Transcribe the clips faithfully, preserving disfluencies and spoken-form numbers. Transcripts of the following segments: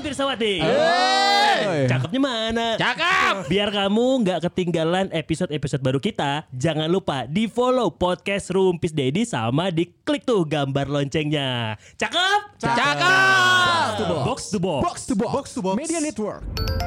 Pirsawati. Hey. Cakepnya mana? Cakep. Biar kamu nggak ketinggalan episode-episode baru kita, jangan lupa di follow podcast Rumpis Dedi sama di klik tuh gambar loncengnya. Cakep? Cakep. Box to box. Box to box. Box to box. Media Network.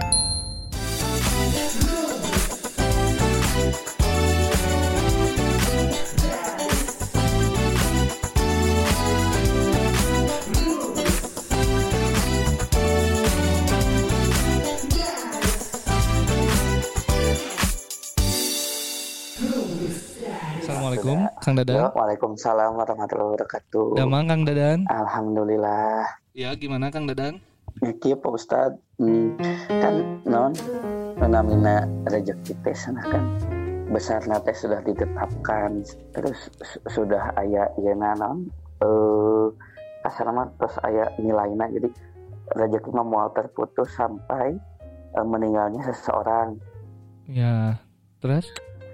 Assalamualaikum Kang Dadan. Waalaikumsalam warahmatullahi wabarakatuh. Damang Kang Dadan. Alhamdulillah. Ya gimana Kang Dadan? Kieu Pak Ustad, hmm, kan non fenomena rezeki teh sana kan besarna teh sudah ditetapkan, terus su- sudah aya ieu naon eh kasarna terus aya nilaina, jadi rezeki mah moal terputus sampai eh, meninggalnya seseorang. Ya, terus?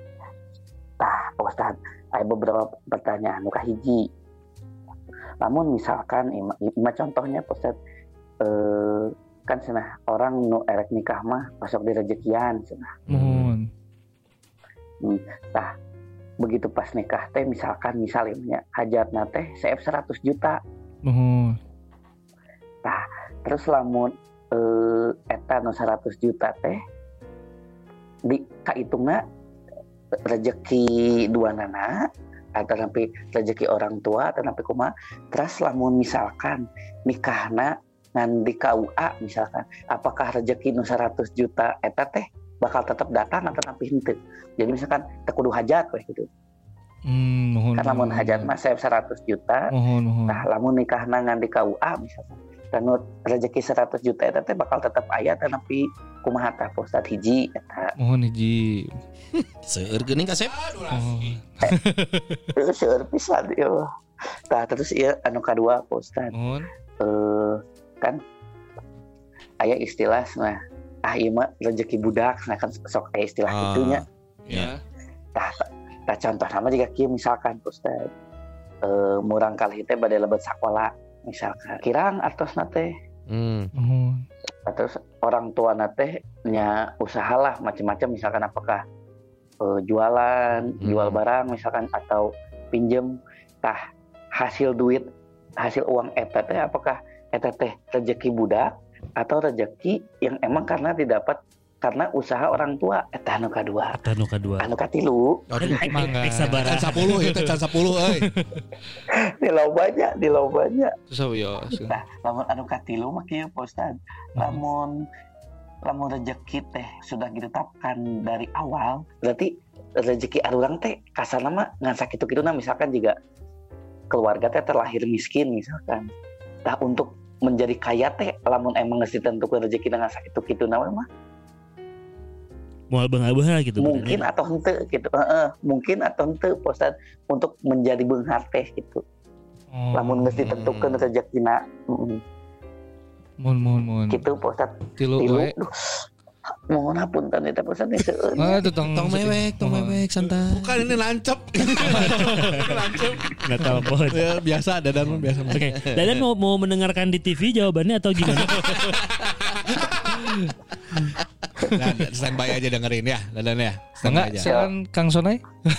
Tah, Pak Ustad, ada beberapa pertanyaan nu kahiji. Namun misalkan ima, ima contohnya Pak Ustad, eh, kan cenah orang nu erek nikah mah pasok di rezekian cenah. Mohon. Hmm, tah, begitu pas nikah teh misalkan misalnya hajatna teh seef seratus juta. Mohon. Tah, terus lamun eh, eta nu seratus juta teh di kahitungna rezeki dua nana atau sampai rezeki orang tua atau sampai kumaha. Terus lamun misalkan nikahna ngan di K U A misalkan, apakah rezeki nu seratus juta eta teh bakal tetap datang atau sampai henteu. Jadi misalkan teu kudu hajat we gitu. Hmm, mohon. Kan lamun hajat mah seef seratus juta. Mohon, mohon. Nah, lamun nikahna ngan di K U A misalkan, dan rezeki seratus juta eta teh bakal tetap aya teh nepi kumaha tah Ustaz hiji eta. Mohon hiji. Seueur geuning kasep. Oh. Terus seueur pisan ieu. Tah terus ieu anu kadua Ustaz. Mohon. Eh kan aya istilah nah ah ieu mah rezeki budak, nah kan sok aya istilah Ah. itunya. Ya. Tah tah contoh nama jika kieu misalkan Ustaz. Eh murang kalih teh bade lebet sakola misalkan. Kirang artosna teh Hmm. Mohon. terus orang tua nate nya usahalah macam-macam, misalkan apakah uh, jualan Hmm. jual barang misalkan atau pinjem, tah hasil duit hasil uang eta teh apakah eta teh rezeki budak atau rezeki yang emang karena didapat karena usaha orang tua. Eta anu kadua. Eta nu kadua. Anu katilu Mangga. Eh, sabar. Can sepuluh ya teh can sepuluh euy. di lobanya di lobanya. Terus ya. Nah, lamun anu katilu mah kieu Pak Ustad. Lamun lamun rezeki teh sudah ditetapkan dari awal, berarti rezeki arurang teh kasarna mah ngan sakitu-kituna, misalkan juga keluarga teh terlahir miskin misalkan. Tah untuk menjadi kaya teh lamun emang geus ditentukeun rezeki ngan sakitu-kituna mah Moal beunghar gitu. mungkin benernya. atau henteu gitu. Heeh, mungkin atau henteu Pak Ustad untuk menjadi beunghar teh gitu. Oh. Lamun geus ditentukeun rezekina. Heeh. Mohon, mohon, mohon. Gitu Pak Ustad. Tilu Tilu, we. duh, mohon hapunten eta pesan ini seueur. Ah, itu tong Tong mewek, tong mewek santai. Bukan ini lancep. Lancep. Nggak telepon. Ya, biasa Dadan mah biasa. Oke, Dadan mau mau mendengarkan di T V jawabannya atau gimana? Nah, standby aja dengerin ya, Dadan ya. Standby Enggak, aja. silakan Kang Sonai.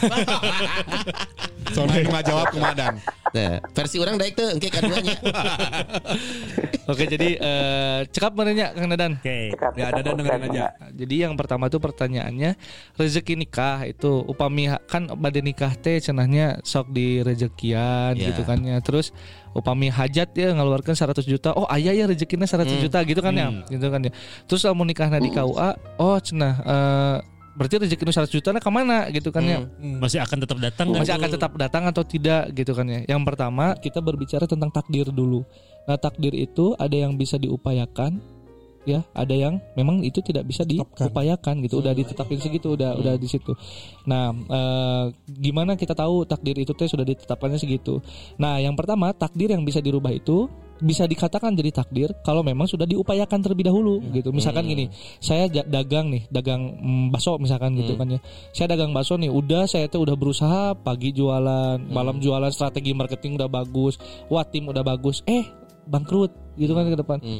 Soalnya cuma jawab kumadan. Nah, versi orang daek teh engke kaduanya. Oke, jadi eh, cekap menanya Kang Dadan. Oke. Ya, Dadan dengerin aja. Jadi yang pertama tuh pertanyaannya, rezeki nikah itu upami kan bade nikah teh cenahnya sok di rezekian Ya. gitu kan ya. Terus upami hajat ya ngeluarkan seratus juta. Oh, aya ya rezekinya seratus Hmm. juta gitu kan ya. Gitu kan ya. Terus lamun nikahna di K U A, oh cenah eh, berarti rezeki nu seratus juta na ka mana gitu kan ya. Masih akan tetap datang nggak Masih tuh? akan tetap datang atau tidak gitu kan ya. Yang pertama kita berbicara tentang takdir dulu. Nah, takdir itu ada yang bisa diupayakan, ya, ada yang memang itu tidak bisa diupayakan gitu. Udah ditetapin segitu, udah udah di situ. Nah, eh, gimana kita tahu takdir itu teh sudah ditetapkannya segitu? Nah, yang pertama takdir yang bisa dirubah itu bisa dikatakan jadi takdir kalau memang sudah diupayakan terlebih dahulu gitu. Misalkan gini, saya ja- dagang nih, dagang mm, bakso misalkan gitu kan ya. Saya dagang bakso nih, udah saya tuh udah berusaha pagi jualan, malam jualan, strategi marketing udah bagus, wah tim udah bagus, eh bangkrut gitu kan ke depan.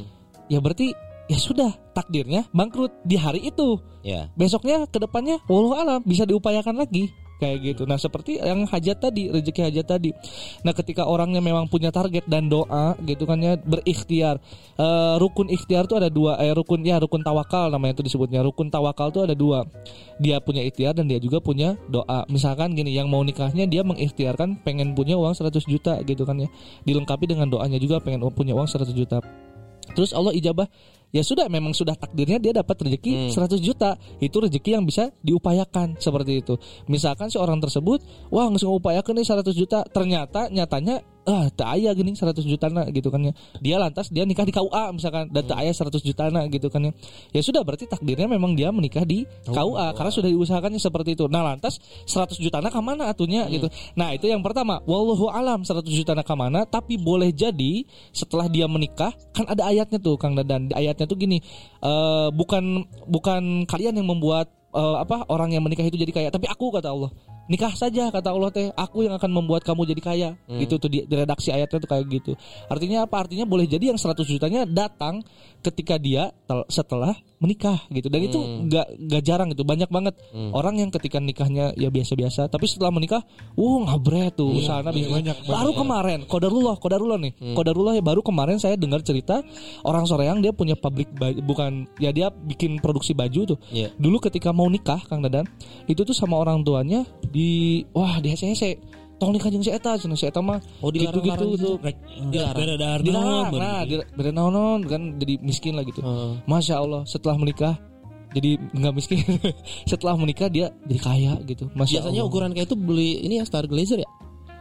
ya berarti ya sudah takdirnya bangkrut di hari itu. Ya. Besoknya ke depannya wallahu alam bisa diupayakan lagi kayak gitu. Nah, seperti yang hajat tadi, rezeki hajat tadi. Nah, ketika orangnya memang punya target dan doa gitu kan ya, berikhtiar. Uh, rukun ikhtiar tuh ada dua, eh rukun ya rukun tawakal namanya itu disebutnya. Rukun tawakal tuh ada dua. Dia punya ikhtiar dan dia juga punya doa. Misalkan gini, yang mau nikahnya dia mengikhtiarkan pengen punya uang seratus juta gitu kan ya. Dilengkapi dengan doanya juga pengen punya uang seratus juta. Terus Allah ijabah, ya sudah memang sudah takdirnya dia dapat rezeki hmm. seratus juta. Itu rezeki yang bisa diupayakan seperti itu. Misalkan si orang tersebut, wah nggak upayakan nih seratus juta, ternyata nyatanya ah tak aya gini seratus juta na gitu kan ya. Dia lantas dia nikah di K U A misalkan dan tak aya seratus juta na gitu kan ya. Ya sudah berarti takdirnya memang dia menikah di K U A oh, karena sudah diusahakannya seperti itu. Nah, lantas seratus juta na ke mana atunya hmm. gitu. Nah, itu yang pertama. Wallahu alam seratus juta na ke mana, tapi boleh jadi setelah dia menikah kan ada ayatnya tuh Kang Dadan. Di ayatnya tuh gini, uh, bukan bukan kalian yang membuat uh, apa orang yang menikah itu jadi kaya, tapi aku kata Allah. Nikah saja kata Allah teh, aku yang akan membuat kamu jadi kaya. Hmm. Gitu tuh di, di redaksi ayatnya tuh kayak gitu. Artinya apa? Artinya boleh jadi yang seratus jutanya datang ketika dia tel, setelah menikah gitu. Dan hmm. itu enggak enggak jarang gitu. Banyak banget hmm. orang yang ketika nikahnya ya biasa-biasa, tapi setelah menikah, uh ngabret tuh hmm. sana iya, banyak, baru banyak. Kemarin qadarullah, qadarullah nih. Hmm. Qadarullah ya baru kemarin saya dengar cerita orang Soreang dia punya pabrik baju, bukan ya dia bikin produksi baju tuh. Yeah. Dulu ketika mau nikah Kang Dadan, itu tuh sama orang tuanya di wah di H C C tong nikah jeung si eta cenah si eta mah oh gitu gitu tuh dilarang dilarang nah beda naon kan jadi miskin lah gitu. Hmm. Masya Allah setelah menikah jadi nggak miskin setelah menikah dia jadi kaya gitu. Masya biasanya Allah. Ukuran kayak itu beli ini ya Star Glazer ya.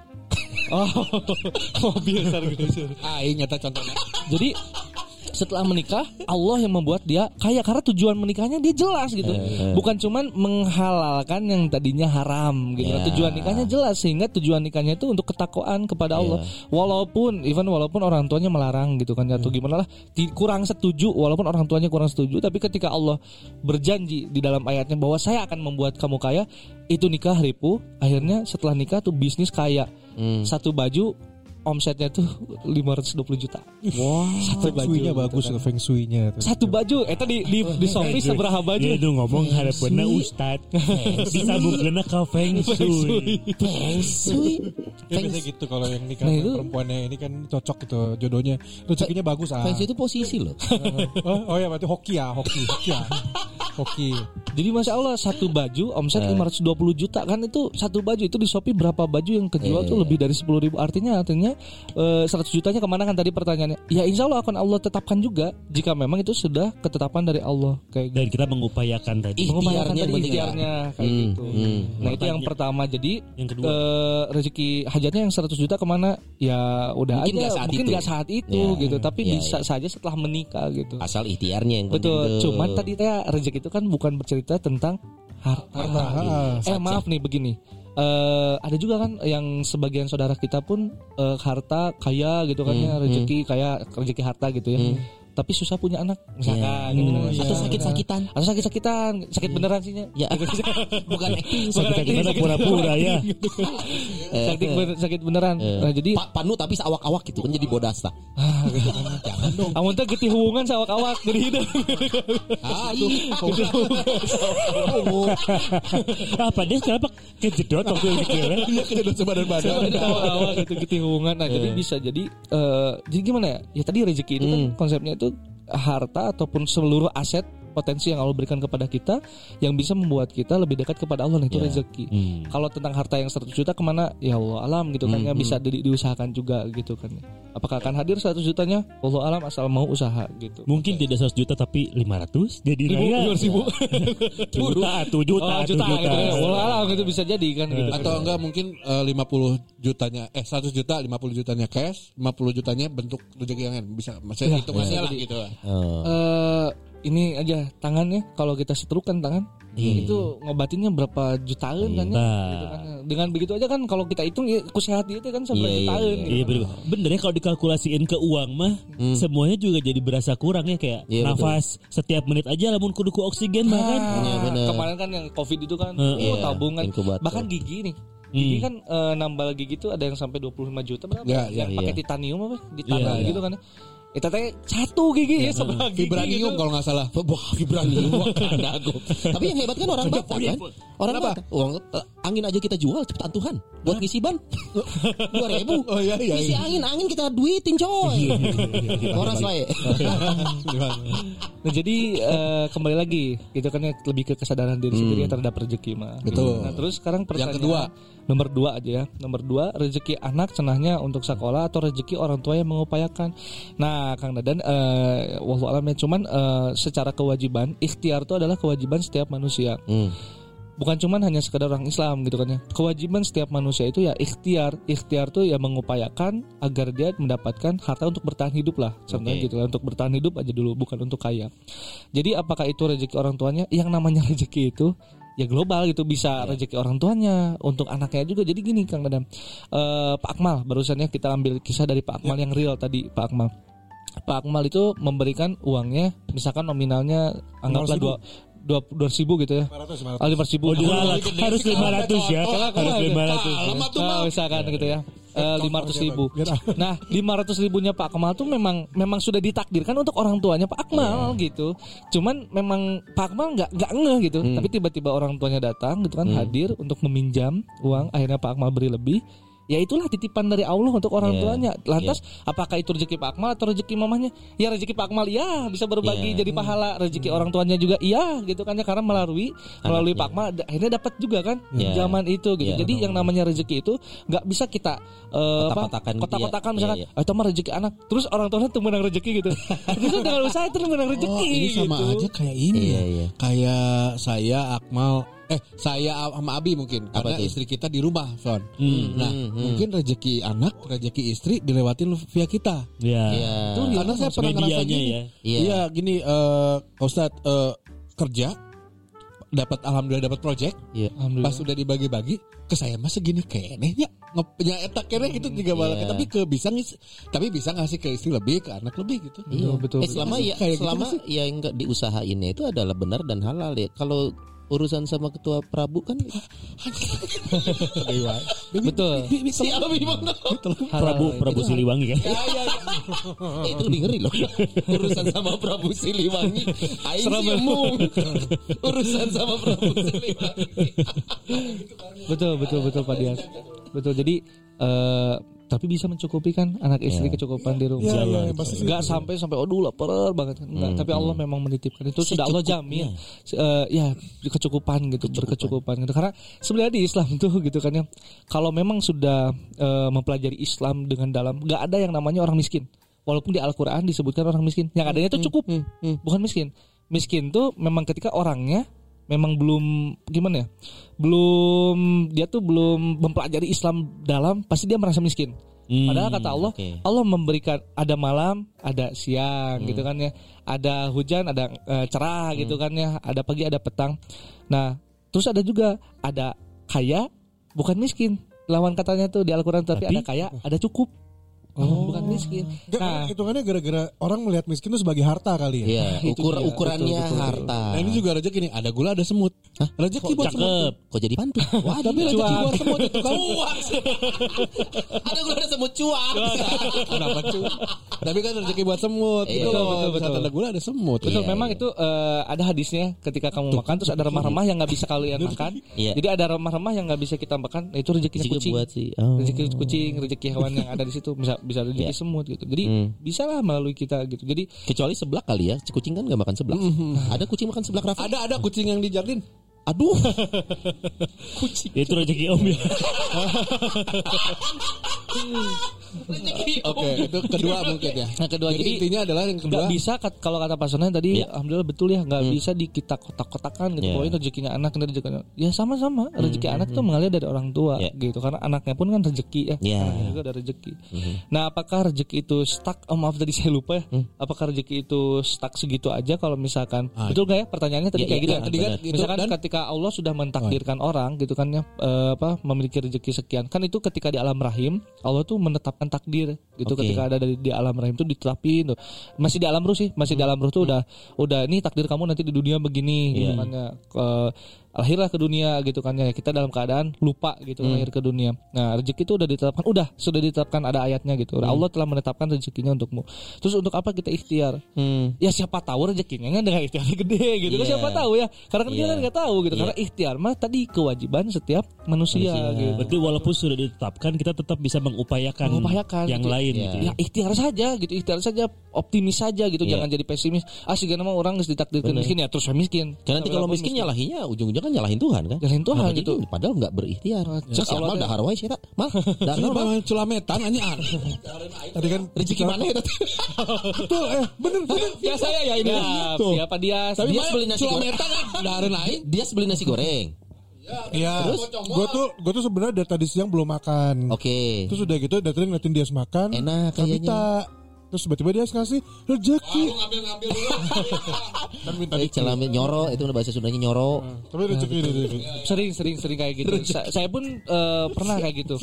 Oh mobil Star Glazer. Ah ini nyata contohnya. Jadi setelah menikah Allah yang membuat dia kaya karena tujuan menikahnya dia jelas gitu. Eh, bukan cuman menghalalkan yang tadinya haram gitu. Yeah. Tujuan nikahnya jelas sehingga tujuan nikahnya itu untuk ketakwaan kepada Allah. Yeah. Walaupun even walaupun orang tuanya melarang gitu kan atau gimana lah kurang setuju walaupun orang tuanya kurang setuju tapi ketika Allah berjanji di dalam ayatnya bahwa saya akan membuat kamu kaya, itu nikah ripu, akhirnya setelah nikah tuh bisnis kaya. Hmm. Satu baju omsetnya tuh lima ratus dua puluh juta. Wah, wow, satu bajunya bagus gitu, feng shui-nya tuh. Satu baju eta di di di Shopee seberapa baju? Ya itu ngomong harapanna ustad. Disambungkeunna ka feng shui. Feng shui. Feng shui gitu kalau yang nikah nah, perempuannya ini kan cocok gitu jodohnya. Rezekinya bagus ah. Feng shui itu posisi loh. oh, oh ya berarti hoki ya, hoki, hoki ya. Hoki. Jadi Masya Allah satu baju omset lima ratus dua puluh juta kan itu satu baju itu di Shopee berapa baju yang kejual eh. tuh lebih dari sepuluh ribu artinya artinya Uh, seratus jutanya kemana kan tadi pertanyaannya. Ya insya Allah akan Allah tetapkan juga jika memang itu sudah ketetapan dari Allah kayak dan gitu. Kita mengupayakan tadi mengupayakan tadi ikhtiarnya kayak hmm, gitu hmm. Nah itu yang pertama. Jadi yang kedua uh, rezeki hajatnya yang seratus juta kemana ya udah mungkin aja gak mungkin nggak saat itu ya, gitu tapi ya, bisa ya. Saja setelah menikah gitu asal ikhtiarnya yang betul tuh. Cuman tadi teh rezeki itu kan bukan bercerita tentang harta, harta. Ah, eh maaf nih begini. Uh, ada juga kan yang sebagian saudara kita pun uh, harta kaya gitu kan hmm, ya rezeki hmm. kaya rezeki harta gitu ya hmm. tapi susah punya anak misalkan yeah. gitu kan. Atau sakit-sakitan atau sakit-sakitan sakit yeah. beneran sihnya ya bukan acting sakit-sakitan pura-pura ya sakit bener, sakit beneran nah, jadi pa, panu tapi seawak-awak gitu kan jadi bodas lah gitu kan jangan dong amun teh getih hubungan seawak-awak jadi hidup ah ini apa dia kenapa kejedot waktu itu ya kejedot sebadan-badan awak gitu getih hubungan nah jadi bisa jadi jadi gimana ya ya tadi rezeki itu kan konsepnya itu harta ataupun seluruh aset potensi yang Allah berikan kepada kita yang bisa membuat kita lebih dekat kepada Allah, nah itu yeah. rezeki. Hmm. Kalau tentang harta yang seratus juta kemana? Ya Allah alam gitu kan hmm. ya bisa di, diusahakan juga gitu kan. Apakah akan hadir seratus jutanya? Allah alam asal mau usaha gitu. Mungkin okay. tidak seratus juta tapi lima ratus jadi raya. Ribu, juta atau juta, oh, juta, juta. Gitu. Allah alam itu bisa jadi kan gitu. Atau enggak mungkin uh, lima puluh jutanya eh seratus juta lima puluh jutanya cash, lima puluh jutanya bentuk rezeki yang lain bisa masih hitungannya lah gitu. Oh. Uh, ini aja tangannya kalau kita setrukan tangan hmm. itu ngobatinnya berapa jutaan hmm. kan ya gitu kan. Dengan begitu aja kan kalau kita hitung ya sehat itu kan seberapa yeah, jutaan yeah, gitu. Iya bener. Bener ya kalau dikalkulasiin ke uang mah hmm. semuanya juga jadi berasa kurang ya kayak yeah, nafas betul. Setiap menit aja lamun kudu ku oksigen mah kan. Yeah, kemarin kan yang Covid itu kan uh, oh yeah, tabungan bahkan gigi nih. Gigi hmm. kan e, nambal gigi itu ada yang sampai dua puluh lima juta berapa? Yeah, yang yeah, pakai yeah. titanium apa di tanah yeah, gitu yeah. kan. Eta teh satu gigi ya, sebelah gigi. Vibranium gitu. kalau nggak salah. Wah, vibranium Wakanda aku. Tapi yang hebat kan orang Batak kan. Orang Kenapa? Batak. Uang eh, angin aja kita jual cepetan Tuhan. Buat ngisi ban dua ribu. Oh iya iya. Isi iya. angin-angin kita duitin coy. Orang saya. Nah, jadi eh, kembali lagi gitu kan ya, lebih ke kesadaran diri sendiri terhadap rezeki mah. Betul. Nah, terus sekarang pertanyaan kedua. nomor dua aja ya. Nomor dua, rezeki anak cenahnya untuk sekolah atau rezeki orang tua yang mengupayakan. Nah, Kang Dadan eh wallahu alam ya, cuman eh, secara kewajiban, ikhtiar itu adalah kewajiban setiap manusia. Hmm. Bukan cuman hanya sekedar orang Islam gitu kan ya. Kewajiban setiap manusia itu ya ikhtiar. Ikhtiar tuh ya mengupayakan agar dia mendapatkan harta untuk bertahan hidup lah. Contohnya Okay. gitu lah, untuk bertahan hidup aja dulu, bukan untuk kaya. Jadi apakah itu rezeki orang tuanya? Yang namanya rezeki itu ya global gitu, bisa yeah. rezeki orang tuanya untuk anaknya juga. Jadi gini Kang Dadam, uh, Pak Akmal barusannya kita ambil kisah dari Pak Akmal yeah. yang real tadi. Pak Akmal Pak Akmal itu memberikan uangnya, misalkan nominalnya anggaplah dua dua dua ribu gitu ya, oh, lima ribu. Oh, juga harus lima ratus ya, harus lima ratus. Nah, misalkan gitu ya, lima ratus ribu. Nah, lima ratus ribunya Pak Akmal tuh memang memang sudah ditakdirkan untuk orang tuanya Pak Akmal gitu. Cuman memang Pak Akmal nggak nggak ngeh gitu. Hmm. Tapi tiba-tiba orang tuanya datang gitu kan, hmm. hadir untuk meminjam uang. Akhirnya Pak Akmal beri lebih. Ya itulah titipan dari Allah untuk orang yeah. tuanya. Lantas yeah. apakah itu rezeki Pak Akmal atau rezeki mamanya? Ya rezeki Pak Akmal ya bisa berbagi yeah. jadi pahala. Rezeki hmm. orang tuanya juga iya gitu kan ya, karena melalui Anaknya. melalui Pak Akmal akhirnya dapat juga kan yeah. zaman itu gitu. Yeah. Jadi yang namanya rezeki itu nggak bisa kita uh, kotak-kotakan, apa, kotak-kotakan gitu misalkan. Ya. Oh, itu mah rezeki anak. Terus orang tuanya tuh menang rezeki gitu. Justru dengan usaha itu menang rezeki. Oh, ini sama gitu. aja kayak ini. Iya, ya. iya. Kayak saya Akmal Eh saya sama Abi mungkin. Apa Karena itu? istri kita di rumah Son. Hmm. Nah Hmm, hmm. mungkin rezeki anak, rezeki istri dilewatin via kita. Ya. Iya. Tuh, karena saya pernah ngerasa Medianya gini. ya. Iya. Iya gini uh, Ustadz uh, kerja dapat alhamdulillah dapat project. Iya. Pas udah dibagi-bagi ke saya mah segini kenehnya ngepenya etak keneh itu juga malah Iya. tapi ke bisa ngis, tapi bisa ngasih ke istri lebih, ke anak lebih gitu. Iya, betul. Eh, selama ya Kayak gitu selama masih. ya enggak diusahainnya itu adalah benar dan halal ya. Kalau urusan sama ketua Prabu kan Betul. siapa gimana? Prabu Prabu Siliwangi kan. Ya, ya, ya. Eh, itu lebih ngeri loh. Urusan sama Prabu Siliwangi. Aing sih emung. Urusan sama Prabu Siliwangi. Betul betul betul Pak Dias. Betul. Jadi eh tapi bisa mencukupi kan anak istri Ya. kecukupan di rumah. Ya, ya, ya, Enggak sampai sampai aduh lapar banget kan. Enggak, Hmm, tapi Allah memang menitipkan itu sudah Allah jamin. Uh, ya kecukupan gitu, berkecukupan gitu. Karena sebenarnya di Islam tuh gitu kan ya. Kalau memang sudah uh, mempelajari Islam dengan dalam, enggak ada yang namanya orang miskin. Walaupun di Al-Qur'an disebutkan orang miskin, yang adanya itu cukup. Hmm, hmm. Bukan miskin. Miskin tuh memang ketika orangnya memang belum gimana ya, belum dia tuh belum mempelajari Islam dalam, pasti dia merasa miskin. Hmm, Padahal kata Allah, okay. Allah memberikan ada malam, ada siang Hmm. gitu kan ya, ada hujan, ada uh, cerah Hmm. gitu kan ya, ada pagi, ada petang. Nah, terus ada juga ada kaya, bukan miskin. Lawan katanya tuh di Al-Qur'an, tapi, Tapi- ada kaya, ada cukup. Oh, bukan miskin. Nah, Nah, hitungannya gara-gara orang melihat miskin itu sebagai harta kali ya. Iya, Itu ukur dia. ukurannya Betul, betul, harta. Nah ini juga rezeki nih, ada gula ada semut. Hah? Rezeki buat semut. Cakep. Kok jadi pantun? Wah, Tapi rezeki buat semut itu kan. cuak. Ada gula ada semut cuak. Kenapa cuy? Tapi kan rezeki buat semut. Iya, Gitu betul, loh. betul, Misalnya betul. ada gula ada semut. betul, Iya, memang iya. itu eh, ada hadisnya ketika kamu makan terus ada remah-remah yang nggak bisa kalian makan. Iya. Jadi ada remah-remah yang nggak bisa kita makan, nah, itu rezekinya Rezeki kucing. buat sih. Oh. Rezeki kucing, rezeki hewan yang ada di situ, bisa bisa rezeki Iya. semut gitu. Jadi Hmm. bisa lah melalui kita gitu. Jadi Kecuali seblak kali ya. Kucing kan gak makan seblak. Ada kucing makan seblak Rafa? Ada ada kucing yang di jardin. Aduh. Itu rezeki Om ya. Oke, itu kedua mungkin ya. Nah, kedua, jadi, jadi intinya adalah yang kedua. nggak bisa kat- kalau kata Pak Sonan tadi, Iya. alhamdulillah betul ya, nggak Hmm. bisa di kita kotak-kotakan gitu. Iya. Pokoknya rezekinya anak, ini rezekinya ya sama-sama. Rezeki anak tuh mengalir dari orang tua Iya. gitu, karena anaknya pun kan rezeki ya. Iya. Anaknya juga ada rezeki. Mhm. Nah, apakah rezeki itu stuck? Oh, maaf tadi saya lupa ya. Hmm. Apakah rezeki itu stuck segitu aja kalau misalkan Ah, betul nggak ya pertanyaannya tadi Iya, kayak iya, gitu ya? tadi kan gitu, Misalkan dan- ketika Allah sudah mentakdirkan orang gitu kan ya, eh, apa memiliki rezeki sekian, kan itu ketika di alam rahim Allah tuh menetapkan takdir gitu. Oke. Ketika ada di, di alam rahim tuh ditetapin tuh. Masih di alam ruh sih, masih di alam ruh tuh udah udah ini takdir kamu nanti di dunia begini gitu Iya. kan ya. Ke- lahirlah ke dunia gitu kan ya. Kita dalam keadaan lupa gitu hmm. lahir ke dunia. Nah, rezeki itu udah ditetapkan, udah sudah ditetapkan ada ayatnya gitu. Hmm. Allah telah menetapkan rezekinya untukmu. Terus untuk apa kita ikhtiar? Hmm. Ya siapa tahu rezekinya kan dengan ikhtiar gede gitu. Yeah. Kan siapa tahu ya. Karena kan yeah. kita enggak tahu gitu. Yeah. Karena ikhtiar mah tadi kewajiban setiap manusia, manusia. Gitu. Berarti walaupun sudah ditetapkan kita tetap bisa mengupayakan, mengupayakan yang gitu. Lain yeah. gitu. Ya ikhtiar saja gitu. Ikhtiar saja, optimis saja gitu. Yeah. Jangan jadi pesimis. Ah sigana mah orang geus ditakdirkeun miskin ya terus miskin. Karena nanti kalau miskin nyalahinnya ujung-ujungnya kan nyalahin Tuhan kan. Nyalahin Tuhan nah, gitu. Padahal enggak berikhtiar. Cek ya, mal dahar wae sih tak. Mal. Dahar mah culametan anjing. Tadi kan rezeki mana ya? Betul eh bener bener. Ya saya ya ini. Siapa dia? Dia beli nasi goreng. Dahar lain. Dia beli nasi goreng. Iya, terus gue tuh gue tuh sebenarnya dari tadi siang belum makan. Oke. Okay. Terus udah gitu datengin ngeliatin dia makan. Enak kayaknya. Terus tiba-tiba dia ngasih rezeki. Oh, ngambil-ngambil dulu. Dan minta eh, celamin nyoro itu bahasa Sundanya nyoro. Nah, tapi rezeki nah, itu. Sering sering sering kayak gitu. Sa- saya pun uh, pernah kayak gitu.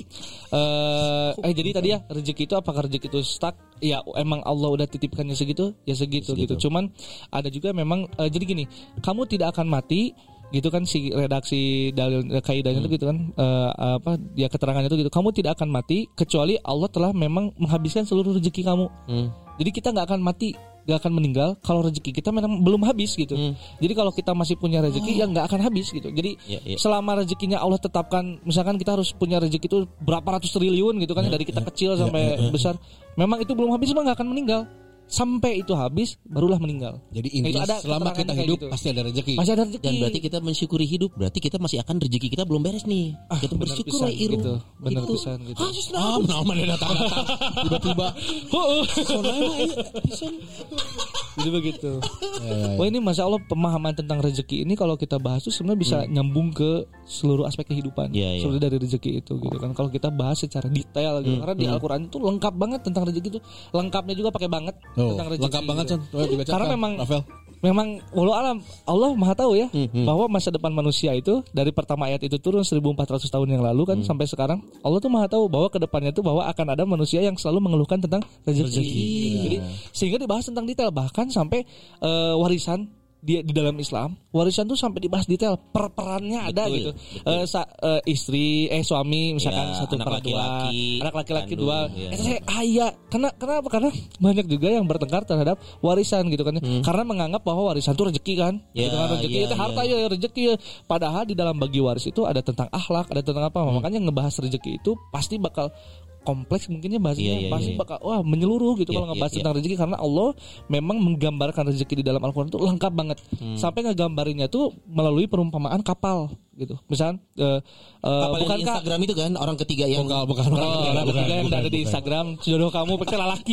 Uh, eh jadi tadi ya rezeki itu apakah rezeki itu stuck? Ya emang Allah udah titipkannya segitu, ya segitu, segitu. gitu. Cuman ada juga memang uh, jadi gini, kamu tidak akan mati gitu kan si redaksi dalil kaidahnya itu hmm. gitu kan uh, apa ya keterangannya itu gitu kamu tidak akan mati kecuali Allah telah memang menghabiskan seluruh rezeki kamu hmm. jadi kita nggak akan mati nggak akan meninggal kalau rezeki kita memang belum habis gitu hmm. jadi kalau kita masih punya rezeki oh. ya nggak akan habis gitu jadi ya, ya. selama rezekinya Allah tetapkan misalkan kita harus punya rezeki itu berapa ratus triliun gitu kan ya, dari kita ya, kecil ya, sampai ya, ya. besar memang itu belum habis memang nggak akan meninggal sampai itu habis barulah meninggal. Jadi intinya nah, selama kita hidup gitu. Pasti ada rezeki. Pasti ada rezeki. Dan berarti kita mensyukuri hidup. Berarti kita masih akan rezeki kita belum beres nih. Ah, kita bersyukur lah Iru. Gitu. Benar gitu. Pisan gitu. Ah, nah mana datang-datang tiba-tiba. Heeh. Soalnya pisan. Jadi begitu. Ya, ya, ya. Wah ini masya Allah pemahaman tentang rezeki ini kalau kita bahas itu sebenarnya bisa hmm. nyambung ke seluruh aspek kehidupan. Ya, ya. Sebenarnya dari rezeki itu gitu kan. Kalau kita bahas secara detail gitu. Hmm. Karena di Al-Qur'an itu lengkap banget tentang rezeki itu. Lengkapnya juga pakai banget. Oh, lengkap banget Con. Karena memang Rafael. Memang walau alam Allah Maha tahu ya hmm, hmm. bahwa masa depan manusia itu dari pertama ayat itu turun seribu empat ratus tahun yang lalu kan hmm. sampai sekarang Allah tuh Maha tahu bahwa kedepannya itu bahwa akan ada manusia yang selalu mengeluhkan tentang rezeki. rezeki. Jadi sehingga dibahas tentang detail bahkan sampai uh, warisan di di dalam Islam warisan tuh sampai dibahas detail per-perannya ada betul, gitu betul. Uh, sa, uh, istri eh suami misalkan ya, satu per dua anak laki-laki dua ya. eh, saya ayah karena kenapa karena banyak juga yang bertengkar terhadap warisan gitu kan hmm. karena menganggap bahwa warisan itu rezeki kan ya, gitu kan rezeki ya, itu harta ya, ya rezeki ya. Padahal di dalam bagi waris itu ada tentang akhlak ada tentang apa hmm. makanya ngebahas rezeki itu pasti bakal kompleks mungkinnya bahasanya yeah, yeah, pasti yeah. bakal wah menyeluruh gitu yeah, kalau ngebahas yeah, tentang yeah. rezeki karena Allah memang menggambarkan rezeki di dalam Al-Qur'an itu lengkap banget hmm. sampai ngegambarinnya tuh melalui perumpamaan kapal gitu misalkan uh, uh, bukan Instagram itu kan orang ketiga yang bukan bukan oh, orang, orang ketiga yang ada di Instagram jodoh kamu pakai lelaki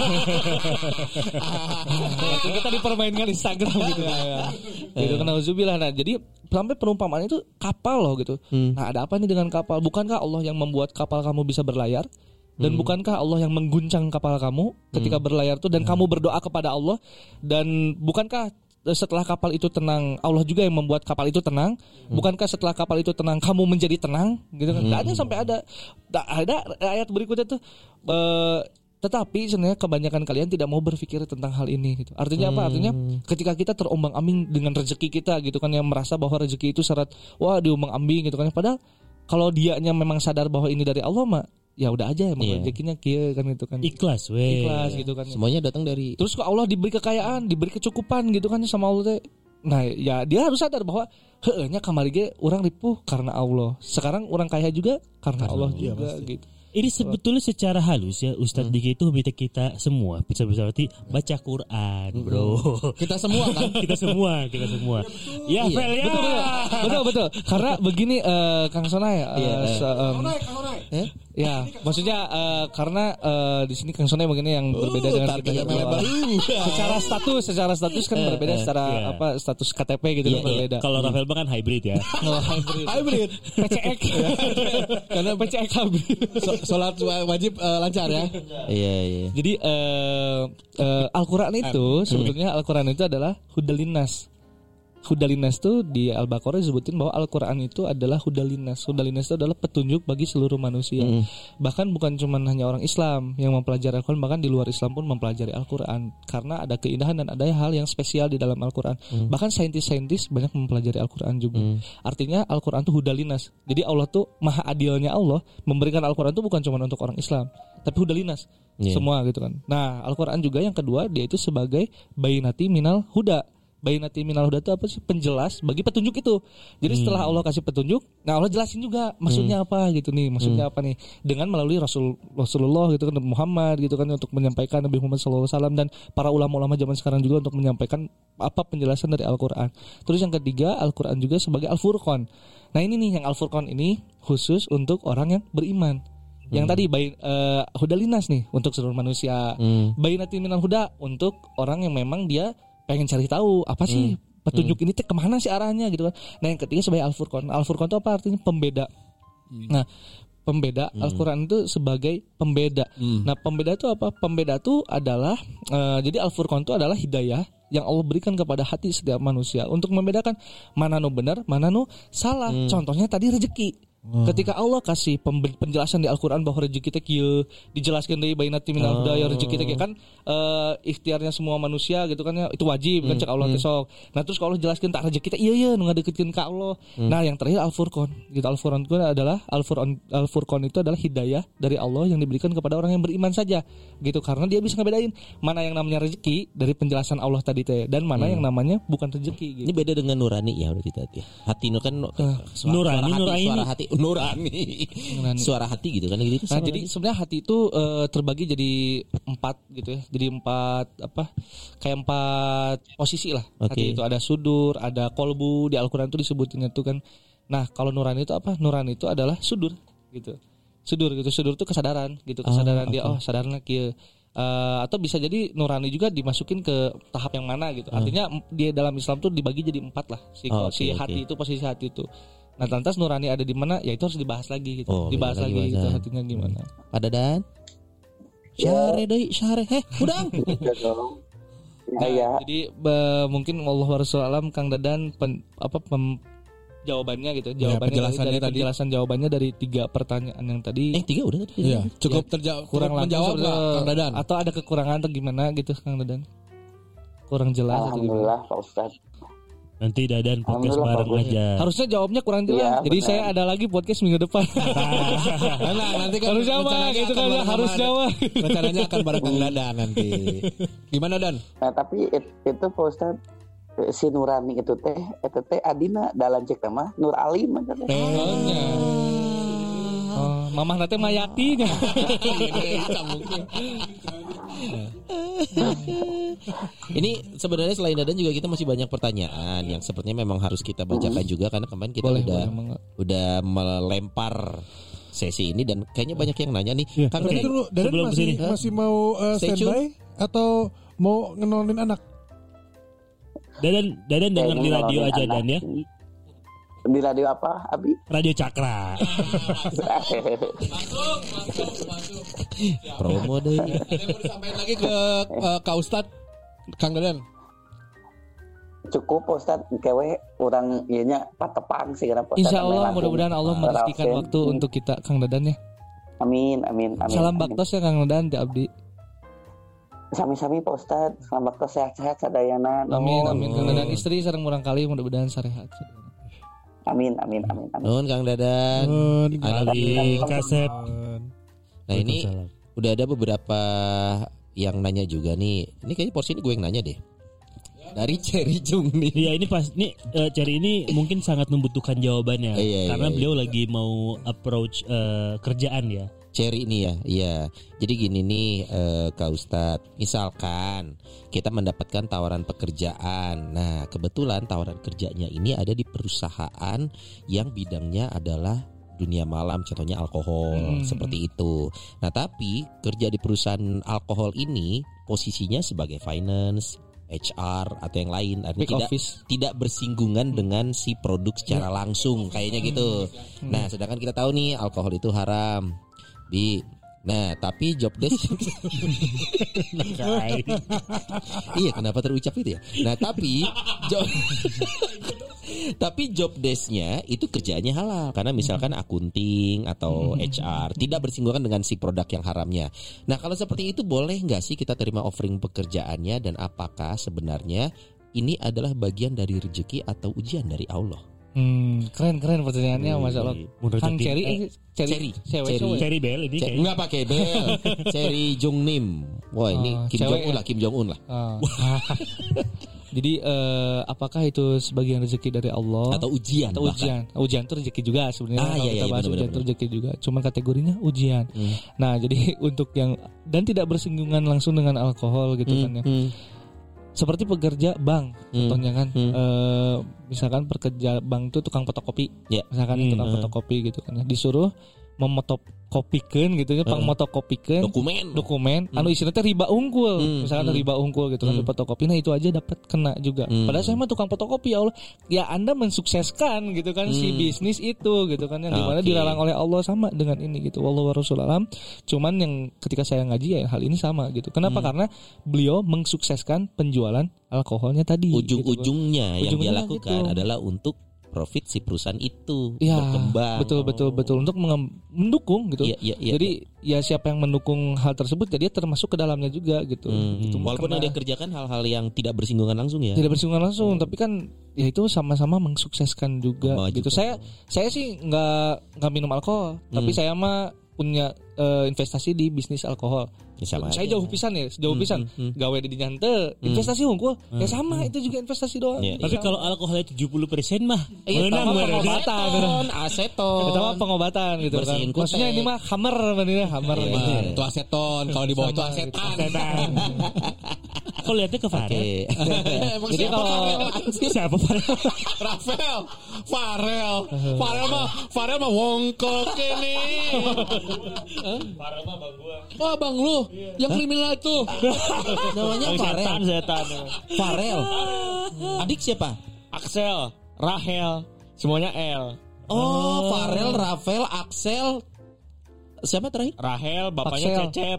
kita dipermainkan Instagram gitu ya, ya. gitu kan auzubillah nah jadi sampai perumpamaan itu kapal loh gitu hmm. nah ada apa nih dengan kapal bukankah Allah yang membuat kapal kamu bisa berlayar dan hmm. bukankah Allah yang mengguncang kapal kamu ketika hmm. berlayar tuh dan hmm. kamu berdoa kepada Allah dan bukankah setelah kapal itu tenang Allah juga yang membuat kapal itu tenang hmm. bukankah setelah kapal itu tenang kamu menjadi tenang gitu kan nggak hmm. ada sampai ada ada ayat berikutnya tuh uh, tetapi sebenarnya kebanyakan kalian tidak mau berpikir tentang hal ini gitu. Artinya hmm. apa? Artinya ketika kita terombang-ambing dengan rezeki kita gitu kan yang merasa bahwa rezeki itu syarat wah diombang-ambing gitu kan padahal kalau dianya memang sadar bahwa ini dari Allah mah ya udah aja emang yeah. rezekinya kia kan itu kan ikhlas weh ikhlas gitu kan semuanya datang dari terus kok Allah diberi kekayaan diberi kecukupan gitu kan sama Allah teh nah ya dia harus sadar bahwa heunya kamari ge urang ripuh karena Allah sekarang orang kaya juga karena Allah juga ya, gitu. Ini sebetulnya secara halus ya Ustadz hmm. Diki itu minta kita semua bisa berarti baca Quran bro hmm. kita semua kan kita semua kita semua ya iya. Fel ya betul betul betul, betul. Karena begini uh, Kang Sonai uh, yeah. se, um, Kang Sonai Kang Sonai eh? ya maksudnya uh, karena uh, di sini Kang Sonai begini yang berbeda uh, dengan kita bahwa, secara status secara status kan uh, berbeda uh, secara yeah. apa status K T P gitu yeah, kan berbeda yeah. kalau Rafael kan hybrid ya oh, hybrid hybrid P C X karena P C X hybrid sholat wajib uh, lancar ya. Iya iya. Jadi uh, uh, Al-Qur'an itu sebetulnya Al-Qur'an itu adalah hudal linnas. hudalinas tuh di Al-Baqarah disebutin bahwa Al-Qur'an itu adalah hudalinas. Hudalinas itu adalah petunjuk bagi seluruh manusia. Hmm. Bahkan bukan cuma hanya orang Islam yang mempelajari Al-Qur'an, bahkan di luar Islam pun mempelajari Al-Qur'an karena ada keindahan dan ada hal yang spesial di dalam Al-Qur'an. Hmm. Bahkan saintis-saintis banyak mempelajari Al-Qur'an juga. Hmm. Artinya Al-Qur'an itu hudalinas. Jadi Allah tuh maha adilnya Allah memberikan Al-Qur'an itu bukan cuma untuk orang Islam, tapi hudalinas. Yeah. Semua gitu kan. Nah, Al-Qur'an juga yang kedua dia itu sebagai bayinati minal huda. Bayinati minal huda itu apa sih? Penjelas bagi petunjuk itu. Jadi hmm. setelah Allah kasih petunjuk, nah Allah jelasin juga maksudnya hmm. apa gitu nih, maksudnya hmm. apa nih dengan melalui Rasul Rasulullah gitu kan, Muhammad gitu kan untuk menyampaikan Nabi Muhammad shallallahu alaihi wasallam dan para ulama-ulama zaman sekarang juga untuk menyampaikan apa penjelasan dari Al-Qur'an. Terus yang ketiga, Al-Qur'an juga sebagai Al-Furqan. Nah, ini nih yang Al-Furqan ini khusus untuk orang yang beriman. Yang hmm. tadi bayi uh, hudalinas nih untuk seluruh manusia. Hmm. Bayinati minal huda untuk orang yang memang dia pengen cari tahu apa sih hmm. petunjuk hmm. ini teh kemana sih arahnya gitu kan. Nah, yang ketiga sebagai Al-Furqan. Al-Furqan itu apa artinya? Pembeda. Hmm. Nah, pembeda hmm. Al-Qur'an itu sebagai pembeda. Hmm. Nah, pembeda itu apa? Pembeda itu adalah uh, jadi Al-Furqan itu adalah hidayah yang Allah berikan kepada hati setiap manusia untuk membedakan mana nu benar, mana nu salah. Hmm. Contohnya tadi rezeki. Hmm. Ketika Allah kasih penjelasan di Al-Qur'an bahwa rezeki kita kieu, dijelaskan dari bayinati minal huda ya rezeki kita kan uh, ikhtiarnya semua manusia gitu kan ya, itu wajib hmm. kan cek Allah hmm. tesok. Nah, terus kalau Allah jelaskan tak rezeki kita iya iya nu ngadeukeutkeun ka Allah. Hmm. Nah, yang terakhir Al-Furqan. Gitu Al-Furqan itu adalah Al-Furqan Al-Furqan itu adalah hidayah dari Allah yang diberikan kepada orang yang beriman saja. Gitu karena dia bisa ngebedain mana yang namanya rezeki dari penjelasan Allah tadi teh dan mana hmm. yang namanya bukan rezeki gitu. Ini beda dengan nurani ya berarti tadi. Hati nu kan uh, suara, nurani suara hati, nurani suara hati nurani. nurani. Suara hati gitu kan gitu. Nah, jadi sebenarnya hati itu uh, terbagi jadi empat gitu ya. Jadi empat apa? Kayak empat posisi lah. Okay. Hati itu ada sudur, ada kolbu, di Al-Qur'an itu disebutin itu kan. Nah, kalau nurani itu apa? Nurani itu adalah sudur gitu. Sudur gitu. Sudur itu kesadaran gitu. Kesadaran oh, okay. dia oh sadarnya kieu. Uh, atau bisa jadi nurani juga dimasukin ke tahap yang mana gitu. Hmm. Artinya dia dalam Islam tuh dibagi jadi empat lah si, oh, okay, si hati okay. itu posisi hati itu. Nah, lantas nurani ada di mana? Ya itu harus dibahas lagi gitu. Oh, dibahas lagi, lagi gitu hatinya gimana. Ada dan syare deui syare. Heh, udang. Nah, ya. Jadi uh, mungkin Allah Rasul alam Kang Dadan pen, apa pem, jawabannya gitu. Jawabannya ya, dari, dari tadi. Penjelasan jawabannya dari tiga pertanyaan yang tadi. Eh, tiga udah tadi. Iya, cukup ya, terjawab kurang menjawab enggak Kang Dadan? Atau ada kekurangan atau gimana gitu Kang Dadan? Kurang jelas atau gimana? Alhamdulillah Pak Ustaz. Nanti Dadan podcast bareng aja. Harusnya jawabnya kurang jelas. Ya, jadi benar. Saya ada lagi podcast minggu depan. Nah, nanti kan harus jawab gitu kan harus jawab. Rencananya akan bareng Kang Dadan nanti. Gimana Dan? Nah, tapi it, itu Pak Ustaz si Nurani itu teh itu teh adina dalam cek mah Nur Alim teh. Oh, mamah nate mayati nya. Ini sebenarnya selain Dadan juga kita masih banyak pertanyaan yang sepertinya memang harus kita bacakan juga karena kemarin kita boleh, udah boleh, udah melempar sesi ini dan kayaknya banyak yang nanya nih. Ya, Kang Dadan, Dadan masih huh? masih mau uh, standby atau mau ngenolin anak? Dadan Dadan dengar di radio aja Dan ya. Di radio apa, Abi? Radio Cakra. Masuk, masuk, masuk. Promo deh. Ada mau disampaikan lagi ke uh, Kak Ustad, Kang Dadan? Cukup Ustad, kewe orang ianya patepang sih kenapa? Insya Allah mudah-mudahan Allah merezekikan waktu hmm. untuk kita Kang Dadan ya. Amin, amin, amin. Salam baktos ya Kang Dadan di Abdi. Sami-sami Pak Ustad, salam baktos sehat-sehat sadayana. Amin, amin. Kang Dadan istri sareng murang kali mudah-mudahan sehat. Amin, amin, amin, amin. Nun Kang Dadan. Nun Ali Kasep. Nah ini udah ada beberapa yang nanya juga nih. Ini kayaknya porsi ini gue yang nanya deh. Dari Cherry Jung nih. Iya ini pas nih uh, Cherry ini mungkin sangat membutuhkan jawabannya eh, iya, karena iya, beliau iya. lagi mau approach uh, kerjaan ya. Cherry ini ya, iya. Jadi gini nih eh, Kak Ustadz, misalkan kita mendapatkan tawaran pekerjaan. Nah, kebetulan tawaran kerjanya ini ada di perusahaan yang bidangnya adalah dunia malam, contohnya alkohol, hmm. seperti itu. Nah, tapi kerja di perusahaan alkohol ini posisinya sebagai finance, H R atau yang lain, artinya tidak tidak bersinggungan dengan si produk secara langsung, kayaknya gitu. Nah, sedangkan kita tahu nih alkohol itu haram. Bi, Nah, tapi job desk iya, kenapa terucap itu ya? Nah, tapi job tapi job desk-nya itu kerjaannya halal karena misalkan akunting atau H R tidak bersinggungan dengan si produk yang haramnya. Nah, kalau seperti itu boleh nggak sih kita terima offering pekerjaannya dan apakah sebenarnya ini adalah bagian dari rezeki atau ujian dari Allah? Hmm, keren keren pertanyaannya, Mas Allah. Kang Cherry, eh, Cherry, cewek cewek. Cherry Bell ini C- enggak pakai Bell. Cherry Jung Nim. Wah, ini Oh, Kim cewek Jong Un ya? lah, Kim Jong Un lah. Oh. Jadi eh, apakah itu sebagian rezeki dari Allah Atau ujian. atau bahkan. ujian? Ujian itu rezeki juga sebenarnya. Ah, Kalau iya, kita iya, bahas benar, ujian benar, itu rezeki juga. Cuma kategorinya ujian. Hmm. Nah, jadi untuk yang dan tidak bersinggungan langsung dengan alkohol gitu Hmm, kan ya. hmm. Seperti pekerja bank, Hmm. contohnya kan, Hmm. eh, misalkan pekerja bank itu tukang fotokopi, Ya. misalkan Hmm. tukang fotokopi gitu kan, ya. Disuruh memotokopikeun gitu ya, Hmm. pangmotokopikeun Dokumen. dokumen, Hmm. anu isinya teh riba unggul, Hmm. misalkan Hmm. riba unggul gitu kan, Hmm. di fotokopi, nah itu aja dapat kena juga. Hmm. Padahal saya mah tukang fotokopi, ya Allah, ya Anda mensukseskan gitu kan si Hmm. bisnis itu gitu kan, yang dimana Oke. dilarang oleh Allah sama dengan ini gitu. Wallahu warasuul alam. Cuman yang ketika saya ngaji ya hal ini sama gitu. Kenapa? Hmm. Karena beliau mensukseskan penjualan alkoholnya tadi. Ujung-ujungnya yang Ujungnya dia lakukan gitu. adalah untuk profit si perusahaan itu Ya, berkembang. betul betul betul untuk mengem- mendukung gitu. Iya, iya, iya, Jadi ya siapa yang mendukung hal tersebut, ya dia termasuk ke dalamnya juga gitu. Hmm. Gitu. Walaupun yang Karena dia kerjakan hal-hal yang tidak bersinggungan langsung ya. tidak bersinggungan langsung, tapi kan ya itu sama-sama mensukseskan juga Mewajibkan. gitu. Saya saya sih nggak nggak minum alkohol, tapi Hmm. saya mah punya eh, investasi di bisnis alkohol. Ya, sama Saya aja. jauh pisan ya, jauh Hmm, pisan. hmm, hmm. Gawe di dinya henteu, investasi unggul. Ya sama, itu juga investasi doang. Iya, Tapi Sama. kalau alkoholnya tujuh puluh persen mah Iya, menang sama bener. pengobatan. Aseton, aseton. Itu mah pengobatan gitu kan. Bersihin kutek. Maksudnya ini mah hammer benernya hammer. Iya. gitu. Itu aseton, kalau di bawah itu Sama asetan. Setan. Kok lihatnya ke Farel? Oke. Emang Jadi siapa kalau- Farel? Siapa Farel? Rafael, Farel, Farel mah, Farel mah wongkok ini. Farel mah bang gua. Wah bang lu, yang kriminal itu. Namanya Farel. Setan, setan. Farel. Adik siapa? Axel, Rahel, semuanya L. Oh, Farel, Rafael, Axel. Siapa terakhir? Rahel, bapaknya Axel. Cecep.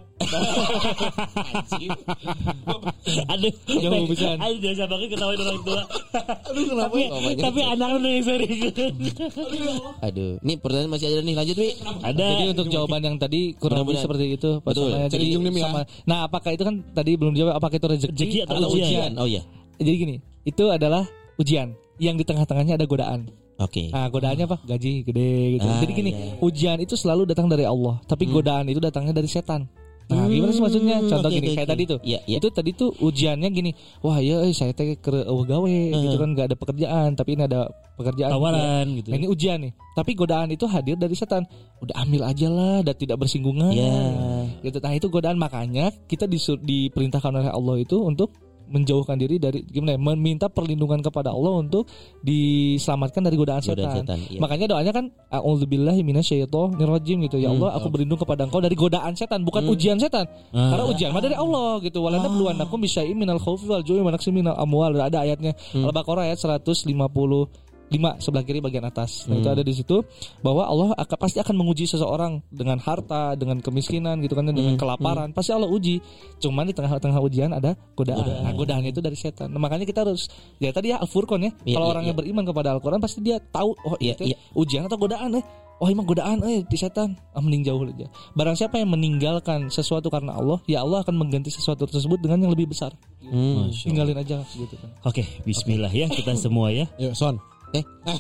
Aduh, Jauh pisan. Aduh, biasa banget ketawain orang tua. Aduh, kenapa? Tapi, tapi anak lu yang sering. Aduh, ini pertanyaan masih ada nih, lanjut Wi. Ada. Jadi untuk jawaban yang tadi kurang lebih Mudah-mudahan. seperti itu. Pak Betul. Somaya. Jadi Jadi ujung nih, ya. sama. Nah, apakah itu kan tadi belum dijawab, apakah itu rezeki, Rezeki atau atau ujian? ujian? Oh iya. Jadi gini, itu adalah ujian. Yang di tengah-tengahnya ada godaan. Oke. Nah, godaannya apa? Gaji gede gitu. Ah, Jadi gini, iya. ujian itu selalu datang dari Allah, tapi godaan itu datangnya dari setan. Nah, gimana sih maksudnya? Contoh oke, gini, oke, kayak oke. tadi tuh. Iya, iya. Itu tadi tuh ujiannya gini. Wah, ya eh, saya teh ke eueuh gawe gitu kan, enggak ada pekerjaan, tapi ini ada pekerjaan. Tawaran gitu. Nah, ini ujian nih. Tapi godaan itu hadir dari setan. Udah ambil aja lah, dan tidak bersinggungan. Iya. Gitu. Nah, itu godaan, makanya kita disur, diperintahkan oleh Allah itu untuk menjauhkan diri dari gimana ya, meminta perlindungan kepada Allah untuk diselamatkan dari godaan Godaan setan. setan, iya. Makanya doanya kan a'udzubillahi minasyaitonirrajim gitu. Ya Hmm, Allah, aku berlindung kepada Engkau dari godaan setan, bukan Hmm. ujian setan. Ah. Karena ujian mah dari Allah gitu. Walana bluwannakum bisyai'im minal khaufi wal ju'i wa naqsin minal amwal. Ada ayatnya Hmm. Al-Baqarah ayat seratus lima puluh lima sebelah kiri bagian atas. Nah, itu Hmm. ada di situ bahwa Allah akan pasti akan menguji seseorang dengan harta, dengan kemiskinan gitu kan, dengan Hmm. kelaparan. Pasti Allah uji. Cuman di tengah-tengah ujian ada godaan. Godaan. Nah, godaannya itu dari setan. Nah, makanya kita harus ya tadi ya Al-Furqan ya. Iya, Kalau iya, orangnya iya. beriman kepada Al-Qur'an pasti dia tahu oh Iya, itu iya. ujian atau godaan eh. Oh emang godaan eh di setan. Ah, mending jauh aja. Barang siapa yang meninggalkan sesuatu karena Allah, ya Allah akan mengganti sesuatu tersebut dengan yang lebih besar. Hmm. Tinggalin aja gitu kan. Oke, bismillah ya kita semua ya. Yuk Son. Eh,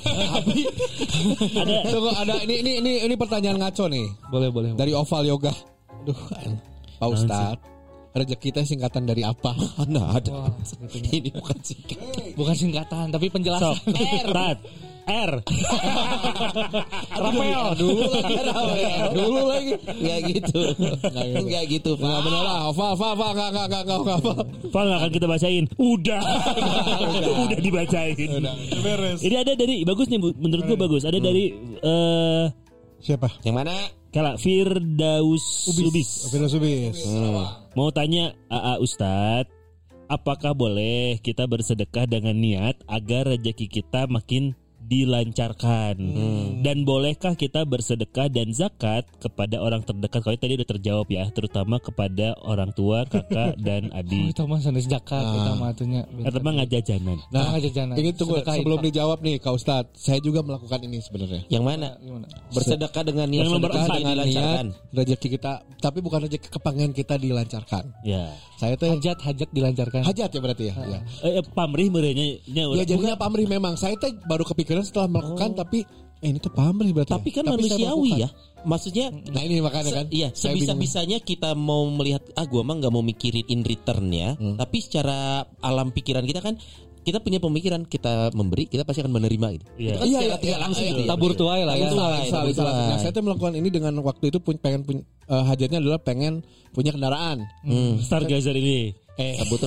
Ada Tunggu, ada ini ini ini ini pertanyaan ngaco nih Boleh, boleh. dari Oval Yoga. Aduh, Pak Ustadz, rezeki teh singkatan dari apa? nah ada. Wah, gitu. Ini bukan singkat. Bukan singkatan, tapi penjelasan. sok. Tat. R. Rafael Dulu lagi, dulu lagi. Enggak gitu. Enggak gitu, Pak. Nggak bener lah, Oval, Oval, Oval, nggak nggak nggak nggak nggak. Pak nggak akan kita bacain. Udah. Udah dibacain. Beres. Ini ada dari bagus nih Bu. Menurut gua bagus. Ada dari eh Siapa? Yang mana? Kala Firdaus Subis. Vino Subis. Mau tanya A A Ustadz, apakah boleh kita bersedekah dengan niat agar rezeki kita makin dilancarkan. Hmm. Dan bolehkah kita bersedekah dan zakat kepada orang terdekat? Kalau tadi udah terjawab ya, terutama kepada orang tua, kakak dan adik. Itu mah sanes zakat utama atunya. Atau mah ngajajanan. Nah, ngajajanan. Ini tunggu Sedekah sebelum infak. dijawab nih Kak Ustadz, saya juga melakukan ini sebenarnya. Yang mana? Gimana? Bersedekah dengan niat Yang nomor sedekah empat, dengan dilancarkan. Rezeki kita, tapi bukan rezeki kepengen kita dilancarkan. Ya. Saya teh Hajat hajat dilancarkan. hajat ya berarti ya. Ya, Eh, pamrih merenya nya ya jadinya pamrih memang. Saya teh baru kepikiran setelah melakukan, tapi eh, ini tuh pamrih berarti. Tapi kan saya manusiawi melakukan. ya. Maksudnya Nah ini makanya kan. Se- iya, saya bingung. sebisa-bisanya kita mau melihat ah gua mah nggak mau mikirin in return ya. Hmm. Tapi secara alam pikiran kita kan kita punya pemikiran kita memberi kita pasti akan menerima gitu. Iya. Itu kan Iya, secara iya, tidak iya, langsung iya. gitu ya. Tabur tuai lah ya. Tabur tuai, Salah, tabur salah. tuai. Nah, saya tuh melakukan ini dengan waktu itu pun pengen punya eh, hajatnya adalah pengen punya kendaraan. Hmm. Stargazer ini. Eh, Sabut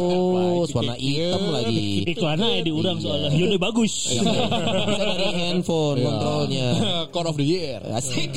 terus warna hitam lagi. Iklannya di urang soalnya. Yaudah bagus. Bisa dari handphone kontrolnya. Core of the year. Asik.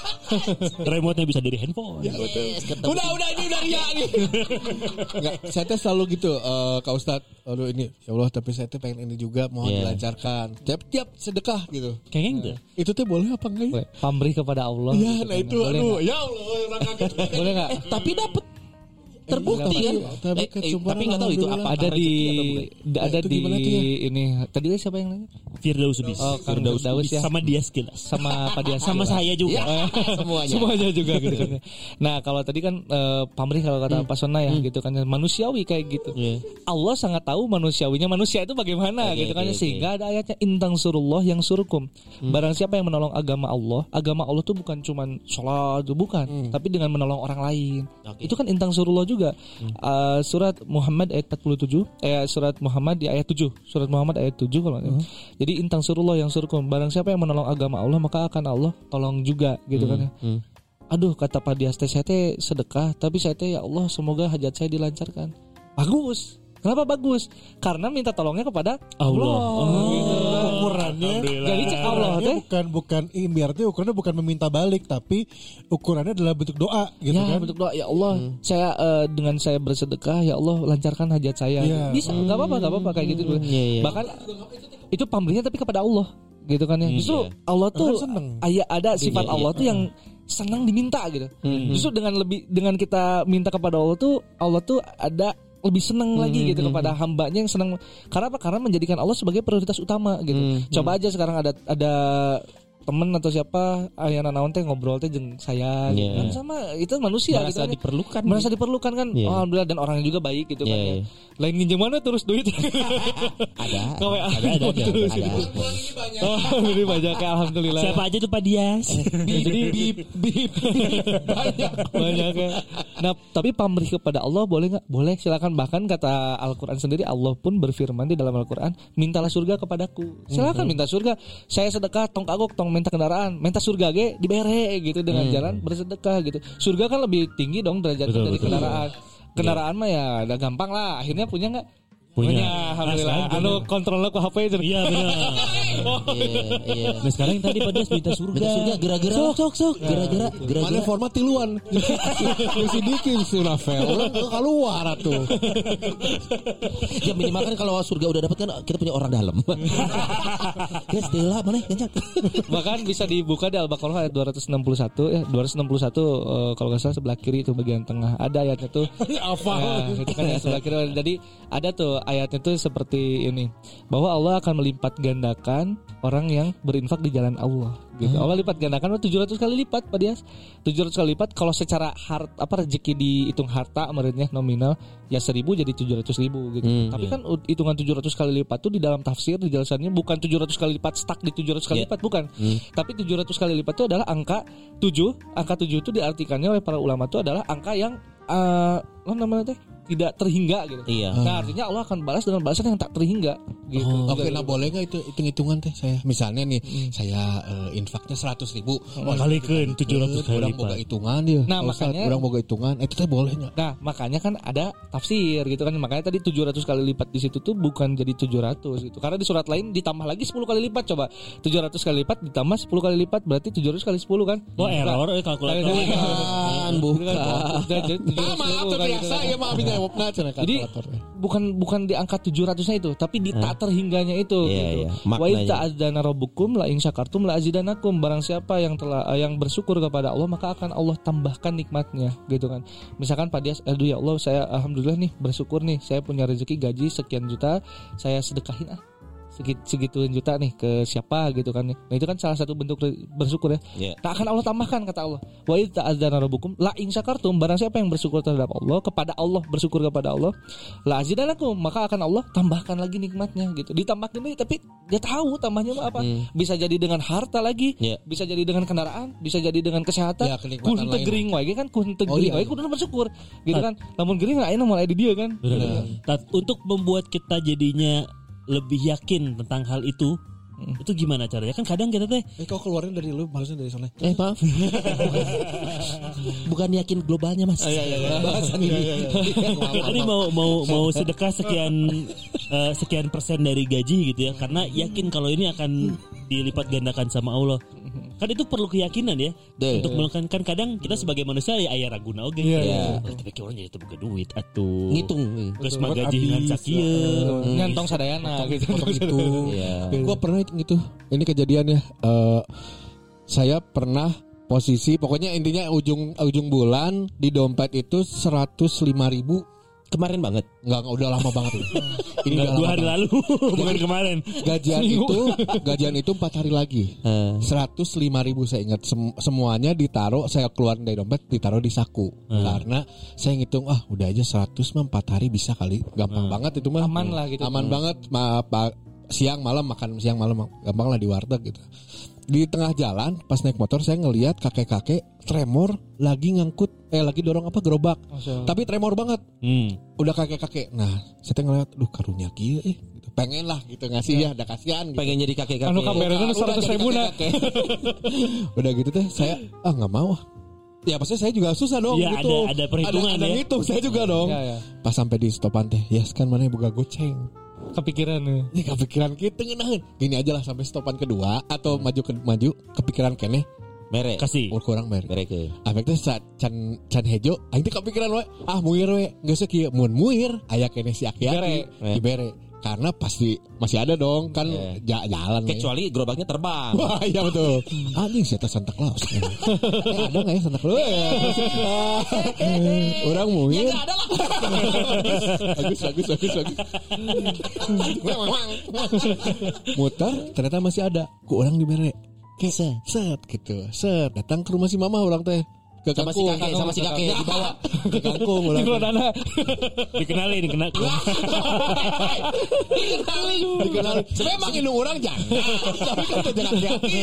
Remote-nya bisa dari handphone. Yes, ketemu. Udah, udah ini udah ria nih. Enggak, saya tuh selalu gitu, eh, Kak Ustadz. Aduh ini, ya Allah, tapi saya tuh pengen ini juga, mohon Iya. dilancarkan. Tiap-tiap sedekah gitu. Kayaknya gitu. Itu tuh boleh apa enggak ya? Boleh. Pamrih kepada Allah. Iya, gitu nah kan. itu, Boleh aduh, nggak? ya Allah, orang kaget. Boleh nggak? Eh, tapi dapat terbukti Tapi- kan. tapi Eh, eh, kecuali tapi nggak tahu itu apa. Ada di Nah, ada itu di gimana tuh ya? ini tadi siapa yang nanya? Firdaus Bis. Oh, Kang Firdaus ya. Sama dia sekilas. Sama Pak Dias Sama juga. saya juga. Semuanya. Semuanya juga gitu kan. Nah, kalau tadi kan eh, pamrih kalau kata Pak Sona ya gitu kan manusiawi kayak gitu. Iya. Allah sangat tahu manusiawinya manusia itu bagaimana Oke, gitu kan oke, sehingga ada ayatnya intang surullah yang surkum. Barang siapa yang menolong agama Allah, agama Allah itu bukan cuman sholat bukan, tapi dengan menolong orang lain. Oke. Itu kan intang surullah juga. Uh, surat Muhammad ayat empat puluh tujuh eh surat Muhammad di ayat tujuh. Surat Muhammad ayat tujuh kalau nggak salah. Jadi intang surullah yang surkum. Barang siapa yang menolong agama Allah maka akan Allah tolong juga gitu kan ya. Hmm. Aduh kata Pak Dias teh saya teh sedekah tapi saya teh ya Allah semoga hajat saya dilancarkan. Bagus. Kenapa bagus? Karena minta tolongnya kepada Allah. Allah. Gitu. Ukurannya. Jadi cek Allah Ukurannya teh. bukan bukan ini berarti ukurannya bukan meminta balik tapi ukurannya adalah bentuk doa gitu Ya kan. bentuk doa ya Allah saya eh, dengan saya bersedekah ya Allah lancarkan hajat saya. Iya. Bisa nggak apa-apa nggak apa-apa kayak gitu. Iya, iya. Bahkan itu pamrihnya tapi kepada Allah gitu kan ya. Justru Allah tuh Orang seneng. aya ada sifat Iya, Allah tuh yang senang diminta gitu. Justru dengan lebih dengan kita minta kepada Allah tuh Allah tuh ada lebih senang lagi gitu kepada hambanya yang senang. Karena apa? Karena menjadikan Allah sebagai prioritas utama gitu. Coba aja sekarang ada ada temen atau siapa ayana naon teh ngobrol teh jeung saya gitu Iya. kan sama itu manusia Merasa gitu kan. diperlukan. Merasa diperlukan kan. Iya. Oh, alhamdulillah dan orangnya juga baik gitu kan. Iya, ya. iya. Lain nginjem mana terus duit. Ada. Ke W A. Ada, ada, ada, Terus ada. gitu. Oh, ini banyak ya alhamdulillah. Siapa aja tuh Pak Dias? Jadi bip bip banyak banyak ya. Nah tapi pamrih kepada Allah boleh nggak? Boleh silakan bahkan kata Al-Quran sendiri Allah pun berfirman di dalam Al-Quran mintalah surga kepadaku. Silakan minta surga. Saya sedekah tong kagok tong minta kendaraan minta surga ge dibere gitu dengan jalan bersedekah gitu. Surga kan lebih tinggi dong derajatnya Betul, dari betul. kendaraan. Kendaraan mah ya udah gampang lah. Akhirnya punya nggak? Punya. Alhamdulillah. Astaga. Anu kontrolnya ku H P itu. Iya benar. Iya, iya. Nah sekarang yang tadi Pak Dias minta surga. Minta surga gara-gara Sok sok sok. gara-gara Mana gara-gara format tiluan. Mesti dikit sih novel. Orang keluar tuh. ya minimal kan kalau surga udah dapat kan kita punya orang dalam. Ya Stella mana kencang. Bahkan bisa dibuka di Al-Baqarah ayat dua ratus enam puluh satu ya dua ratus enam puluh satu eh, kalau nggak salah sebelah kiri itu bagian tengah ada ayatnya tuh. Apa? Ya, itu kan ya sebelah kiri. Jadi ada tuh ayatnya tuh seperti ini bahwa Allah akan melipat gandakan orang yang berinfak di jalan Allah gitu. Allah lipat gandakan tujuh ratus kali lipat Pak Dias. tujuh ratus kali lipat kalau secara hart apa rezeki dihitung harta menurutnya nominal ya seribu jadi tujuh ratus ribu gitu. Hmm, Tapi iya. kan u- hitungan tujuh ratus kali lipat tuh di dalam tafsir dijelasannya bukan tujuh ratus kali lipat stuck di tujuh ratus kali Iya. lipat bukan. Tapi tujuh ratus kali lipat itu adalah angka tujuh. Angka tujuh itu diartikannya oleh para ulama itu adalah angka yang eh apa namanya teh tidak terhingga gitu. Iya. Nah, artinya Allah akan balas dengan balasan yang tak terhingga gitu. Oke, nah boleh nggak itu hitung-hitungan teh saya? Misalnya nih, saya eh, infaknya seratus ribu. Oh, kalikan tujuh ratus kali Orang boga lipat. hitungan dia. Nah, Ustaz, makanya- orang boga hitungan, itu teh boleh nggak? Nah, makanya kan ada tafsir gitu kan. Makanya tadi tujuh ratus kali lipat di situ tuh bukan jadi tujuh ratus gitu. Karena di surat lain ditambah lagi sepuluh kali lipat coba. tujuh ratus kali lipat ditambah sepuluh kali lipat berarti tujuh ratus kali sepuluh kan? Oh error eh kalkulator. Bukan, bukan. Udah, jadi tujuh ratus Ah, maaf ribu tuh kan biasa gitu kan. ya maaf ya. jawabna cenah Jadi kalkulatornya. bukan bukan di angka tujuh ratusnya itu, tapi di tak terhingganya itu. Iya, gitu. iya. Wa Maknanya. idza adzana rabbukum la in syakartum la azidanakum. Barang siapa yang telah eh, yang bersyukur kepada Allah maka akan Allah tambahkan nikmatnya, gitu kan. Misalkan Pak Dias, aduh ya Allah saya alhamdulillah nih bersyukur nih saya punya rezeki gaji sekian juta, saya sedekahin ah segit segituin juta nih ke siapa gitu kan. Nah itu kan salah satu bentuk bersyukur ya. Yeah. Tak akan Allah tambahkan kata Allah. Wa idza adzana rabbukum la in syakartum. Barang siapa yang bersyukur terhadap Allah, kepada Allah, bersyukur kepada Allah, la azidanakum, maka akan Allah tambahkan lagi nikmatnya gitu. Ditambahkan lagi tapi dia tahu tambahnya apa. Hmm. Bisa jadi dengan harta lagi, yeah. bisa jadi dengan kendaraan, bisa jadi dengan kesehatan. Ya, kenikmatan kun tegering wae kan kun Oh, tegering iya, wae iya. kudu bersyukur gitu kan. Namun gering ayeuna mulai di dia kan. Tat, untuk membuat kita jadinya lebih yakin tentang hal itu, hmm. itu gimana caranya? Kan kadang kita teh, Eh kau keluarin dari lu, maksudnya dari Soleh. Eh maaf. Bukan yakin globalnya Mas. Oh, iya, iya, iya. Bahasan ini. kita nih mau mau mau sedekah sekian uh, sekian persen dari gaji gitu ya, karena yakin kalau ini akan dilipat gandakan sama Allah. Kan itu perlu keyakinan ya. Deh. Untuk melakukan, kan kadang kita sebagai manusia ya aya raguna oge. Iya, iya. Oh, tapi kayak orang jadi teboga duit atuh. Ngitung. Geus mah gaji ngan sakieu. Nyantong sadayana gitu. Gitu. Iya. Gue pernah gitu. Ini kejadian ya. Eh, saya pernah posisi, pokoknya intinya ujung ujung bulan di dompet itu seratus lima ribu. Kemarin banget. Enggak, udah lama banget. Ini Enggak, udah dua lama hari banget. lalu, bukan kemarin. Gajian itu, gajian itu empat hari lagi. Eh. Seratus lima ribu saya ingat. Sem- semuanya ditaruh, saya keluarin dari dompet, ditaruh di saku. Karena saya ngitung, ah udah aja seratus mah empat hari bisa kali. Gampang banget itu mah. Aman lah gitu. Aman banget. Ma- pa- siang malam makan siang malam gampang lah di warteg gitu. Di tengah jalan pas naik motor saya ngelihat kakek-kakek tremor lagi ngangkut eh lagi dorong apa gerobak. Masya. Tapi tremor banget. Hmm. Udah kakek-kakek. Nah, saya ngeliat duh karunya kieu eh gitu. Pengen lah gitu ngasih ya, ada kasihan gitu. Pengen jadi kakek-kakek. Anu kameranya Udah seratus jadi ribu na. kakek-kakek. Udah gitu teh saya ah nggak mau ah. Ya pasti saya juga susah dong Ya, gitu. ada- ada perhitungan ada, ada ya. ngitung saya juga dong. Ya, ya. Pas sampai di stopan teh, yes kan mana boga goceng. Kepikiran nih. Ini kepikiran kita ngenahin. Gini aja lah sampai stopan kedua atau maju ke maju kepikiran kene. Mere. Kasih. Ur kurang mer. Mere ke. Afek teh saat can can hejo, aing teh kepikiran we. Ah muir we, geus kieu mun muir aya kene si aki-aki Bere. dibere. Karena pasti masih ada dong kan Iya. ja- jalan we. Kecuali gerobaknya terbang. Wah iya betul. Anjing siapa Santa Claus. eh ada nggak ya Santa Claus? Orang muir. Ya, ada lah. bagus bagus bagus bagus. Muter ternyata masih ada. Ku orang dibere. Kayak set, set gitu. Set datang ke rumah si mama orang teh. Ke Sama si kangkung. kakek, sama si kakek dibawa. Ke kangkung Di orang. Rodana. Dikenalin, dikenal. Dikenal. Memang indung orang jangan. Tapi kan teh jangan hati.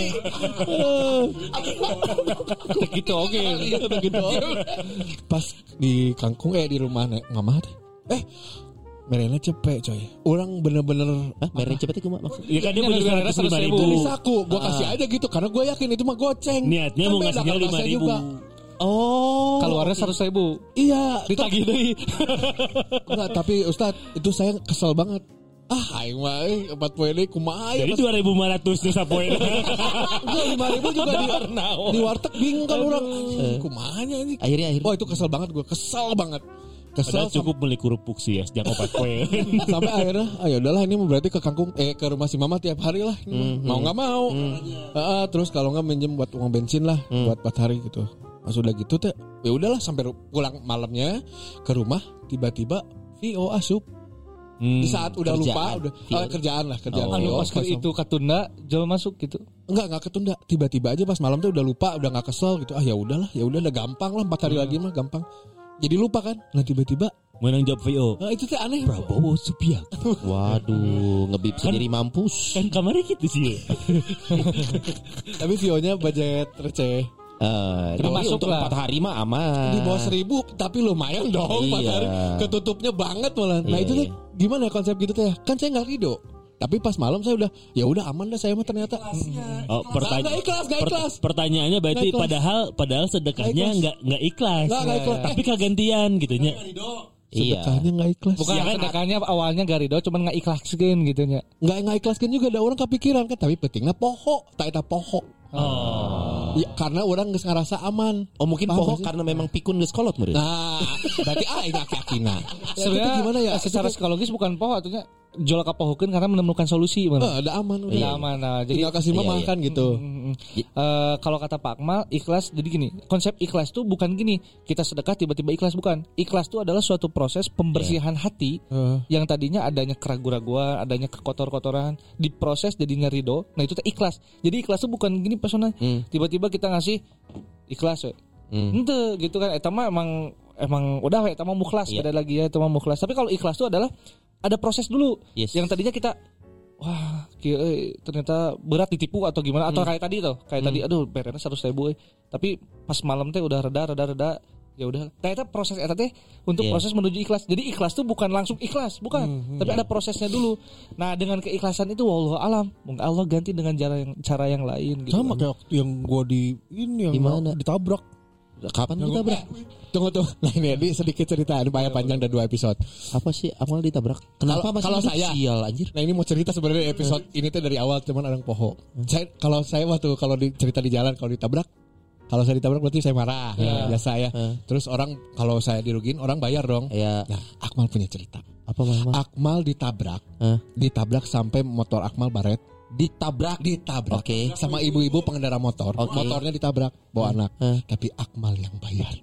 Gitu oke. Gitu. Pas di kangkung eh di rumah nek mama teh. Eh mereka cepet coy. Orang bener-bener Hah, mere cepet itu maksud. Iya kan dia Ini butuh gara-gara seratus lima ribu. beli saku, gue kasih aja gitu karena gue yakin itu mah goceng. Niatnya Kan mau beda ngasihnya kan lima rasanya ribu. juga. Oh. Keluarnya seratus ribu. Iya, Ditagih deui. enggak, tapi Ustad itu saya kesel banget. Ah, aing mah eh, empat poin ini kumaha ya. Jadi dua ribu lima ratus tuh sapoin. Enggak lima ribu juga di di warteg bingung kan orang. Kumahanya ini. Akhirnya akhirnya. Oh, itu kesel banget gue, kesel banget. Kesel Padahal cukup beli kerupuk sih ya, sejak opat poin. sampai akhirnya ah ya udahlah ini berarti ke kangkung eh ke rumah si mama tiap hari lah ini mah. Mau nggak mau Heeh, terus kalau nggak minjem buat uang bensin lah buat empat hari gitu. Pas udah gitu teh ya udahlah sampai ru- pulang malamnya ke rumah tiba-tiba V O asup di saat udah lupa Kerjaan. udah ah, kerjaan lah kerjaan Oh. V O, Anu pas pas itu katunda jauh masuk gitu. enggak enggak ketunda tiba-tiba aja pas malam tuh udah lupa udah nggak kesel gitu ah ya udahlah ya udah udah gampang lah empat hari lagi mah gampang jadi lupa kan nah tiba-tiba Menang job V O. nah itu teh aneh Prabowo Subianto. Waduh, ngebip sendiri mampus. Kan kamarnya gitu sih ya. tapi V O-nya budget receh. Eh, tapi masuk untuk lah. empat hari mah aman. Di bawah seribu tapi lumayan dong empat Iya. hari ketutupnya banget malah. Nah Iya, itu tuh iya. gimana ya konsep gitu teh? Kan saya nggak ridho. Tapi pas malam saya udah ya udah aman dah saya mah ternyata. Oh, pertanya- Nggak ikhlas, nggak per- ikhlas. pertanyaannya berarti Nggak ikhlas. padahal padahal sedekahnya Nggak nggak nggak ikhlas. Nggak, nggak ikhlas. Tapi kagantian gitu nya. Iya. Sedekahnya nggak ikhlas. Bukan Ya kan? sedekahnya awalnya garido cuman nggak ikhlaskeun gitu nya. Nggak nggak ikhlaskan juga ada orang kepikiran kan. Tapi pentingnya poho, tak eta poho. Oh. Ya, karena orang geus ngarasa aman. Oh mungkin Paham poho sih? karena memang pikun geus kolot meureun. Nah, berarti ah ini aki-akina. Sebenarnya gimana ya? secara psikologis bukan poho artinya jual kapohokeun karena menemukan solusi Oh, mana. ada aman udah. Udah aman. Nah, jadi Tinggal kasih iya, mama iya. kan gitu. Mm, eh, kalau kata Pak Akmal, ikhlas jadi gini. Konsep ikhlas tuh bukan gini, kita sedekah tiba-tiba ikhlas, bukan. Ikhlas tuh adalah suatu proses pembersihan hati Heeh. yang tadinya adanya keraguan-raguan, adanya kekotor-kotoran, diproses jadinya ridho. Nah, itu teh ikhlas. Jadi ikhlas tuh bukan gini personal. Hmm. Tiba-tiba kita ngasih ikhlas we. Hmm. Ente gitu kan, eta mah emang emang udah we, eta mah mukhlas, Iya. beda lagi ya, eta mah mukhlas. Tapi kalau ikhlas tuh adalah ada proses dulu. Yes. Yang tadinya kita wah, kieu euy, ternyata berat ditipu atau gimana atau kayak tadi tuh, kayak tadi aduh bayarnya seratus ribu euy. Tapi pas malam teh udah reda reda reda ya udah. Ternyata proses eta teh untuk Yeah. proses menuju ikhlas. Jadi ikhlas tuh bukan langsung ikhlas, bukan. Tapi ada prosesnya dulu. Nah, dengan keikhlasan itu wallahu alam, mungkin Allah ganti dengan cara yang cara yang lain gitu. Sama kayak waktu yang gua di ini yang Gimana? ditabrak. Kapan kita brak? Tunggu tuh. Nah, ini ini sedikit cerita, ini banyak panjang dan dua episode. Apa sih Amal ditabrak? Kenapa Kalau- masih kalau hidup? saya- Sial anjir. Nah, ini mau cerita sebenarnya episode ini tuh dari awal cuman ada yang poho. Saya kalau saya waktu kalau di, cerita di jalan kalau ditabrak, kalau saya ditabrak berarti saya marah. Ya. Biasa ya. Eh. Terus orang kalau saya dirugiin orang bayar dong. Ya. Nah, Akmal punya cerita. Apa Mama? Akmal ditabrak, Hah? ditabrak sampai motor Akmal baret. Ditabrak. Ditabrak Oke. sama ibu-ibu pengendara motor. Oke. Motornya ditabrak bawa anak. Hah? Tapi Akmal yang bayar.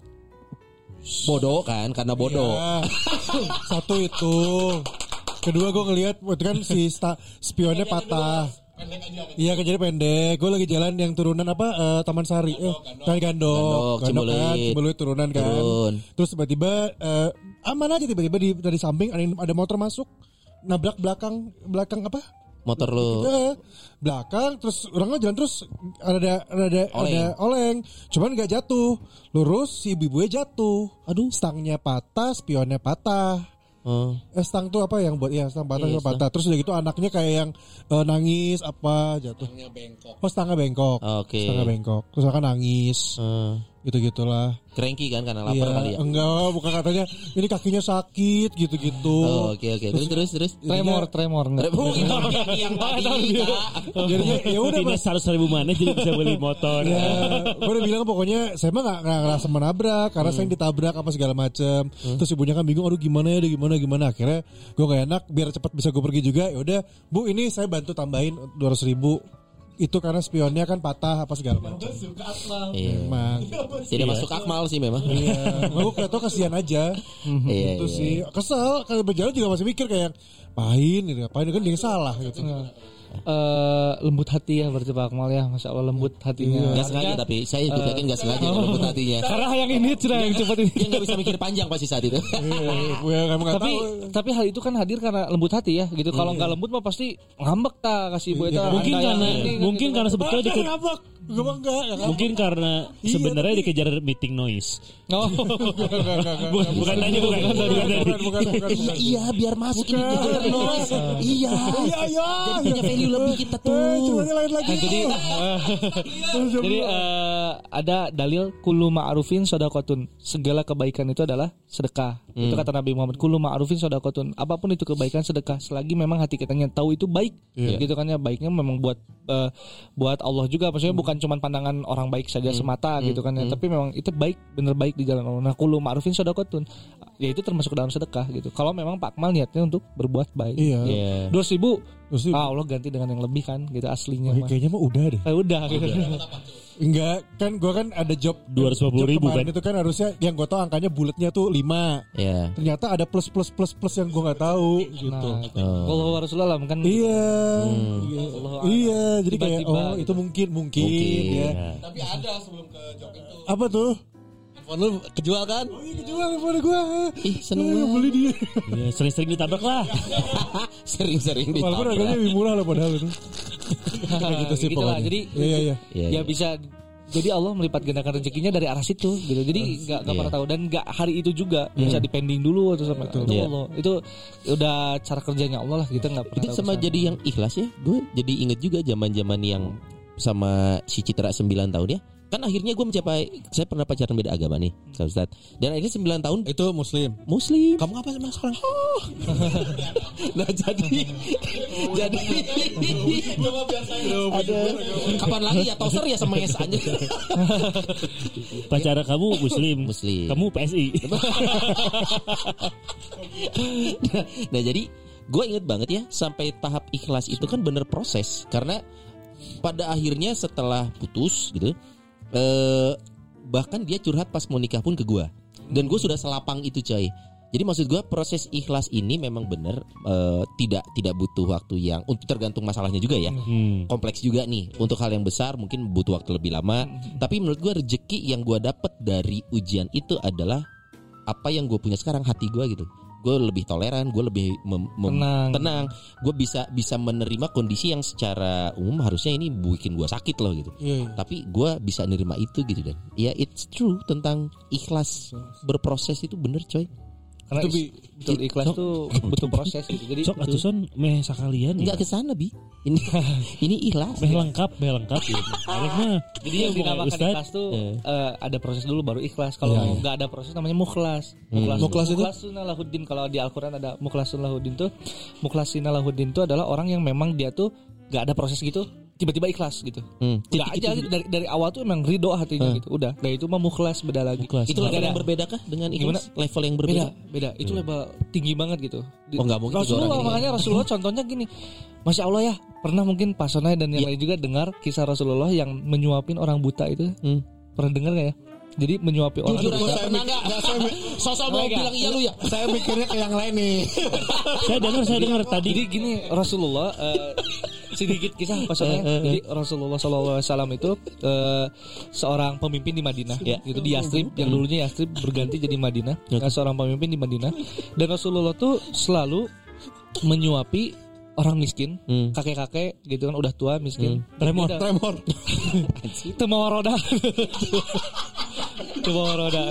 Bodoh kan karena bodoh. Ya. Satu itu. Kedua gue ngelihat waktu kan si sta, spionnya patah. Iya kejadian pendek. Gue lagi jalan yang turunan apa eh, Taman Sari, eh Taman Gandok, Gandok, Cibulit. kan, Cibulit turunan kan. Turun. Terus tiba-tiba eh, aman aja tiba-tiba di dari samping ada, ada motor masuk, nabrak belakang belakang apa? Motor lu. Ya, belakang terus orangnya jalan terus ada ada Oleng. ada oleng, cuman nggak jatuh, lurus si ibu-ibunya jatuh. Aduh. Stangnya patah, spionnya patah. Oh. Eh, stang tuh apa yang buat ya stang patah Iya, sama patah. Terus udah gitu anaknya kayak yang eh, nangis apa jatuh. Oh stangnya bengkok. Oke. Stangnya bengkok. Terus akan nangis. Eh, Gitu-gitulah. Cranky kan karena lapar Iya, kali ya. enggak, bukan katanya ini kakinya sakit gitu-gitu. Oh, oke oke. Terus terus terus. Tremor, tremor enggak. Oh, itu yang tadi. Kak. Jadinya ya udah Tina Mas. seratus ribu mana jadi bisa beli motor. Ya, gue udah bilang pokoknya saya mah gak, gak ngerasa menabrak karena saya yang ditabrak apa segala macam. Terus ibunya kan bingung, aduh gimana ya, aduh gimana gimana. Akhirnya gue gak enak, biar cepat bisa gue pergi juga. Ya udah, Bu ini saya bantu tambahin dua ratus ribu. Itu karena spionnya kan patah apa segala macam. Iya. Emang. Tidak masuk akmal sih memang. Iya, gue kayak tau kasihan aja. Iya, Itu iya. sih kesel kalau berjalan juga masih mikir kayak pahin gitu, ngapain kan dia yang salah gitu. Eh, lembut hati ya berarti Pak Akmal ya, masya Allah lembut hatinya. Gak sengaja tapi saya ikut yakin gak sengaja lembut hatinya. Karena yang ini cerah yang cepat ini. Dia gak bisa mikir panjang pasti saat itu. Gue emang nggak tapi tahu. tapi hal itu kan hadir karena lembut hati ya gitu. Kalau nggak lembut mah pasti ngambek ta kasih ibu eta. Mungkin Anda yang karena ini, mungkin gitu. karena sebetulnya Dia dike- ngambek, gue mah enggak. enggak mungkin karena sebenarnya dikejar meeting noise. Oh. Bukan bukan tadi bukan bukan Bukan, tadi. bukan, bukan, bukan, bukan. Iya biar masuk ini digital noise. Iya. Iya, iya. Jadi punya value lebih kita Eh, tuh. ceritanya lain lagi. Nah, jadi jadi eh, ada dalil kullu ma'rufin shadaqatun. Segala kebaikan itu adalah sedekah. Itu kata Nabi Muhammad, kullu ma'rufin shadaqatun. Apapun itu kebaikan sedekah selagi memang hati kitanya tahu itu baik. Gitu kan ya, baiknya memang buat eh, buat Allah juga. Maksudnya bukan cuma pandangan orang baik saja semata gitu kan ya, tapi memang itu baik, bener baik di jalan Allah. Nah, kullu ma'rufin shadaqatun. Ya itu termasuk dalam sedekah gitu. Kalau memang Pak Akmal niatnya untuk berbuat baik. Iya. Iya. dua ratus ribu Terus sih, ah, Allah ganti dengan yang lebih kan gitu aslinya oh, mah. kayaknya mah udah deh. Eh, udah gitu. Enggak, kan gue kan ada job dua ratus lima puluh job ribu kemarin kan. itu kan harusnya yang gue tahu angkanya bulatnya tuh lima. Iya. Ternyata ada plus plus plus plus yang gue nggak tahu gitu. Nah, Allah wa Rasulullah kan. Iya, iya, Allah iya. Jadi kayak Tiba-tiba oh gitu. itu mungkin mungkin, Mungkin, ya. Tapi ada sebelum ke job itu. Apa tuh? Handphone lu kejual kan? Oh iya kejual handphone gue. Ih seneng Eh, banget. beli dia. Ya, sering-sering ditabrak lah. Sering-sering Walaupun harganya ditabrak. lebih murah loh padahal itu. Kayak gitu sih Gitu lah, pokoknya. jadi Iya iya iya. Iya, ya iya. bisa jadi Allah melipat gandakan rezekinya dari arah situ gitu. Jadi nggak nggak Iya. pernah tahu dan nggak hari itu juga bisa dipending dulu atau sama itu Iya. Allah. Itu udah cara kerjanya Allah lah, kita nggak pernah Itu tahu sama kesana. jadi yang ikhlas ya. Gue jadi inget juga zaman-zaman yang sama si Citra sembilan tahun ya. kan akhirnya gue mencapai, saya pernah pacaran beda agama nih, Ustaz. Dan akhirnya sembilan tahun Itu muslim. Muslim. Kamu apa sih Mas sekarang? Nah jadi jadi ada kapan lagi ya toser ya sama S aja. Pacara kamu muslim, Muslim. kamu P S I. nah, nah jadi gue inget banget ya, sampai tahap ikhlas itu kan bener proses, karena pada akhirnya setelah putus gitu, eh, bahkan dia curhat pas mau nikah pun ke gue, dan gue sudah selapang itu coy. Jadi maksud gue proses ikhlas ini memang bener, eh, tidak tidak butuh waktu yang, untuk tergantung masalahnya juga ya, Hmm. kompleks juga nih. Untuk hal yang besar mungkin butuh waktu lebih lama, tapi menurut gue rezeki yang gue dapet dari ujian itu adalah apa yang gue punya sekarang, hati gue gitu. Gue lebih toleran, gue lebih mem- mem- Tenang. tenang. Gue bisa bisa menerima kondisi yang secara umum harusnya ini bikin gue sakit loh gitu. Iya, iya. Tapi gue bisa nerima itu gitu, dan ya it's true tentang ikhlas berproses itu bener coy. Karena Itu, Bi. is- betul ikhlas tuh butuh proses gitu. Jadi Sok atusan meh sakalian ya. Nggak kesana bi. Ini ini ikhlas. Meh lengkap, meh lengkap gitu. Arek mah. jadi yang dinamakan Ustaz, ikhlas tuh Eh. eh, ada proses dulu baru ikhlas. Kalau Iya, iya. nggak ada proses namanya mukhlas. Hmm. Mukhlas itu? Mukhlasun lahuddin. Kalau di Al-Qur'an ada mukhlasun lahuddin tuh, mukhlasin lahuddin tuh adalah orang yang memang dia tuh nggak ada proses gitu, tiba-tiba ikhlas gitu. Hmm. Tidak aja gitu. dari dari awal tuh emang ridho hatinya gitu. Udah, nah itu mah mukhlas, beda lagi. Mukhlas. Itu level Beda. yang berbeda kah dengan Gimana? ikhlas? Level yang Beda, berbeda. beda. Itu level tinggi banget gitu. Di- Oh, nggak mungkin tiga Rasulullah, orang ini. makanya Rasulullah contohnya gini. Masya Allah ya, pernah mungkin Pak Sonai dan yang Iya. lain juga dengar kisah Rasulullah yang menyuapin orang buta itu. Hmm. Pernah dengar nggak ya? Jadi menyuapi orang Jujur buta. aja pernah nggak? Sosok mau Nggak. bilang iya lu ya. Saya mikirnya ke yang lain nih. Saya dengar, saya dengar tadi. Jadi gini, Rasulullah eh, sedikit kisah maksudnya. Jadi Rasulullah shallallahu alaihi wasallam itu eh, seorang pemimpin di Madinah, Ya. gitu di Yastrib, yang dulunya Yastrib berganti jadi Madinah. Nah, seorang pemimpin di Madinah, dan Rasulullah tuh selalu menyuapi orang miskin, Hmm. kakek-kakek gitu kan, udah tua miskin. Tremor, Beda. Tremor. Itu mau roda. Itu mau roda.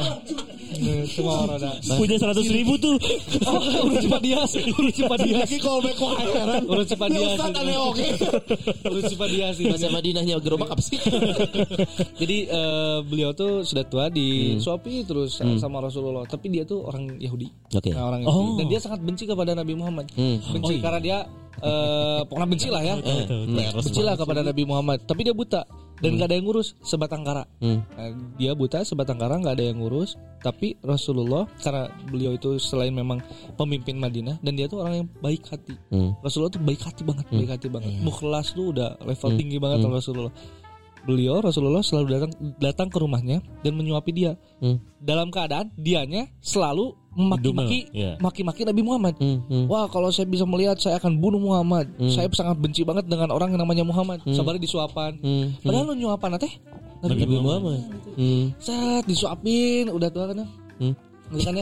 Itu mau roda. Punya seratus ribu tuh. Oh, urus cepat dia, urus cepat dia. Lagi callback kok heran. Urus cepat dia. Ustaz aneh oke. Urus cepat dia sih. Bahasa Madinahnya gerobak apa sih? Jadi eh, beliau tuh sudah tua disuapi terus eh, sama Rasulullah, tapi dia tuh orang Yahudi. Oke. Nah, orang Oh. Yahudi. Dan dia sangat benci kepada Nabi Muhammad. Hmm. Benci karena dia eh, pokoknya benci lah ya. Benci lah kepada Nabi Muhammad. Tapi dia buta dan nggak ada yang ngurus, sebatang kara. Hmm. Nah, dia buta sebatang kara, nggak ada yang ngurus. Tapi Rasulullah, karena beliau itu selain memang pemimpin Madinah, dan dia tuh orang yang baik hati. Hmm. Rasulullah tuh baik hati banget, baik hati banget. Mukhlas tuh udah level tinggi banget sama Rasulullah. Beliau Rasulullah selalu datang datang ke rumahnya dan menyuapi dia. Hmm. Dalam keadaan dianya selalu memaki-maki Dumel, ya. maki-maki Nabi Muhammad. Hmm. Hmm. Wah, kalau saya bisa melihat saya akan bunuh Muhammad. Saya sangat benci banget dengan orang yang namanya Muhammad. Sabarnya disuapan. Hmm. Padahal lu nyuapan teh Nabi Nabi Muhammad. Hmm. Set disuapin udah tua kan ya. Hmm. Gitu kan ya.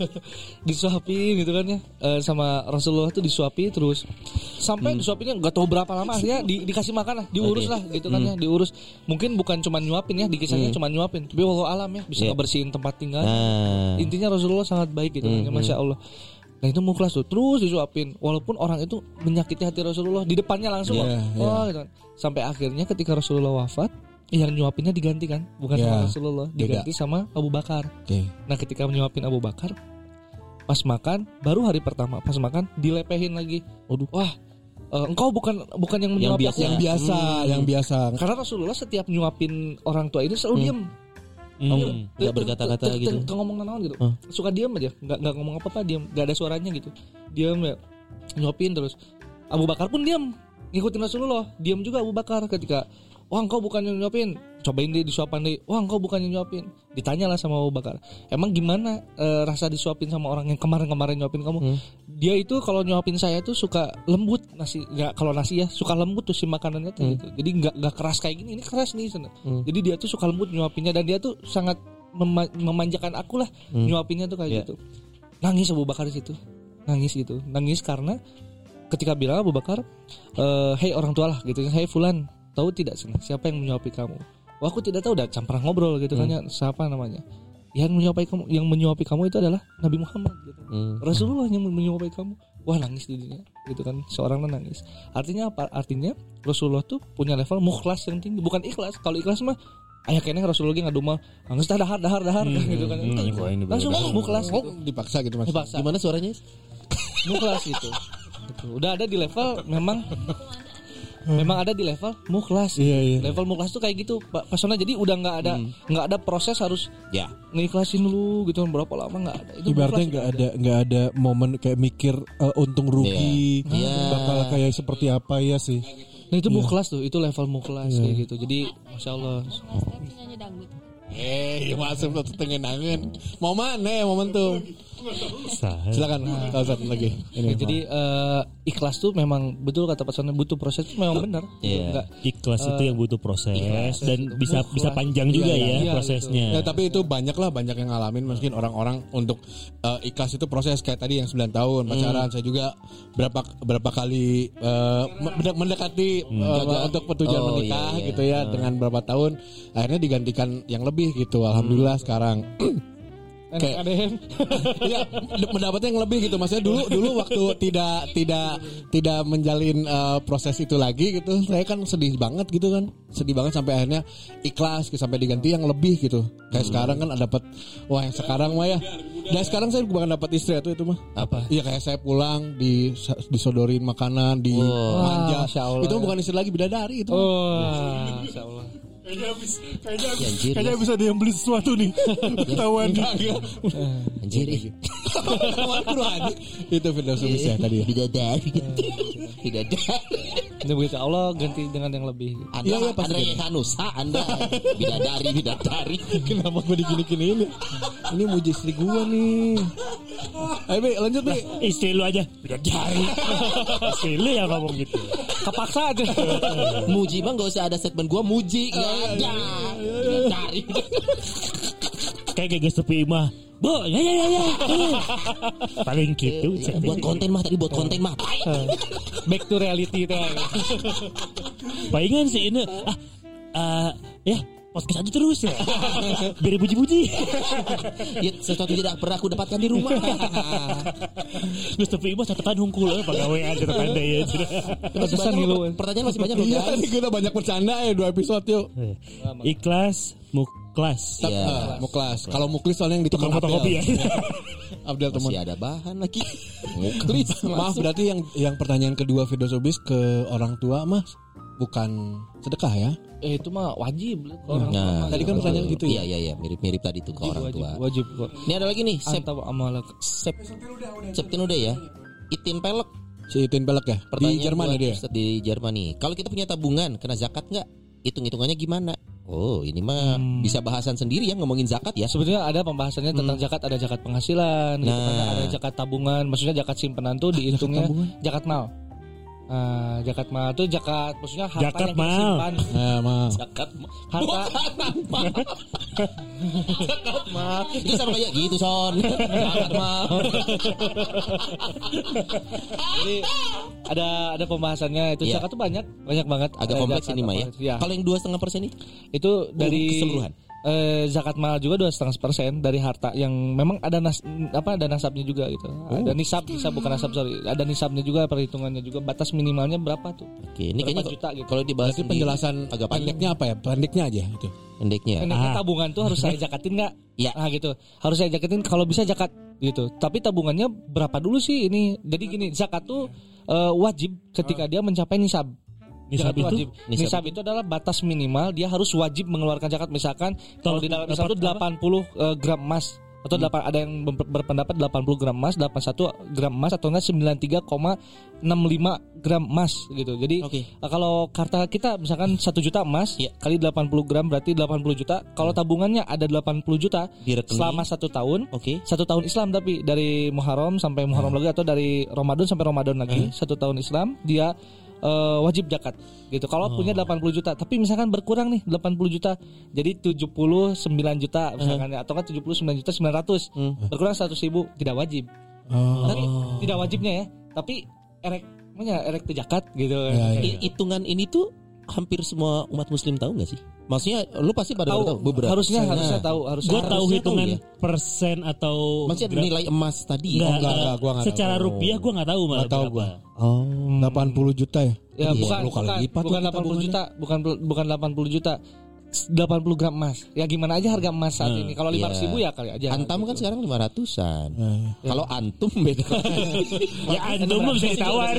Disuapin gitu kan ya. Eh, sama Rasulullah tuh disuapi terus sampai disuapinnya nggak tahu berapa lama akhirnya di, dikasih makan lah, diurus Oke. lah gitu kan ya, diurus. Mungkin bukan cuma nyuapin ya, di kisahnya cuma nyuapin, tapi wallahu alam ya bisa Iya. ngebersihin tempat tinggal. Nah. Intinya Rasulullah sangat baik gitu kan ya, Masya Allah. Nah itu mukhlas tuh terus disuapin walaupun orang itu menyakiti hati Rasulullah di depannya langsung. Iya, loh. Wah, gitu kan. Sampai akhirnya ketika Rasulullah wafat, yang nyuapinnya diganti kan, bukan Iya. sama Rasulullah, diganti sama Abu Bakar. Oke. Nah ketika menyuapin Abu Bakar, pas makan baru hari pertama pas makan dilepehin lagi. Waduh, wah eh, engkau bukan bukan yang Yang menyuapi biasa. aku. Yang biasa, yang biasa. Karena Rasulullah setiap nyuapin orang tua ini selalu diem. Hmm. Nggak berkata-kata Ter- ter- gitu. ter- ngomong naon gitu. Huh? Suka diem aja, nggak nggak ngomong apa-apa, diem, nggak ada suaranya gitu. Diem ya, nyuapin terus. Abu Bakar pun diem, ngikutin Rasulullah. Diem juga Abu Bakar ketika, wah engkau bukan yang nyuapin, cobain deh disuapin deh. Wah engkau bukan yang nyuapin. Ditanyalah sama Abu Bakar, emang gimana eh, rasa disuapin sama orang yang kemarin-kemarin nyuapin kamu? Hmm. Dia itu kalau nyuapin saya tuh suka lembut nasi, nggak kalau nasi ya suka lembut tuh si makanannya tuh Hmm. gitu. Jadi nggak nggak keras kayak gini, ini keras nih sana. Hmm. Jadi dia tuh suka lembut nyuapinnya dan dia tuh sangat mema- memanjakan aku lah Hmm. nyuapinnya tuh kayak Ya. gitu. Nangis Abu Bakar di situ, nangis gitu, nangis karena ketika bilang Abu Bakar, eh, hei orang tua lah gitu, hei Fulan, tahu tidak sih siapa yang menyuapi kamu? Wah aku tidak tahu, udah campur ngobrol gitu kan ya, siapa namanya? Yang menyuapi kamu, yang menyuapi kamu itu adalah Nabi Muhammad gitu. Hmm. Rasulullah yang menyuapi kamu. Wah nangis dirinya gitu kan, seorang nangis. Artinya apa? Artinya Rasulullah tuh punya level mukhlas yang tinggi, bukan ikhlas. Kalau ikhlas mah aya keneh Rasulullah ge ngadumel geus tah dahar dahar dahar gitu kan. Langsung mukhlas gitu. Dipaksa gitu Mas. Dipaksa. Gimana suaranya? Mukhlas gitu. Gitu. Udah ada di level memang memang ada di level mukhlas. Iya, iya. Level mukhlas tuh kayak gitu Pak Pasona, jadi udah nggak ada nggak ada proses harus Ya. ngiklasin dulu gitu berapa lama nggak ada. Itu Ibaratnya mukhlas nggak ada nggak ada momen kayak mikir uh, untung rugi Iya. bakal kayak seperti apa ya sih. Nah itu mukhlas tuh, itu level mukhlas kayak gitu. Jadi masya Allah. Nyanyi dangdut. Eh, ya masuk tuh tengenangan. Mau mana ya momentum? Silakan, kalau satu lagi. Ini Jadi eh, ikhlas tuh memang betul kata Pak Sona, butuh proses tuh memang benar. Iya. Nggak, Ikhlas itu yang butuh proses dan bisa bisa panjang juga Iya, ya iya, prosesnya. Ya, tapi itu banyak lah, banyak yang ngalamin mungkin orang-orang untuk uh, ikhlas itu proses kayak tadi yang sembilan tahun pacaran. Saya juga berapa berapa kali uh, mende- mendekati uh, untuk pertujuan Oh, menikah iya, iya. gitu ya dengan berapa tahun akhirnya digantikan yang lebih gitu. Alhamdulillah sekarang. Kayak- ada yang Iya, mendapatnya yang lebih gitu. Maksudnya dulu dulu waktu tidak tidak tidak menjalin uh, proses itu lagi gitu, saya kan sedih banget gitu kan, sedih banget sampai akhirnya ikhlas gitu, sampai diganti yang lebih gitu. Kayak sekarang kan dapat, wah yang sekarang mah ya. Dan sekarang saya bukan dapat istri itu itu mah. Apa? Iya kayak saya pulang di disodorin makanan, di Wow. manja. Masya Allah. Itu bukan istri lagi, bidadari itu. oh, masya Allah. Kayaknya habis kayaknya habis Ya, anjir, kayaknya ya. habis ada yang beli sesuatu nih. Ketahuan. Anjir. ih. Itu video subis ya tadi ya. Bidadari. Bidadari. Itu begitu Allah ganti dengan yang lebih. Anda, Iya, iya, pasti. Anda yang Hanusa, Anda bidadari, bidadari. Kenapa gue digini-gini ini? Ini muji istri gue nih. Ayo Bi, lanjut Bi. Istri lu aja bidadari. Istri lu yang ngomong gitu. Kepaksa aja. Muji bang, gak usah ada statement gua muji, nggak ada. Bidadari. Kayak kayak sepi mah. Bo, ya ya ya ya. Paling gitu. Ya, buat konten mah tadi buat konten mah. Back to reality itu. Palingan sih ini ah ah, ya podcast aja terus ya. Biar puji-puji. Ya, sesuatu tidak pernah aku dapatkan di rumah. Terus tapi mah catatan hungkul eh pegawaian catatan deh ya. Masih Pantesan banyak ngilu. loh, pertanyaan masih banyak loh Iya, guys. ini kita banyak bercanda ya dua episode yuk. Ikhlas, muklas. Tap- Iya. ah, muklas. Kalau muklis soalnya yang di Tukang tukang fotokopi ya. Abdel teman. Masih ada bahan lagi. Muklis. Maaf berarti yang yang pertanyaan kedua video sobis ke orang tua Mas bukan sedekah ya? Eh itu mah wajib orang tua Nah, mah. tadi kan pertanyaan gitu Iya ya? iya iya, mirip-mirip tadi tuh ke orang wajib, tua. wajib kok. Ini ada lagi nih, Sep Anta amalak. Sep Septin udah ya. Itin pelek. Si Itin Pelek ya? Di Pertanyaan Jerman ya buat dia? Ustadz di Jerman nih. Kalau kita punya tabungan, kena zakat nggak? Hitung-hitungannya gimana? Oh, ini mah Hmm. bisa bahasan sendiri ya ngomongin zakat ya. Sebetulnya ada pembahasannya tentang zakat, ada zakat penghasilan, gitu kan. Nah. Ada zakat tabungan, maksudnya zakat simpanan tuh dihitungnya zakat mal. Nah, zakat mal tuh zakat maksudnya harta Zakat yang kita mal. simpan. Nah, maaf. Zakat Harta zakat mah. Itu sama kayak gitu, Son. Zakat mah. Jadi ada ada pembahasannya itu Iya. zakat tuh banyak, banyak banget. Agak Ada kompleks zakat ini mah ya. apa- Iya. Kalau yang dua setengah persen ini? Itu dari keseluruhan. eh, zakat mal juga dua setengah persen dari harta yang memang ada nas apa ada nasabnya juga gitu. Ada nisab, nisab bukan nasab sorry. Ada nisabnya juga, perhitungannya juga. Batas minimalnya berapa tuh? Oke, ini Berapa kayaknya juta gitu. kalau dibahas Berarti sendiri penjelasan agak panjang. pendeknya apa ya? Pendeknya aja itu. Pendeknya. Pendeknya Ah. tabungan tuh harus saya zakatin nggak? Iya. Nah gitu. Harus saya zakatin kalau bisa zakat gitu. Tapi tabungannya berapa dulu sih ini? Jadi gini, zakat tuh eh, wajib ketika dia mencapai nisab. Nisab Zakat tuh itu? wajib. Nisab Nisab, itu adalah batas minimal dia harus wajib mengeluarkan zakat. Misalkan kalau di dalam nisab itu delapan puluh eh, gram emas atau delapan ada yang ber- berpendapat delapan puluh gram emas, delapan puluh satu gram emas atau enggak sembilan puluh tiga koma enam lima gram emas gitu. Jadi Oke. eh, kalau karta kita misalkan satu juta emas Iya. kali delapan puluh gram berarti delapan puluh juta. Kalau tabungannya ada delapan puluh juta Di rekening. selama satu tahun. Oke. Satu tahun Islam tapi dari Muharram sampai Muharram lagi atau dari Ramadan sampai Ramadan lagi satu tahun Islam dia eh, wajib zakat gitu. Kalau punya delapan puluh juta, tapi misalkan berkurang nih delapan puluh juta, jadi tujuh puluh sembilan juta misalkan ya, atau kan tujuh puluh sembilan juta sembilan ratus berkurang seratus ribu tidak wajib. Tapi tidak wajibnya ya, tapi erek namanya erek teu zakat gitu. I- Hitungan ini tuh hampir semua umat muslim tahu nggak sih? Maksudnya lu pasti pada tahu, beberapa. harusnya Nah, harusnya tahu harusnya. Gue tahu Harusnya hitungan tahu ya. persen atau Maksudnya gra- nilai emas tadi. Enggak, enggak, eh, enggak, gua enggak secara tahu. rupiah gue nggak tahu malah Nggak tahu berapa. Oh. delapan puluh juta ya? Ya Iya, bukan lu kali bukan, lipat bukan lagi delapan puluh tabungannya. juta, bukan bukan delapan puluh juta. delapan puluh gram emas. Ya gimana aja harga emas saat ini. Kalau lima ratus Iya. ribu ya kali aja. Antam kan gitu. sekarang lima ratusan. Kalau antum beda. Ya antum mah bisa ditawar.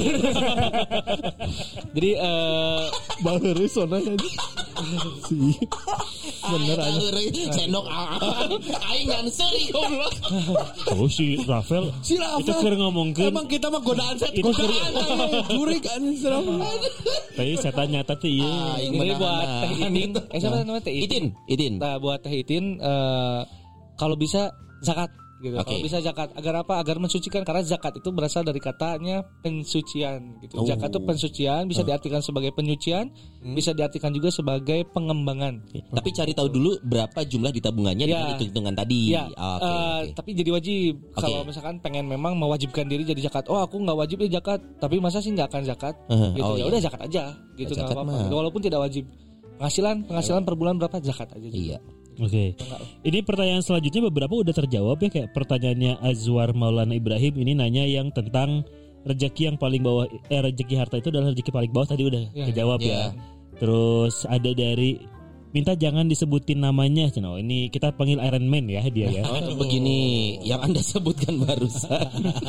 Jadi eh Baheureuh sona kan. Si. Bener aja. Sendok aing ngan seuri goblok. Oh si Rafael. Si Rafael. Itu keur ngomongkeun. Emang kita mah godaan set Itu godaan. Juri kan serem. Tapi saya nyata tuh iya. Aing ini menahan. buat Teh Itin. Eh siapa namanya Teh Itin, Itin. Nah, buat Teh Itin eh kalau bisa zakat gitu. Oke. Kalau bisa zakat agar apa? Agar mensucikan karena zakat itu berasal dari katanya pensucian gitu. Oh. Zakat itu pensucian bisa diartikan sebagai penyucian, bisa diartikan juga sebagai pengembangan. Tapi cari tahu dulu berapa jumlah di tabungannya Ya. dengan hitung-hitungan tadi. Ya, Oke, eh, oke. tapi jadi wajib. Oke. Kalau misalkan pengen memang mewajibkan diri jadi zakat. Oh, aku nggak wajib ya zakat, tapi masa sih nggak akan zakat? Uh-huh. Gitu. Oh, Ya iya. udah zakat aja, gitu nggak Zakat apa-apa. mah. Gitu. Walaupun tidak wajib. Penghasilan, penghasilan per bulan berapa zakat aja. Gitu. Iya. Oke. Ini pertanyaan selanjutnya beberapa udah terjawab ya, kayak pertanyaannya Azwar Maulana Ibrahim ini nanya yang tentang rezeki yang paling bawah, eh rezeki harta itu adalah rezeki paling bawah, tadi udah Ya, kejawab ya. ya. Terus ada dari minta jangan disebutin namanya. Nah, ini kita panggil Iron Man ya dia ya. Oh, begini yang Anda sebutkan barusan.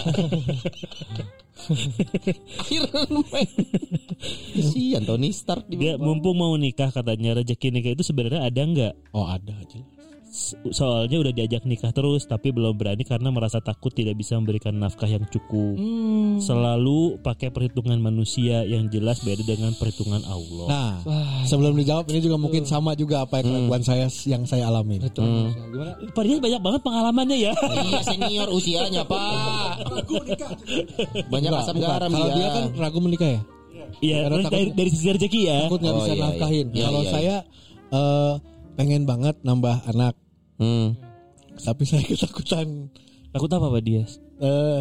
Iron Man. Si Tony Stark di Dia mumpung mau nikah katanya rezeki nikah itu sebenarnya ada nggak? Oh ada aja. Soalnya udah diajak nikah terus tapi belum berani karena merasa takut tidak bisa memberikan nafkah yang cukup. Hmm. Selalu pakai perhitungan manusia yang jelas beda dengan perhitungan Allah. Nah, Wah, sebelum dijawab ini juga mungkin sama juga apa yang kelakuan saya yang saya alami. betul. Gimana? Padahal banyak banget pengalamannya ya. Iya senior usianya Pak. Banyak Enggak, asam bukan. garam Kalau dia dia. kan ragu menikah ya. Iya, Karena terus takut- dari, dari sisi rezeki ya. Takut nggak Oh, bisa iya, nafkahin. iya. Kalau Iya, iya, saya eh, pengen banget nambah anak, Hmm. tapi saya ketakutan. Takut apa Pak Dias? Eh,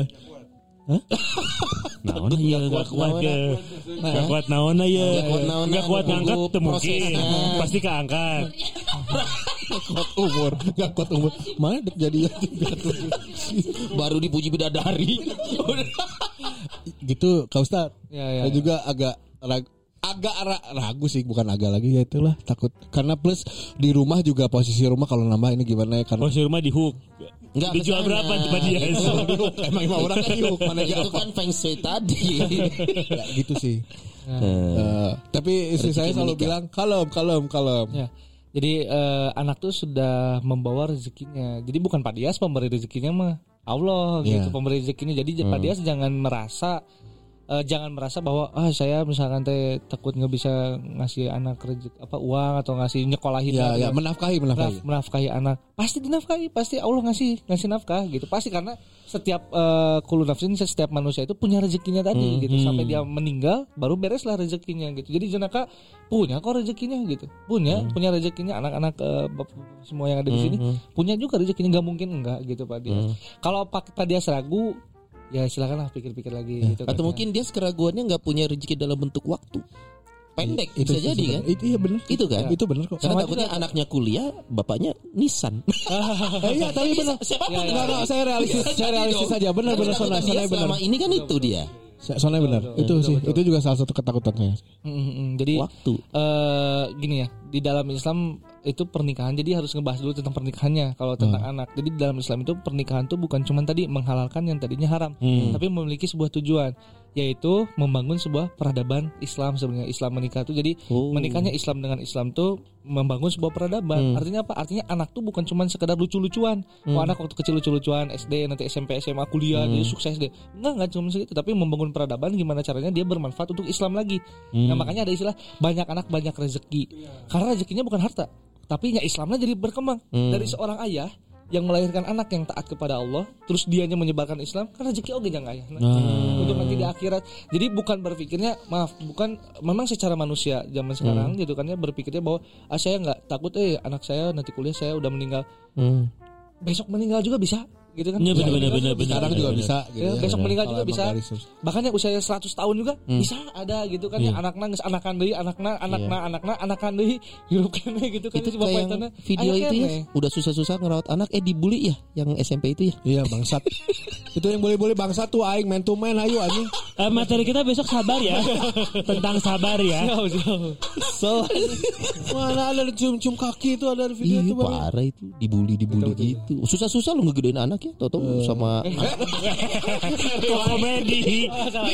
Naon iya Nggak gak kuat kuat naon, ya. Gak kuat naon ya. Nggak kuat naon, Gak kuat nunggu ngangkat tuh mungkin. prosesnya. Pasti keangkat. kuat umur, nggak kuat umur. Mana dek jadi Baru dipuji bidadari. gitu, Kak Ustad. Ya, ya. Saya juga agak ragu, agak ra- ragu sih, bukan agak lagi ya itulah takut. Karena plus di rumah juga posisi rumah kalau nambah ini gimana ya? Karena Posisi rumah di hook. Enggak Dijual berapa tuh Pak Dias? emang lima orang kan yuk, mana Itu kan feng shui tadi. ya, gitu sih. Eh, Eh, tapi istri Rezeki saya selalu menikah. bilang kalem, kalem, kalem. Ya. Jadi eh, anak tuh sudah membawa rezekinya. Jadi bukan Pak Dias pemberi rezekinya mah Allah gitu Iya. pemberi rezekinya. Jadi Pak Dias jangan merasa eh, jangan merasa bahwa ah saya misalkan teh takut nggak bisa ngasih anak rezeki apa uang atau ngasih nyekolahin Ya, ya anak, menafkahi, menafkahi. menaf- menafkahi anak. Pasti dinafkahi, pasti Allah ngasih ngasih nafkah gitu. Pasti karena setiap eh, kullu nafsin setiap manusia itu punya rezekinya tadi gitu. Sampai dia meninggal baru bereslah rezekinya gitu. Jadi jenaka punya kok rezekinya gitu. Punya, punya rezekinya anak-anak eh, bapak- semua yang ada di sini punya juga rezekinya, nggak mungkin enggak gitu Pak Dias. Kalau Pak Pak Dias ragu ya silakanlah pikir-pikir lagi gitu kan. Atau mungkin dia keraguannya nggak punya rezeki dalam bentuk waktu. Pendek Itu bisa jadi kan? Itu iya benar. Itu kan? Itu benar kok. Karena Sama takutnya juga. anaknya kuliah, bapaknya Nissan. Eh, iya, tapi benar. Siapa Ya, pun ya. Enggak, enggak, saya realistis, Bisa saya jadi realistis dong. saja. Benar, Karena benar, Sona, ketakutan Sona dia benar. selama ini kan itu dia. Soalnya benar. Itu sih, itu juga salah satu ketakutan saya. Mm, mm, mm. Jadi Waktu. eh gini ya, di dalam Islam itu pernikahan, jadi harus ngebahas dulu tentang pernikahannya kalau tentang anak. Jadi di dalam Islam itu pernikahan itu bukan cuma tadi menghalalkan yang tadinya haram, tapi memiliki sebuah tujuan, yaitu membangun sebuah peradaban Islam. Sebenarnya Islam menikah itu jadi Oh. menikahnya Islam dengan Islam tuh membangun sebuah peradaban. Artinya apa? Artinya anak tuh bukan cuma sekedar lucu-lucuan. Oh, anak waktu kecil lucu-lucuan, S D, nanti S M P, S M A, kuliah, jadi sukses deh. Enggak, enggak cuma segitu, tapi membangun peradaban gimana caranya dia bermanfaat untuk Islam lagi. Nah, makanya ada istilah banyak anak banyak rezeki. Karena rezekinya bukan harta, tapi ya Islamnya jadi berkembang. Dari seorang ayah yang melahirkan anak yang taat kepada Allah, terus dianya menyebarkan Islam, kan rezeki oge jangan ayah. Nah, untuk nanti di akhirat. Jadi bukan berpikirnya, maaf, bukan memang secara manusia zaman sekarang gitu kan ya, berpikirnya bahwa ah, saya nggak takut eh anak saya nanti kuliah saya udah meninggal. Hmm. Besok meninggal juga bisa gitu kan. Iya benar benar benar benar. Sekarang juga bisa gitu Ya, ya. besok meninggal juga Kalau bisa. emang garis terus. Bahkan yang usianya seratus tahun juga bisa ada gitu kan ya anakna geus anakan deui, anakna anakna anakna anakan deui hirup keneh gitu kan Itu si kayak bapak yang tana. video Aya itu ya, keneh. udah susah-susah ngerawat anak eh dibully ya yang S M P itu ya. Iya bangsat. Itu yang boleh-boleh bangsat tuh aing man to man ayo anjing. Eh, materi kita besok sabar ya. Tentang sabar ya. Jauh, jauh. So, mana ada cium-cium kaki itu ada di video Ih, itu Bang. parah itu dibully dibully gitu. Susah-susah lu ngegedein anak ya, Toto sama Ketua komedi.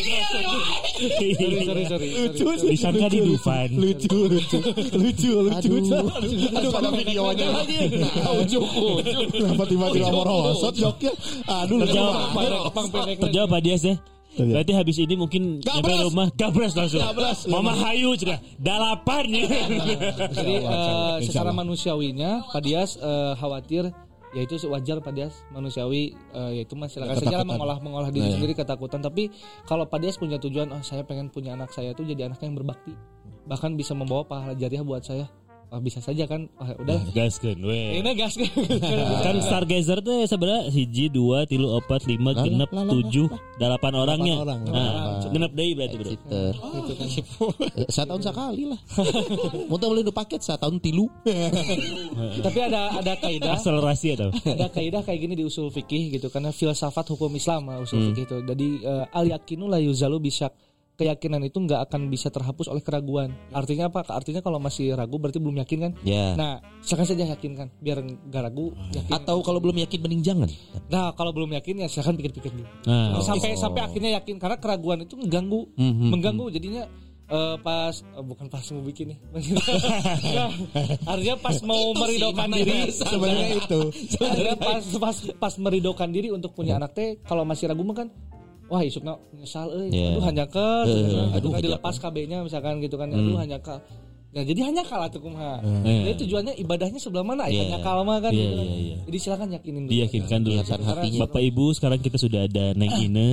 Sorry, sorry, sorry. Lucu, Disangka di Dufan. lucu, lucu, lucu, lucu. Aduh, Aduh, ada videonya. Ujuk, ujuk. Kenapa tiba-tiba merosot joknya? Aduh, Terjawab. Pang pendek. Terjawab Pak Dias ya. Berarti habis ini mungkin nyampe Gabres. rumah gabres langsung. Gabres. Mama Hayu sudah dalapan ya. Jadi eh, secara manusiawinya Pak Dias eh, khawatir ya itu wajar Pak Dias manusiawi eh, yaitu mas silakan saja lah mengolah mengolah diri Nah, sendiri ketakutan tapi kalau Pak Dias punya tujuan oh saya pengen punya anak saya itu jadi anak yang berbakti bahkan bisa membawa pahala jariah buat saya oh, bisa saja kan oh, udah Gaskeun we. ini gas kan Kan Stargazer teh sebenarnya hiji, dua, tilu, opat, lima, Lah, genep, lah, lah, tujuh, delapan orangnya. orang. Nah, genep deui berarti bro. sitter. Eh, Satu tahun sekali lah. Mau tahu beli paket satu tahun tilu. tapi ada ada kaidah Akselerasi ya tau. ada kaidah kayak gini di usul fikih gitu karena filsafat hukum Islam usul fikih itu jadi uh, al yakinu la yuzalu bisyak keyakinan itu nggak akan bisa terhapus oleh keraguan artinya apa artinya kalau masih ragu berarti belum yakin kan Ya. nah silakan saja yakin kan biar nggak ragu yakin Atau kalau belum yakin mending jangan. nah kalau belum yakin ya silakan pikir-pikir dulu Nah, sampai sampai akhirnya yakin karena keraguan itu mengganggu Mhm. mengganggu jadinya eh, pas eh, bukan pas mau bikin nih Nah, artinya pas mau meridokan diri Sebenarnya itu. Akhirnya pas pas pas meridokan diri untuk punya anak teh kalau masih ragu mah kan wah isukna nyesal euy Yeah. aduh hanya ke Eh, aduh aduh, dilepas K B-nya misalkan gitu kan aduh hanya ke nah jadi hanya kalah tuh kumaha jadi tujuannya ibadahnya sebelah mana ya Yeah. hanya kalah mah kan Yeah, gitu kan. yeah, yeah. Jadi silakan yakinin dulu diyakinkan dulu. Kelihatan hatinya. Bapak Ibu sekarang kita sudah ada Neng Ine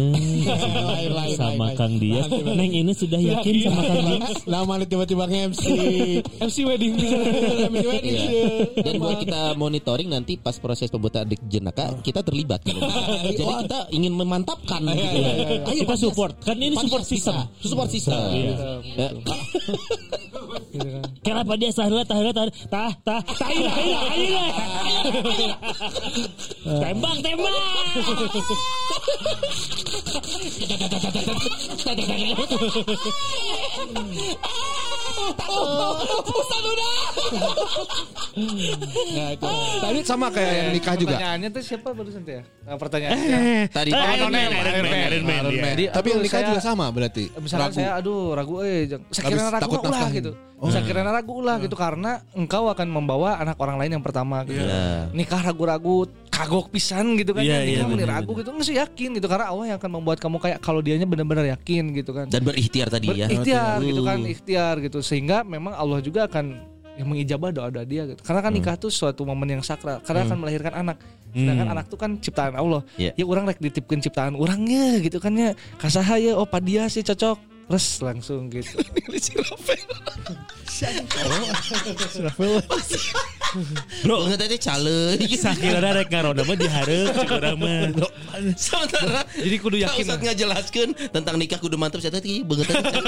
sama Kang Dias. Neng Ine sudah yakin sama Kang Dias. Nama lu tiba-tiba nge-M C. M C wedding Iya. Dan buat kita monitoring nanti pas proses pembuatan adik jenaka kita terlibat gitu. Jadi kita ingin memantapkan gitu ya. Ayo Kita support. Kan ini support system. Support system. Ya. Kenapa dia sahla tahla tah tah tah tah ina ina ina. Tembak tembak. nah itu Tadi sama kayak yang nikah juga. pertanyaannya tuh siapa barusan tuh ya nah, pertanyaannya Tadi Eh, Pak Iron Man, Iron Man, Iron Man, dia. Jadi, Tapi yang aduh, nikah saya- juga sama berarti. misalkan Ragu. saya aduh ragu eh jang- sekiranya Habis ragu takut ulah nafkahin. gitu sekiranya ragu ulah gitu karena engkau akan membawa anak orang lain yang pertama gitu Iya. nikah ragu-ragu kagok pisan gitu kan Iya, ya, iya, nikah meni bener, ragu gitu nggak sih yakin gitu karena Allah yang akan membuat kamu kayak kalau dianya benar-benar yakin gitu kan Dan berikhtiar tadi ya. berikhtiar gitu kan Uh. ikhtiar gitu sehingga memang Allah juga akan yang mengijabah doa-doa dia gitu karena kan nikah tuh suatu momen yang sakral karena akan melahirkan anak sedangkan anak tuh kan ciptaan Allah Iya. ya orang rek ditipkeun ciptaan orangnya gitu kan ya kasaha ya oh padia sih cocok terus langsung gitu Bro, nggak tadi cale. Sakirana rek ngaronda mah dihareup cek urang mah. Sementara jadi kudu yakin Ustaz ngajelaskeun tentang nikah kudu mantap saya tadi beungeut tadi.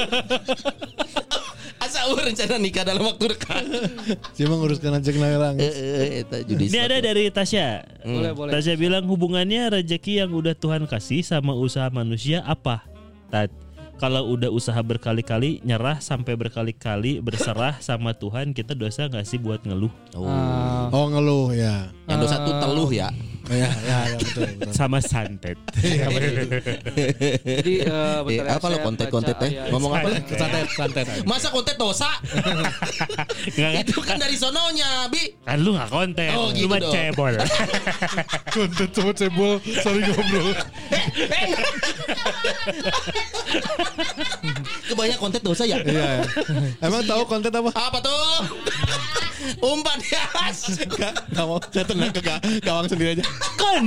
Asa eueuh rencana nikah dalam waktu dekat. Cuma nguruskan aja kenal Eh, eh, eta judis. Ini ada dari Tasya. boleh boleh Tasya bilang hubungannya rezeki yang udah Tuhan kasih sama usaha manusia apa? Tat. Kalau udah usaha berkali-kali nyerah sampai berkali-kali berserah sama Tuhan kita dosa nggak sih buat ngeluh Oh. Oh ngeluh ya. Yang dosa tuh teluh ya. Ya, ya, ya betul, betul. sama santet. jadi eh, bentar Eh, ya, apa lo saya konten-konten baca teh? ayat. Ngomong apa? Santet, santet. Masa konten dosa? Nggak, Itu kan dari sononya, Bi. kan lu nggak konten, Oh, lu gitu mah dong. cebol. Konten sama cebol, sorry ngobrol. Kebanyak konten dosa ya? Iya. Emang tahu konten apa? Apa tuh? Umpan ya. Enggak, enggak mau saya tenang ke ga- gawang sendiri aja. Kan.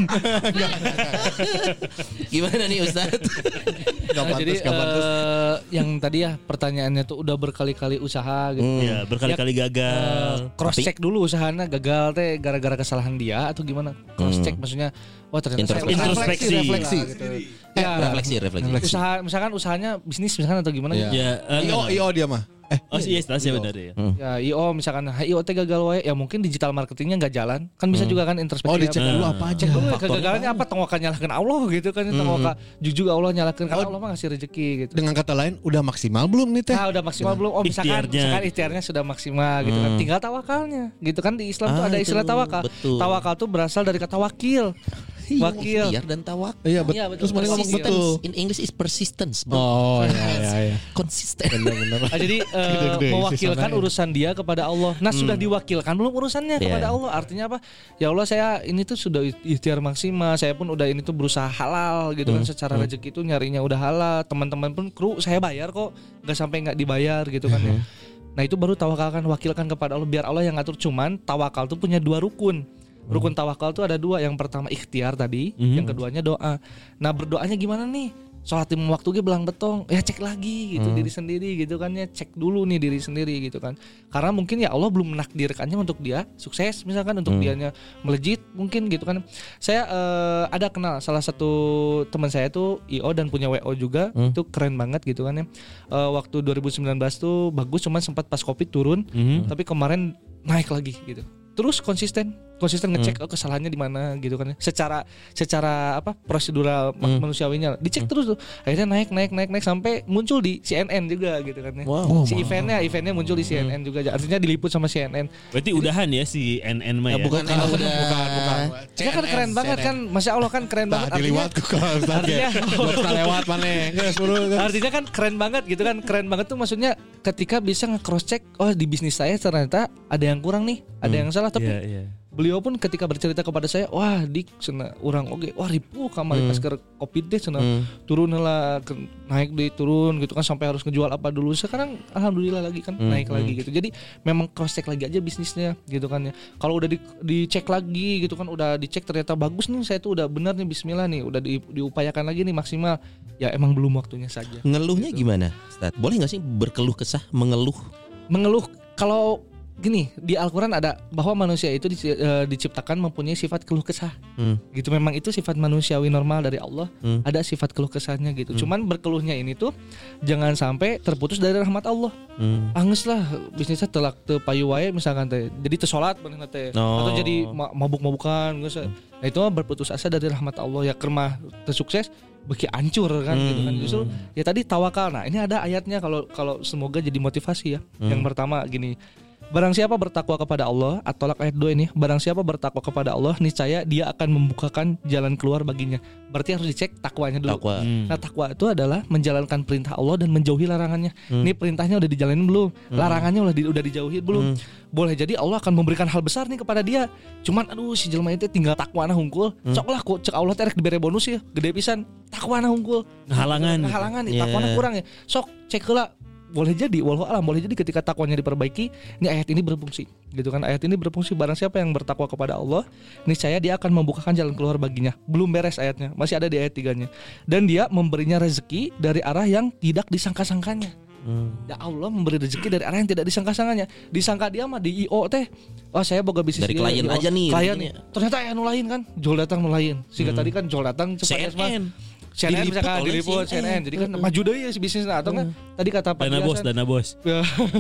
Gimana nih Ustaz? Enggak Nah, jadi pantas, enggak pantas. eh, yang tadi ya pertanyaannya tuh udah berkali-kali usaha gitu. Ya, berkali-kali gagal. Cross check dulu usahanya gagal teh gara-gara kesalahan dia atau gimana? Cross check maksudnya wah ternyata saya Introspeksi. refleksi, Refleksi. gitu. Eh, Ya, refleksi, refleksi. usaha misalkan usahanya bisnis misalkan atau gimana Iya. gitu. Ya, eh, I O I O dia mah. Eh, Oh iya, jelas ya benar ya. Ya I O misalkan I O T gagal wae ya mungkin digital marketingnya nggak jalan kan bisa juga kan introspeksi. oh dicek apa. dulu apa aja. Cek dulu ya, kegagalannya apa tengokan nyalakan Allah gitu kan tengokan jujur Allah nyalakan karena Oh. Allah mah ngasih rezeki gitu. Dengan kata lain udah maksimal belum nih teh? Nah udah maksimal belum? Oh misalkan Ikhtiarnya. misalkan ikhtiarnya sudah maksimal gitu kan. Tinggal tawakalnya gitu kan di Islam tuh Ah, ada itu, istilah tawakal. betul. Tawakal tuh berasal dari kata wakil. Wakil. Ikhtiar dan tawak. Iya, bet- Iya, betul. terus mana ngomong Persistence. betul. In English is persistence, bro. Oh, iya iya iya. Konsisten. Benar-benar. Ah, jadi eh, Gede-gede mewakilkan sisanya. urusan dia kepada Allah. Nah sudah diwakilkan belum urusannya Iya. kepada Allah. Artinya apa? Ya Allah saya ini tuh sudah ikhtiar maksimal. Saya pun udah ini tuh berusaha halal gitu kan. Secara rezeki itu nyarinya udah halal. Teman-teman pun kru saya bayar kok. Gak sampai nggak dibayar gitu kan ya. Nah itu baru tawakalkan wakilkan kepada Allah. Biar Allah yang ngatur. Cuman tawakal tuh punya dua rukun. Rukun tawakal tuh ada dua. Yang pertama ikhtiar tadi, yang keduanya doa. Nah berdoanya gimana nih? Sholat lima waktu ge belang betong, ya cek lagi gitu diri sendiri gitu kan ya, cek dulu nih diri sendiri gitu kan. Karena mungkin ya Allah belum menakdirkannya untuk dia sukses misalkan untuk dianya melejit mungkin gitu kan. Saya eh, ada kenal salah satu teman saya tuh I O dan punya W O juga, itu keren banget gitu kan ya. Eh, waktu dua ribu sembilan belas tuh bagus cuman sempat pas Covid turun, tapi kemarin naik lagi gitu. Terus konsisten konsisten ngecek oh, kesalahannya di mana gitu kan ya. Secara secara apa prosedural ma- manusiawinya dicek terus tuh. Akhirnya naik naik naik naik sampai muncul di C N N juga gitu kan ya. Wow. Si eventnya eventnya muncul di C N N juga. Artinya diliput sama C N N. Berarti udahan ya si N N mah ya. Bukan emang udah. Bukan, bukan. Ya kan keren banget kan. Masya Allah kan keren Nah, banget artinya. diliwat ke kalau Artinya Buat lewat mana? Enggak suruh. Artinya kan keren banget gitu kan. Keren banget tuh maksudnya ketika bisa nge-cross check oh di bisnis saya ternyata ada yang kurang nih, ada yang salah tapi Iya, iya. beliau pun ketika bercerita kepada saya, wah dik cenah urang oge, wah ripuh kamari pas ke Covid deh cenah turun lah ke- naik deh turun gitu kan sampai harus ngejual apa dulu. Sekarang alhamdulillah lagi kan naik lagi gitu. Jadi memang cross check lagi aja bisnisnya gitu kan ya. Kalau udah di, dicek lagi gitu kan udah dicek ternyata bagus nih saya tuh udah benar nih bismillah nih udah di, diupayakan lagi nih maksimal. Ya emang belum waktunya saja. Ngeluhnya gimana, Ustaz? Boleh nggak sih berkeluh kesah, mengeluh? Mengeluh kalau gini di Al-Quran ada bahwa manusia itu dici- eh, diciptakan mempunyai sifat keluh kesah Hmm. gitu. Memang itu sifat manusiawi normal dari Allah. Hmm. Ada sifat keluh kesahnya gitu. Cuman berkeluhnya ini tuh jangan sampai terputus dari rahmat Allah. Hmm. Anges lah bisnisnya telak teu payu wae misalkan teh jadi teu salat bener teh Oh. atau jadi ma- mabuk-mabukan geus. Nah itu mah berputus asa dari rahmat Allah ya kermah teu sukses beki hancur kan gitu kan. Justru ya tadi tawakal. Nah ini ada ayatnya kalau kalau semoga jadi motivasi ya. Yang pertama gini, barang siapa bertakwa kepada Allah, At-Tolak ayat dua ini, barang siapa bertakwa kepada Allah, niscaya dia akan membukakan jalan keluar baginya. Berarti harus dicek takwanya dulu. Takwa. Nah takwa itu adalah menjalankan perintah Allah dan menjauhi larangannya. Ini perintahnya udah dijalanin belum? Larangannya udah di, udah dijauhi belum? Boleh jadi Allah akan memberikan hal besar nih kepada dia. Cuman aduh si jelema itu tinggal takwana hungkul. Cok lah kok cek Allah terek dibere bonus ya, gede pisan. Takwana hungkul. Halangan. Halangan nih, Yeah. takwana kurang ya. Sok cek heula. Boleh jadi, wallahu alam, boleh jadi ketika takwanya diperbaiki, ini ayat ini berfungsi, gitu kan? Ayat ini berfungsi barang siapa yang bertakwa kepada Allah, niscaya dia akan membukakan jalan keluar baginya. Belum beres ayatnya, masih ada di ayat tiganya. Dan dia memberinya rezeki dari arah yang tidak disangka-sangkanya. Ya Allah memberi rezeki dari arah yang tidak disangka-sangkanya. Disangka dia mah di I O teh, oh saya boga bisnis Dari dia, klien I O. aja nih, Klien rezekinya. nih. Ternyata yang nulain kan, Jol datang nulain. Sehingga tadi kan Jol datang C N N. C N N Diliput misalkan oleh diliput C N N. C N N. Jadi kan maju deh ya si bisnisnya atau enggak tadi kata Pak Dana Dias bos, kan, dana bos. ya.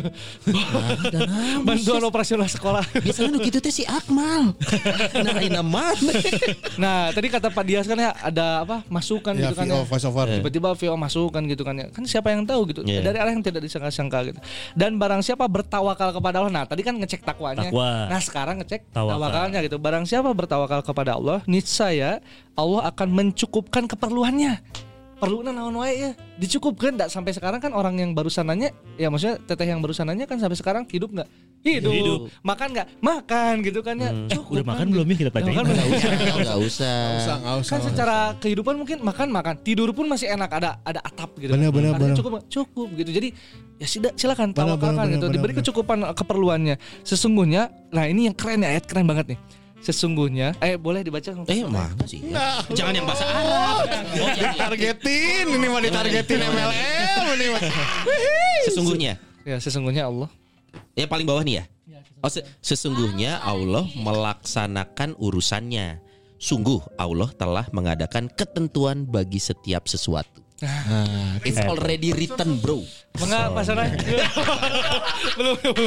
bantuan operasional sekolah. Biasanya nu kitu teh si Akmal. Nah, ayeuna mana? Nah, tadi kata Pak Dias kan ya ada apa masukan Ya, gitu kan V O, ya. voice over. Tiba-tiba V O masukan gitu kan ya. Kan siapa yang tahu gitu. Yeah. Dari arah yang tidak disangka-sangka gitu. Dan barang siapa bertawakal kepada Allah. Nah, tadi kan ngecek takwanya. Takwa. Nah, sekarang ngecek Tawakal. tawakalnya gitu. Barang siapa bertawakal kepada Allah, niscaya Allah akan mencukupkan keperluannya. Perlunya naon wae ya dicukupkan. Nggak sampai sekarang kan orang yang barusan nanya, ya maksudnya teteh yang barusan nanya kan sampai sekarang hidup nggak Hidup. Hidup. Makan nggak? Makan gitu kan ya. Hmm. Cukup Udah makan kan, belum ya kita Udah tanyain? makan belum? Nggak usah, nggak usah. Nggak usah, nggak usah. Kan secara kehidupan mungkin makan makan tidur pun masih enak, ada ada atap gitu. Benar, benar, Artinya benar. cukup cukup gitu. Jadi ya sida- silakan Benar, tawakalkan benar, gitu. benar, Diberi benar. kecukupan eh, keperluannya. Sesungguhnya, nah ini yang keren ya, ayat keren banget nih. Sesungguhnya, eh boleh dibaca? Eh mana sih? Jangan yang bahasa Arab. Oh, iya, iya. Targetin ini mah ditargetin M L M ini mah. Sesungguhnya. Ya sesungguhnya Allah. Yang paling bawah nih ya. Oh, se- sesungguhnya Allah melaksanakan urusannya. Sungguh Allah telah mengadakan ketentuan bagi setiap sesuatu. It's already written, bro. Mengapa sana? belum, belum.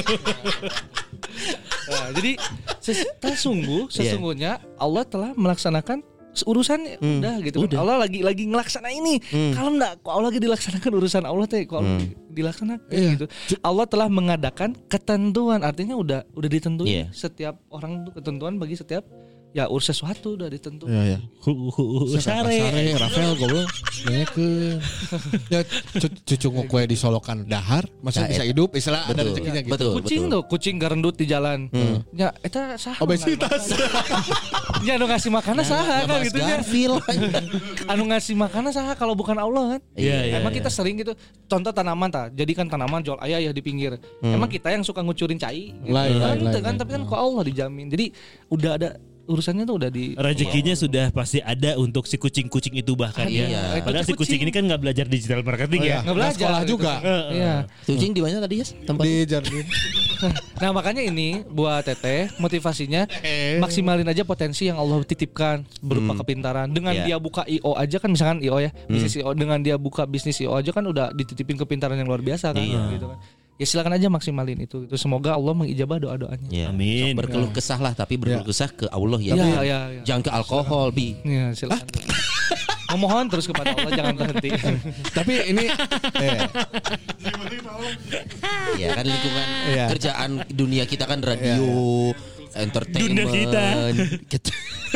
Nah, jadi ses- sesungguh sesungguhnya Allah telah melaksanakan urusannya Hmm, udah gitu kan. udah. Allah lagi lagi ngelaksana ini. Hmm. Kalau enggak kok Allah lagi dilaksanakan urusan Allah teh kok Allah Hmm. dilaksanakan Iya. gitu. Allah telah mengadakan ketentuan, artinya udah udah ditentuin Iya. setiap orang tuh ketentuan bagi setiap ya urus sesuatu udah ditentuin. Iya, ya. Hu- hu- hu- Sare, Sare. Rafael goblok. Nyekeun. Ya cu- cucu ngukue disolokan dahar, masih Ya, bisa et- hidup, istilah ada betul. rezekinya gitu. Betul. Kucing tuh, kucing garendut di jalan. Hmm. Ya, eta saha? Obesitas. Ya anu ngasih makanan saha kan gitu nya. Garfield. Anu ngasih makanan saha kalau bukan Allah kan? Iya, iya, Emang iya. kita sering gitu. Contoh tanaman ta, jadikan tanaman jual ayah ya di pinggir. Emang kita yang suka ngucurin cai. Gitu. Lain, Kan, lain, gitu lain, kan, lain. tapi kan kok Allah dijamin. Jadi udah ada urusannya tuh udah di Rezekinya sudah pasti ada untuk si kucing-kucing itu bahkan ya. Iya. Padahal si kucing ini kan nggak belajar digital marketing Oh, ya. iya. nggak belajar sekolah gitu. juga. Iya. Kucing di mana tadi ya? Tempat Di Jardin. Nah makanya ini buat Teteh motivasinya maksimalin aja potensi yang Allah titipkan berupa Hmm. kepintaran. Dengan Iya. dia buka I O aja kan misalkan I O ya bisnis I O, dengan dia buka bisnis I O aja kan udah dititipin kepintaran yang luar biasa kan. Iya. Gitu kan. Ya silakan aja maksimalin itu. Itu semoga Allah mengijabah doa-doanya. Ya. Amin. Berkeluh kesah lah, tapi berkeluh kesah ke Allah ya. Iya iya iya. Jangan ke alkohol, Bi. Iya silakan. Memohon terus kepada Allah jangan berhenti. Tapi ini eh, Ya kan lingkungan Iya. kerjaan dunia kita kan radio, entertainment. Dunia kita. Gitu.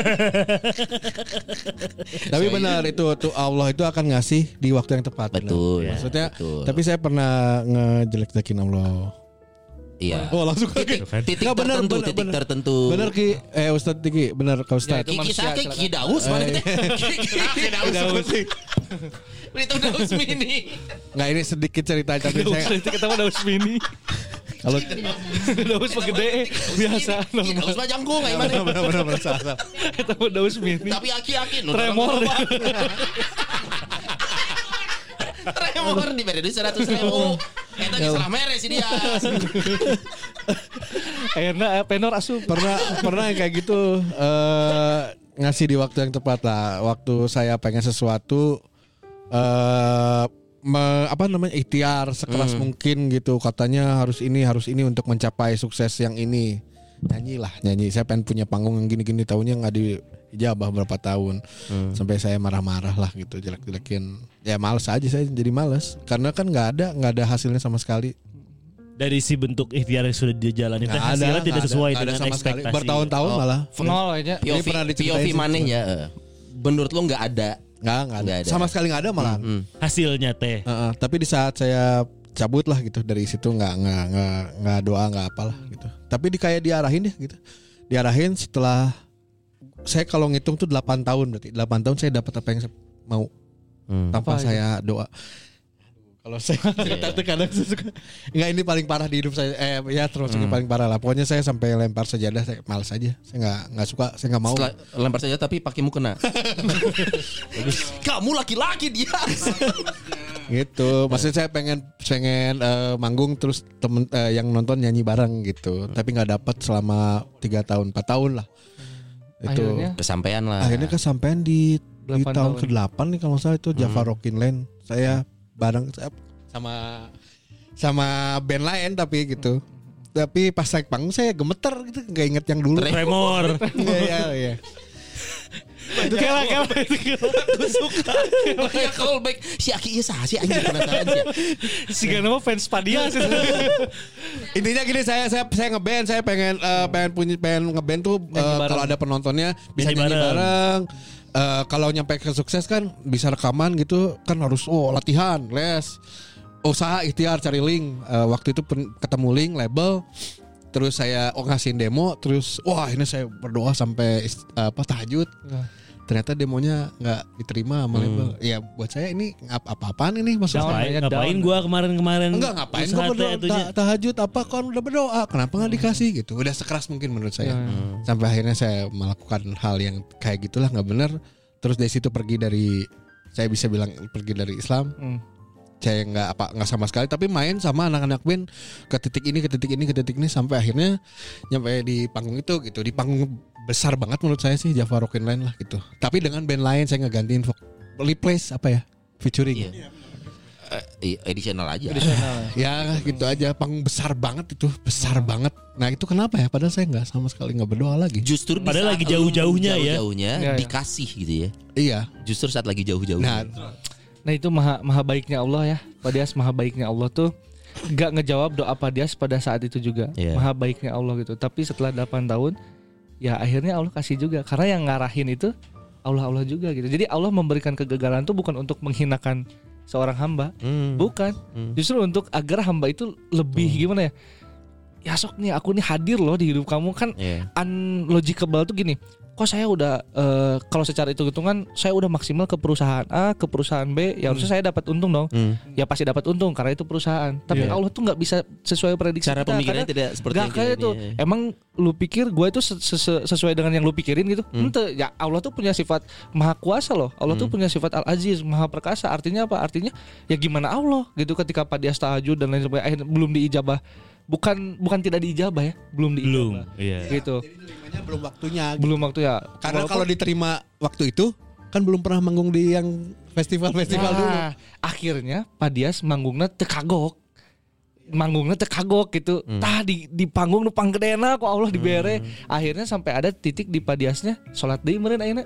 tapi benar itu tuh Allah itu akan ngasih di waktu yang tepat. benar. Betul. Maksudnya, Betul. tapi saya pernah ngejelek-jelekin Allah. Iya. Oh langsung Titik, kaget. titik Nggak, bener, tertentu, bener, titik bener. tertentu. Bener Ki, eh Ustadz Ki, bener Kak Ustadz. itu Kiki manusia, Sake, silakan. Kiki Daus mana teh? Kiki Daus. Itu Daus mini. Nggak ini sedikit cerita tapi Daus saya itu kita mah daus mini. kalau Daus mah gede biasa normal. Daus mah jangkung kayak mana? benar-benar benar salah. Kita mah daus mini. Tapi aki-aki nu Tremor. Tremor diberi duit seratus ribu. Eta geus salah mere si dia. Akhirnya penor asup. Pernah pernah yang kayak gitu eh ngasih di waktu yang tepat lah. Waktu saya pengen sesuatu eh me- apa namanya ikhtiar sekeras mungkin gitu, katanya harus ini harus ini untuk mencapai sukses yang ini. Nyanyi lah nyanyi, saya pengen punya panggung yang gini-gini, tahunya nggak dijabah berapa tahun. Sampai saya marah-marah lah gitu, jelek-jelekin. Ya males aja saya, jadi males karena kan nggak ada nggak ada hasilnya sama sekali. Dari si bentuk ikhtiar yang sudah dijalani Nggak hasilnya ada, tidak nggak ada, sesuai nggak ada dengan sama sekali. ekspektasi. Bertahun-tahun Oh. malah Nol aja. Ini P O V pernah P diceritain O V sih, maneh ya. eh. Menurut lo nggak ada. nggak nggak ada. Nggak ada. Sama sekali nggak ada malah. Hmm. Hasilnya teh. Heeh, tapi di saat saya cabut lah gitu dari situ nggak nggak nggak nggak doa nggak apalah gitu. Tapi di kayak diarahin ya gitu. Diarahin setelah saya kalau ngitung tuh delapan tahun berarti. delapan tahun saya dapat apa yang saya mau Hmm. tanpa Apa saya doa. Kalau saya cerita tuh kadang saya suka nggak ini paling parah di hidup saya. Eh ya termasuk yang paling parah lah. Pokoknya saya sampai lempar sajadah saya malas aja. Saya nggak nggak suka, saya nggak mau. Setelah lempar saja tapi pakai mukena. Kamu laki-laki dia. Gitu, maksudnya saya pengen pengen eh, manggung terus temen eh, yang nonton nyanyi bareng gitu, tapi nggak dapat selama tiga tahun empat tahun lah. Itu Akhirnya? Kesampaian lah. akhirnya kesampaian di di Delapan tahun tahun. ke delapan nih kalau nggak salah itu Java Rockin Land. Saya bareng saya sama sama band lain tapi gitu. Tapi pas naik panggung saya gemeter gitu, nggak inget yang dulu. Tremor. Iya iya iya. Itu kela kela itu kela. Aku suka. Makanya callback si Aki ieu saha sih anjing penasaran sih. Si Gana mah fans Padia sih. Intinya gini, saya saya saya ngeband, saya pengen eh, pengen punya pengen ngeband tuh eh, Nyanyi bareng. kalau ada penontonnya bisa Nyanyi nyanyi bareng. bareng. Eh, kalau nyampe ke sukses kan bisa rekaman gitu kan harus oh latihan, les, usaha ikhtiar cari link. Eh, waktu itu pen- ketemu link label terus saya oh ngasihin demo, terus wah ini saya berdoa sampai apa tahajud. Ternyata demonya nggak diterima sama label. Hmm. Ya buat saya ini apa-apaan ini maksudnya. Ngapain, ngapain gue kemarin-kemarin? Enggak ngapain gue berdoa ta- tahajud apa kan udah berdoa. Kenapa nggak dikasih gitu? Udah sekeras mungkin menurut saya. Hmm. Sampai akhirnya saya melakukan hal yang kayak gitulah nggak benar. Terus dari situ pergi dari saya bisa bilang pergi dari Islam. Hmm. Saya nggak apa nggak sama sekali. Tapi main sama anak-anak band ke titik ini ke titik ini ke titik ini sampai akhirnya nyampe di panggung itu gitu. Di panggung besar banget menurut saya sih Java Rockin' Line lah gitu. Tapi dengan band lain saya ngegantiin replace apa ya featuring. Iya. Uh, additional aja. Additional. Ya gitu aja. Panggung besar banget itu besar hmm. banget. Nah itu kenapa ya? Padahal saya nggak sama sekali nggak berdoa lagi. Justru padahal lagi jauh-jauhnya ya. Jauh-jauhnya ya, ya. dikasih gitu ya. Iya. Justru saat lagi jauh-jauhnya. Nah, nah itu maha maha baiknya Allah ya. Pak Dias maha baiknya Allah tuh nggak ngejawab doa Pak Dias pada saat itu juga. Yeah. Maha baiknya Allah gitu. Tapi setelah delapan tahun ya akhirnya Allah kasih juga karena yang ngarahin itu Allah-Allah juga gitu. Jadi Allah memberikan kegagalan itu bukan untuk menghinakan seorang hamba, hmm. bukan. Hmm. Justru untuk agar hamba itu lebih hmm. gimana ya? Ya sok nih aku nih hadir loh di hidup kamu kan yeah. unlogicable tuh gini. Kok saya udah uh, kalau secara hitung-hitungan saya udah maksimal ke perusahaan A, ke perusahaan B, ya harusnya hmm. saya dapat untung dong. Hmm. Ya pasti dapat untung karena itu perusahaan. Tapi yeah. Allah tuh nggak bisa sesuai prediksi cara kita. Pemikirannya tidak seperti gak kayak itu. Ya. Emang lu pikir gue itu ses- sesuai dengan yang lu pikirin gitu? Hmm. Ente, ya Allah tuh punya sifat maha kuasa loh. Allah hmm. tuh punya sifat Al-Aziz, maha perkasa. Artinya apa? Artinya ya gimana Allah gitu ketika Pak Dias tahajud dan lain sebagainya akhirnya belum diijabah. Bukan bukan tidak diijabah ya, belum diijabah. Belum, iya. Gitu. Jadi terimanya belum waktunya. Gitu. Belum waktu ya. Karena walaupun, kalau diterima waktu itu kan belum pernah manggung di yang festival-festival nah, dulu. Akhirnya Pak Dias manggungnya teu kagok. Manggungnya teu kagok gitu. Hmm. Tah di di panggung nu panggedena kok Allah dibere. Hmm. Akhirnya sampai ada titik di Pak Diasnya salat deui meureun ayeuna.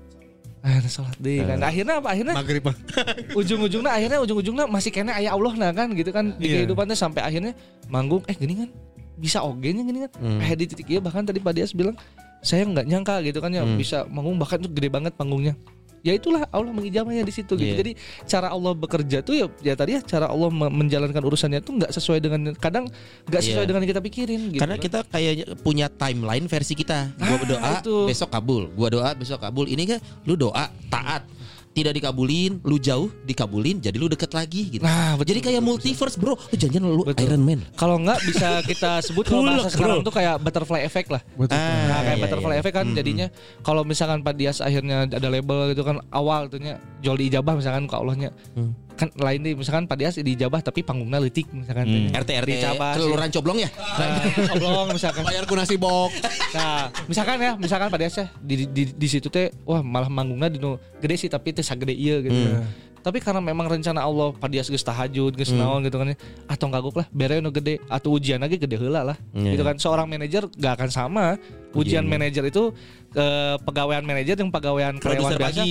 Ah, salat deui kan. Akhirnya apa? Akhirnya magrib. ujung-ujungnya akhirnya ujung-ujungnya masih kena aya Allah nah kan gitu kan di yeah. kehidupannya sampai akhirnya manggung eh gini kan bisa ogenya gini kan. Hmm. Eh di titik ieu bahkan tadi Pak Dias bilang saya enggak nyangka gitu kan ya hmm. bisa manggung bahkan itu gede banget panggungnya. Ya itulah Allah mengijabahnya di situ gitu. Yeah. Jadi cara Allah bekerja tuh ya, ya tadi ya cara Allah menjalankan urusannya tuh nggak sesuai dengan kadang nggak sesuai yeah. dengan yang kita pikirin. Gitu. Karena kita kayak punya timeline versi kita. Gua ah, berdoa itu. besok kabul, gua doa besok kabul. Ini kan lu doa taat. Tidak dikabulin, lu jauh dikabulin, jadi lu deket lagi gitu. Nah, betul, jadi kayak betul, multiverse bro, lu jangan lu betul. Iron Man. Kalau enggak bisa kita sebut kalau bahasa sekarang tuh kayak butterfly effect lah. Betul. Ah, nah, kayak iya, butterfly iya. effect kan mm-hmm. jadinya kalau misalkan Pak Dias akhirnya ada label gitu kan awal tuhnya jual diijabah misalkan ke Allahnya. Hmm. Kan lain nih misalkan Pak Dias diijabah tapi panggungnya leutik misalkan hmm. R T R T kelurahan coblong ya. Nah, coblong misalkan bayar ku nasi bok. Nah, misalkan ya, misalkan Pak Dias ya di di di situ teh wah malah manggungnya dinu gede sih tapi teh sagede ieu gitu. Hmm. Tapi karena memang rencana Allah Pak Dias geus tahajud, geus naon hmm. gitu kan ya. Atau gaguk lah, bere nu gede atau ujian lagi gede heula lah. Hmm. Gitu kan seorang manajer gak akan sama. Ujian hmm. manajer itu ke pegawaian manajer yang pegawaian karyawan biasa.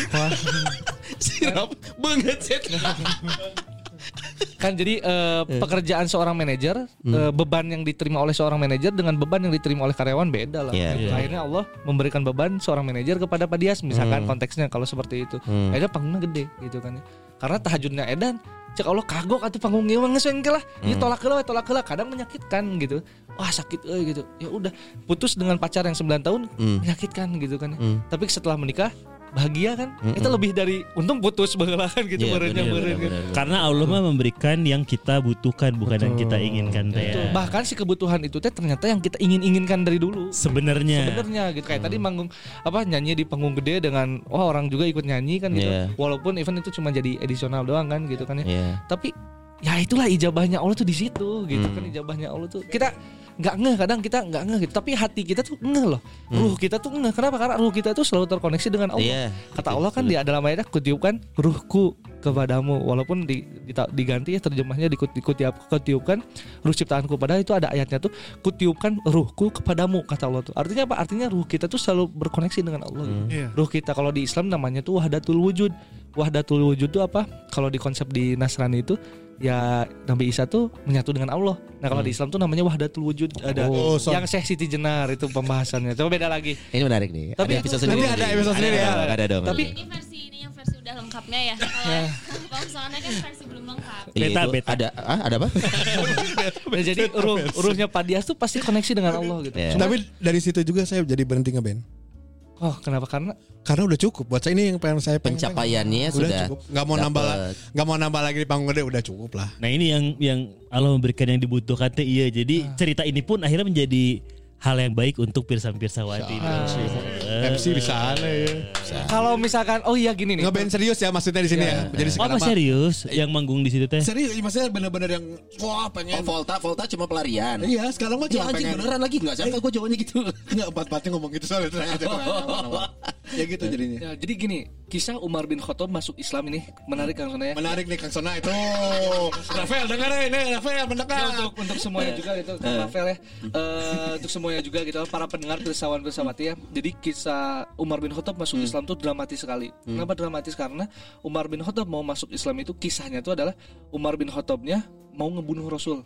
Sirap banget sih. Kan jadi uh, pekerjaan seorang manajer hmm. uh, beban yang diterima oleh seorang manajer dengan beban yang diterima oleh karyawan beda lah. Yeah, yeah. Akhirnya Allah memberikan beban seorang manajer kepada Pak Dias misalkan hmm. konteksnya kalau seperti itu. Hmm. Akhirnya panggungnya gede gitu kan ya. Karena tahajudnya edan cek Allah kagok atuh panggung ieu mah geus engke lah. Ieu tolak heula tolak heula kadang menyakitkan gitu. Wah sakit euy gitu. Ya udah putus dengan pacar yang sembilan tahun hmm. menyakitkan gitu kan ya. Hmm. Tapi setelah menikah bahagia kan mm-mm. Itu lebih dari untung putus baheula kan gitu yeah, berennya beren gitu. Karena Allah mah memberikan yang kita butuhkan bukan betul. Yang kita inginkan teh. Ya. Bahkan si kebutuhan itu teh ternyata yang kita ingin-inginkan dari dulu. Sebenarnya. Sebenarnya gitu kayak hmm. tadi manggung apa nyanyi di panggung gede dengan oh orang juga ikut nyanyi kan gitu. Yeah. Walaupun event itu cuma jadi edisional doang kan gitu kan ya. Yeah. Tapi ya itulah ijabahnya Allah tuh di situ gitu hmm. kan ijabahnya Allah tuh. Kita nggak ngeh kadang kita nggak ngeh gitu tapi hati kita tuh ngeh loh ruh hmm. kita tuh ngeh kenapa karena ruh kita tuh selalu terkoneksi dengan Allah yeah, kata Allah kan dia dalam ayatnya kutiupkan ruhku kepadamu walaupun di, di, diganti ya terjemahnya dikutiap kutiupkan ruh ciptaanku padahal itu ada ayatnya tuh kutiupkan ruhku kepadamu kata Allah tuh artinya apa artinya ruh kita tuh selalu berkoneksi dengan Allah hmm. gitu. yeah. Ruh kita kalau di Islam namanya tuh wahdatul wujud wahdatul wujud tuh apa kalau di konsep di Nasrani itu ya Nabi Isa tuh menyatu dengan Allah. Nah kalau hmm. di Islam tuh namanya wahdatul wujud ada oh, so. Yang Syekh Siti Jenar itu pembahasannya. Coba beda lagi. Ini menarik nih. Tapi ada episode sendiri. Nanti ada episode sendiri ya. Ada, ada dong. Tapi ini versi ini yang versi udah lengkapnya ya. Kalau Bang Soalnya kan versi belum lengkap. Beta beta. Ada ah, ada apa? Ya, jadi uruh, uruhnya Pak Dias tuh pasti koneksi dengan Allah gitu. Ya. Tapi dari situ juga saya jadi berhenti ngeband. Oh, kenapa? Karena Karena udah cukup buat saya, ini yang pengen saya pengen. Pencapaiannya udah sudah cukup. Nggak mau nambah dapet. la- nggak mau nambah lagi di panggung gede, udah cukup lah. Nah ini yang yang Allah memberikan yang dibutuhkan teh iya. Jadi cerita ini pun akhirnya menjadi hal yang baik untuk pirsa-pirsawati. M C bisa aneh ya. kalau misalkan oh iya gini nih. Ngeband serius ya maksudnya di sini ya. Jadi Oh sekarang apa mah- serius yang manggung di situ teh? Serius, maksudnya bener-bener yang wah pengen. Oh, Volta, Volta cuma pelarian. Iya, sekarang mah Ya cuma anjing pengen. beneran lagi enggak sangka gue jawabannya gitu. Enggak, empat-empatnya ngomong gitu soalnya ternyata. Ya gitu jadinya. Ya, jadi gini, kisah Umar bin Khattab masuk Islam ini menarik Kang Sona ya. Menarik nih Kang Sona itu. Rafael dengerin nih, Rafael mendekat. Ya, untuk untuk semuanya juga gitu, Kang Rafael ya. Eh, untuk semuanya juga gitu para pendengar pirsawan pirsawati ya. Jadi kisah Umar bin Khattab masuk Islam tuh dramatis sekali. Kenapa dramatis? Karena Umar bin Khattab mau masuk Islam itu kisahnya itu adalah Umar bin Khattabnya mau ngebunuh Rasul.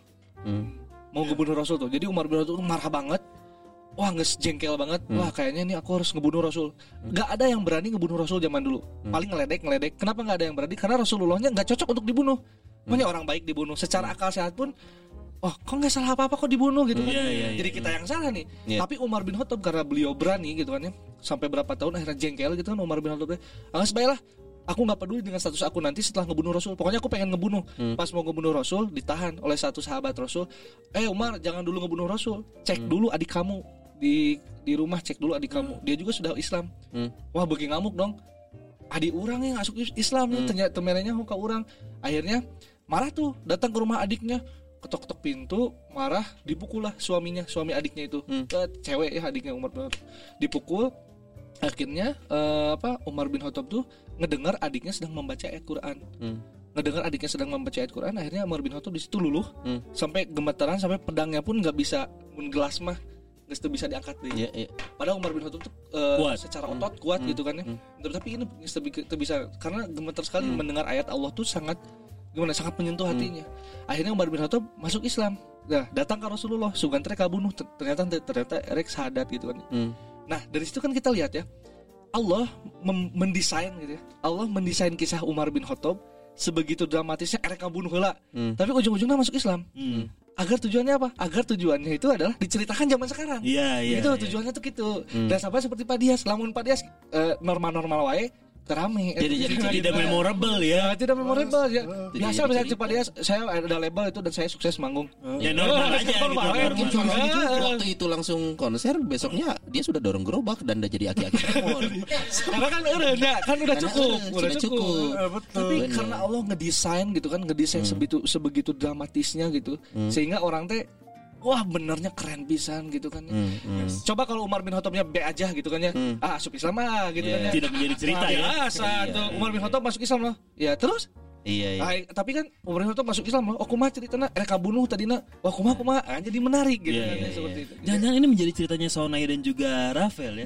Mau ngebunuh Rasul tuh. Jadi Umar bin Khattab tuh marah banget. Wah nges jengkel banget. Wah kayaknya ini aku harus ngebunuh Rasul. Gak ada yang berani ngebunuh Rasul zaman dulu. Paling ngeledek ngeledek. Kenapa gak ada yang berani? Karena Rasulullahnya gak cocok untuk dibunuh. Makanya orang baik dibunuh. Secara akal sehat pun, oh kok gak salah apa-apa kok dibunuh gitu kan. Jadi kita yang salah nih. Tapi Umar bin Khattab karena beliau berani gitu kan ya. Sampai berapa tahun akhirnya jengkel gitu kan Umar bin Khattab. Angas baiklah. Aku gak peduli dengan status aku nanti setelah ngebunuh Rasul. Pokoknya aku pengen ngebunuh. Pas mau ngebunuh Rasul ditahan oleh satu sahabat Rasul. Eh Umar jangan dulu ngebunuh Rasul. Cek dulu adik kamu di di rumah, cek dulu adik kamu. Dia juga sudah Islam. Wah bagi ngamuk dong. Adik orang yang masuk Islam nih ternyata temennya muka orang. Akhirnya marah tuh datang ke rumah adiknya. Ketok-ketok pintu, marah, dipukul lah suaminya, suami adiknya itu. Cewek ya adiknya Umar bin Khattab. Dipukul. Akhirnya uh, apa Umar bin Khattab tuh ngedengar adiknya sedang membaca ayat Quran. Hmm. Ngedengar adiknya sedang membaca ayat Quran, akhirnya Umar bin Khattab di situ luluh hmm. sampai gemeteran, sampai pedangnya pun nggak bisa, mun gelas mah nggak bisa diangkat deh. Yeah, yeah. Padahal Umar bin Khattab tuh uh, secara otot kuat hmm. gitu kan ya. Hmm. Tapi ini nggak bisa karena gemeter sekali hmm. mendengar ayat Allah tuh sangat gimana sangat menyentuh hatinya. Hmm. Akhirnya Umar bin Khattab masuk Islam. Nah, datang ke Rasulullah, sugantre kabunuh ternyata ternyata erek sahadat gitu kan. Hmm. Nah dari situ kan kita lihat ya Allah mem- mendesain gitu ya. Allah mendesain kisah Umar bin Khattab sebegitu dramatisnya erek bunuh heula. Hmm. Tapi ujung-ujungnya masuk Islam. Hmm. Agar tujuannya apa? Agar tujuannya itu adalah diceritakan zaman sekarang. Iya iya. Itu ya. tujuannya tuh gitu. Hmm. Dan sampai seperti Pak Dias, lamun Pak Dias uh, normal-normal wae terame. Jadi jadi tidak memorable ya. Tidak memorable ya. Biasa misalnya Pak Dias saya ada label itu dan saya sukses manggung. Ya normal aja gitu. Waktu itu langsung konser, besoknya dia sudah dorong gerobak dan udah jadi aki-aki remor. Karena kan eureun ya, kan udah cukup, udah cukup. Betul. Tapi karena Allah ngedesain gitu kan, ngedesain sebegitu sebegitu dramatisnya gitu. Sehingga orang teh wah benernya keren pisan gitu kan ya. Hmm, hmm. Coba kalau Umar bin Khattabnya B aja gitu kan ya. Hmm. Ah asup Islam ah gitu yeah. kan ya. Tidak menjadi cerita nah, ya. Biasa tuh Umar bin Khattab masuk Islam loh. Ya terus Iya, iya. Ah, tapi kan Umar bin Khattab masuk Islam loh. Oh kumaha ceritanya rek kabunuh tadina. Wah kumaha kumaha ah, jadi menarik gitu yeah, kan yeah, seperti yeah. itu. Jangan-jangan ini menjadi ceritanya Sonai dan juga Rafael ya.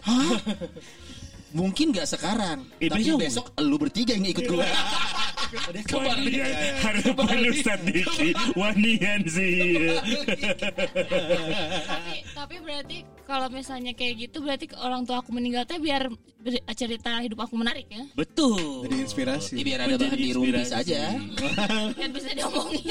Mungkin gak sekarang, eh, tapi besok, besok lu bertiga yang ikut gue. Wanian harapan Ustaz Diki Wanian sih. tapi, tapi berarti kalau misalnya kayak gitu berarti orang tua aku meninggal teh biar cerita hidup aku menarik ya. Betul. Jadi inspirasi. Ya, biar ada bahan di rumpis aja. Yang bisa diomongin.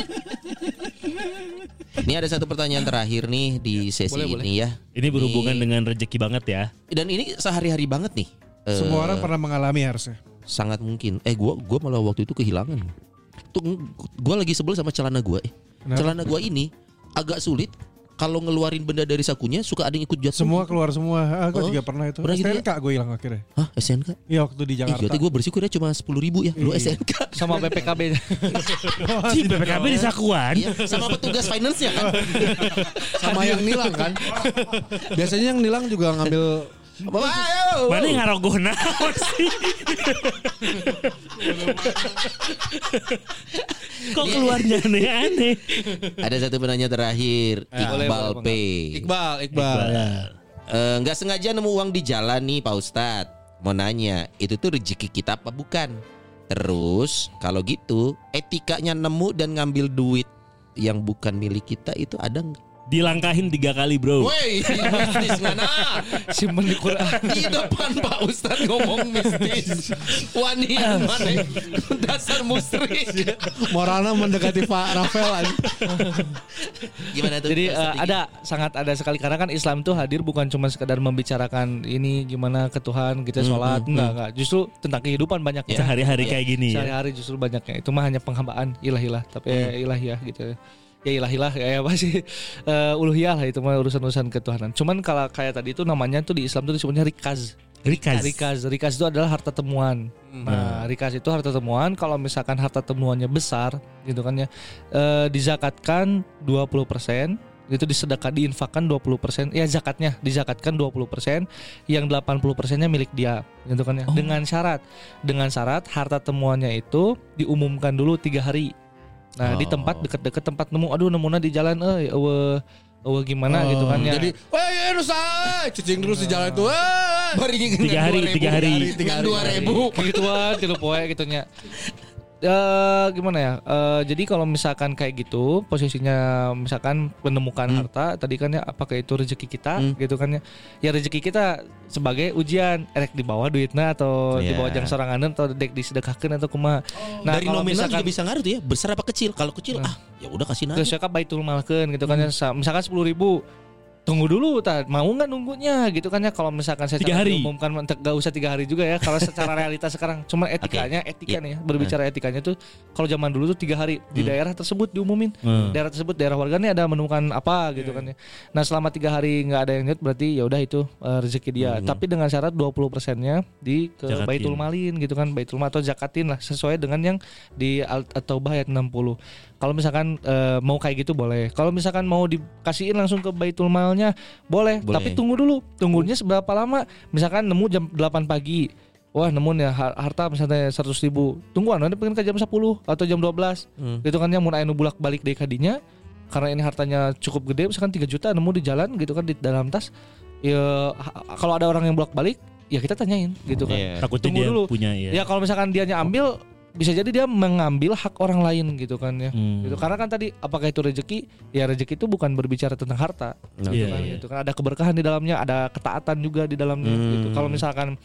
Ini ada satu pertanyaan terakhir nih di sesi boleh, ini boleh. ya. Ini berhubungan ini, dengan rezeki banget ya. Dan ini sehari-hari banget nih. Semua uh, orang pernah mengalami harusnya. Sangat mungkin. Eh gua gua malah waktu itu kehilangan. Tuh gua lagi sebel sama celana gua. Eh. Celana gua ini agak sulit kalau ngeluarin benda dari sakunya suka ada yang ikut jatuh. Semua keluar semua. Aku oh, juga pernah itu. Pernah S N K gitu gue hilang akhirnya. Hah, S N K? Iya waktu di Jakarta. Iya, gue bersyukur ya cuma sepuluh ribu ya. Lu S N K sama B P K B. Si B P K B di sakuan. Iya, sama petugas finance-nya kan. Sama yang nilang kan. Biasanya yang nilang juga ngambil mana yang ngarogoh naon sih? Kok keluarnya aneh-aneh? Ada satu penanya terakhir, ah, Iqbal P. Iqbal, Iqbal. Uh, Gak sengaja nemu uang di jalan nih Pak Ustadz. Mau nanya, itu tuh rezeki kita apa bukan? Terus kalau gitu, etikanya nemu dan ngambil duit yang bukan milik kita itu ada nggak? Dilangkahin tiga kali bro. Woi, mistis ngana. Simpen di Quran. Di depan Pak Ustadz ngomong mistis. Wanian mana? Dasar musrik. Moralnya mendekati Pak Rafael aja. Gimana tuh? Jadi Pak uh, Ustadz? ada sangat ada sekali karena kan Islam itu hadir bukan cuma sekedar membicarakan ini gimana ke Tuhan kita sholat hmm, enggak enggak justru tentang kehidupan banyaknya. Sehari-hari kayak gini ya. Sehari-hari justru banyaknya. Itu mah hanya penghambaan ilahilah tapi Hmm. ya ilahiyah gitu. Ya ilahilah kayak apa sih uh, uluhiyah lah itu mah urusan-urusan ketuhanan. Cuman kalau kayak tadi itu namanya tuh di Islam tuh disebutnya rikaz. Rikaz. Rikaz, rikaz itu adalah harta temuan. Nah, rikaz itu harta temuan. Kalau misalkan harta temuannya besar, gitu kan ya, eh, dizakatkan dua puluh persen, itu disedekah diinfakkan dua puluh persen, ya zakatnya dizakatkan dua puluh persen, yang delapan puluh persennya milik dia, gitu kan ya. Oh. Dengan syarat, dengan syarat harta temuannya itu diumumkan dulu tiga hari. Nah, di tempat deket-deket tempat nemu, aduh nemuna di jalan, eh, eueuh Oh gimana Oh, gitu kan ya. Jadi, wah ya nusa, cicing terus di jalan itu. Wah. Tiga hari, tiga hari. Dengan dua ribu. Gituan tilu poe gitunya. Eh gimana ya? Eh, jadi kalau misalkan kayak gitu, posisinya misalkan menemukan harta, tadi kan ya apakah itu rezeki kita Hmm. gitu kan ya. Ya rezeki kita sebagai ujian, erek di bawah duitnya atau di Iya. bawah jang soranganeun atau dek disedekahkeun atau kumaha. Nah, Dari kalau nominal misalkan juga bisa ngaruh tuh ya, besar apa kecil. Kalau kecil ah ya udah kasih terus nanti. ya baitul malkeun gitu kan ya. Sa- Misalkan sepuluh ribu, tunggu dulu, tak mau nggak nunggunya gitu kan ya. Kalau misalkan saya Tiga hari. umumkan nggak usah tiga hari juga ya. Kalau secara realitas sekarang, cuma etikanya, etika nih ya, berbicara etikanya tuh, kalau zaman dulu tuh tiga hari di daerah tersebut diumumin, Hmm. daerah tersebut daerah warganya ada menemukan apa gitu kan ya. Nah selama tiga hari nggak ada yang lihat berarti ya udah itu uh, rezeki dia. Tapi dengan syarat dua puluh persennya di ke Zakatin. baitul malin gitu kan, baitul mal atau zakatin lah sesuai dengan yang di At-Taubah ayat enam puluh. Kalau misalkan uh, mau kayak gitu boleh. Kalau misalkan mau dikasihin langsung ke baitul malnya boleh. Boleh. Tapi tunggu dulu. Tunggunya seberapa lama? Misalkan nemu jam delapan pagi. Wah nemu ya harta misalnya seratus ribu. Tungguan nanti pengen ke jam sepuluh atau jam dua belas. Hmm. Gitu kan yang mau anu bulak balik dari kadinya. Karena ini hartanya cukup gede, misalkan tiga juta nemu di jalan gitu kan di dalam tas. Ya ha- kalau ada orang yang bolak balik, ya kita tanyain gitu kan. Iya. Takutnya Tunggu dia dulu. punya ya. Ya kalau misalkan dianya ambil, bisa jadi dia mengambil hak orang lain gitu kan ya. Hmm. Gitu. Karena kan tadi apakah itu rezeki? Ya rezeki itu bukan berbicara tentang harta. Nah, Iya, Kan, iya. gitu kan ada keberkahan di dalamnya, ada ketaatan juga di dalamnya Hmm. gitu. Kalau misalkan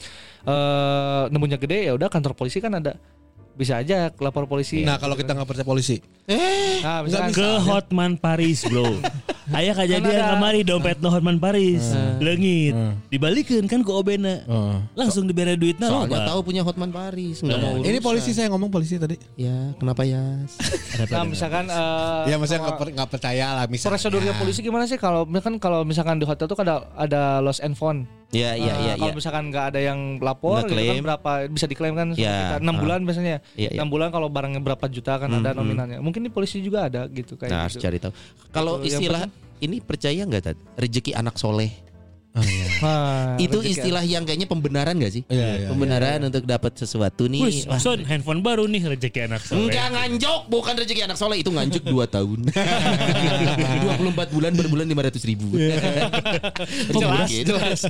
eh nemunya gede ya udah kantor polisi kan ada. Bisa aja lapor polisi. Nah, kalau kita nggak percaya polisi. Nah, misalkan Ke Hotman Paris bro. Aya kejadian Kan ada- kamari dompet no Hotman Paris leungit dibalikeun kan ke obena langsung dibere duitna Soalnya loba. tahu punya Hotman Paris, nggak mau Ini urusan. polisi saya ngomong polisi tadi. Ya, kenapa ya? nah, misalkan eh, Ya maksudnya nggak kalau- per- nggak percaya lah misalnya. prosedurnya polisi gimana sih kalau misalkan kalau misalkan di hotel tuh ada ada lost and found. Ya, iya, Nah, iya, kalau iya. misalkan nggak ada yang lapor gitu kan Ngeklaim. berapa bisa diklaim kan sama Ya, kita enam ah. bulan biasanya. Iya, iya. enam bulan kalau barangnya berapa juta kan Hmm, ada hmm. nominalnya. Mungkin di polisi juga ada gitu kayak Nah, harus gitu. cari tahu. Kalau Itu yang istilah ini percaya nggak Tad? Rezeki anak soleh. Nah, Itu rezeki istilah yang kayaknya pembenaran gak sih? Iya, iya, Pembenaran untuk dapat sesuatu nih. Wih, Wah, Son, handphone baru nih rezeki anak soleh. enggak nganjok, bukan rezeki anak soleh, itu nganjuk dua tahun. dua puluh empat bulan berbulan lima ratus ribu. Jelas, Gitu. jelas.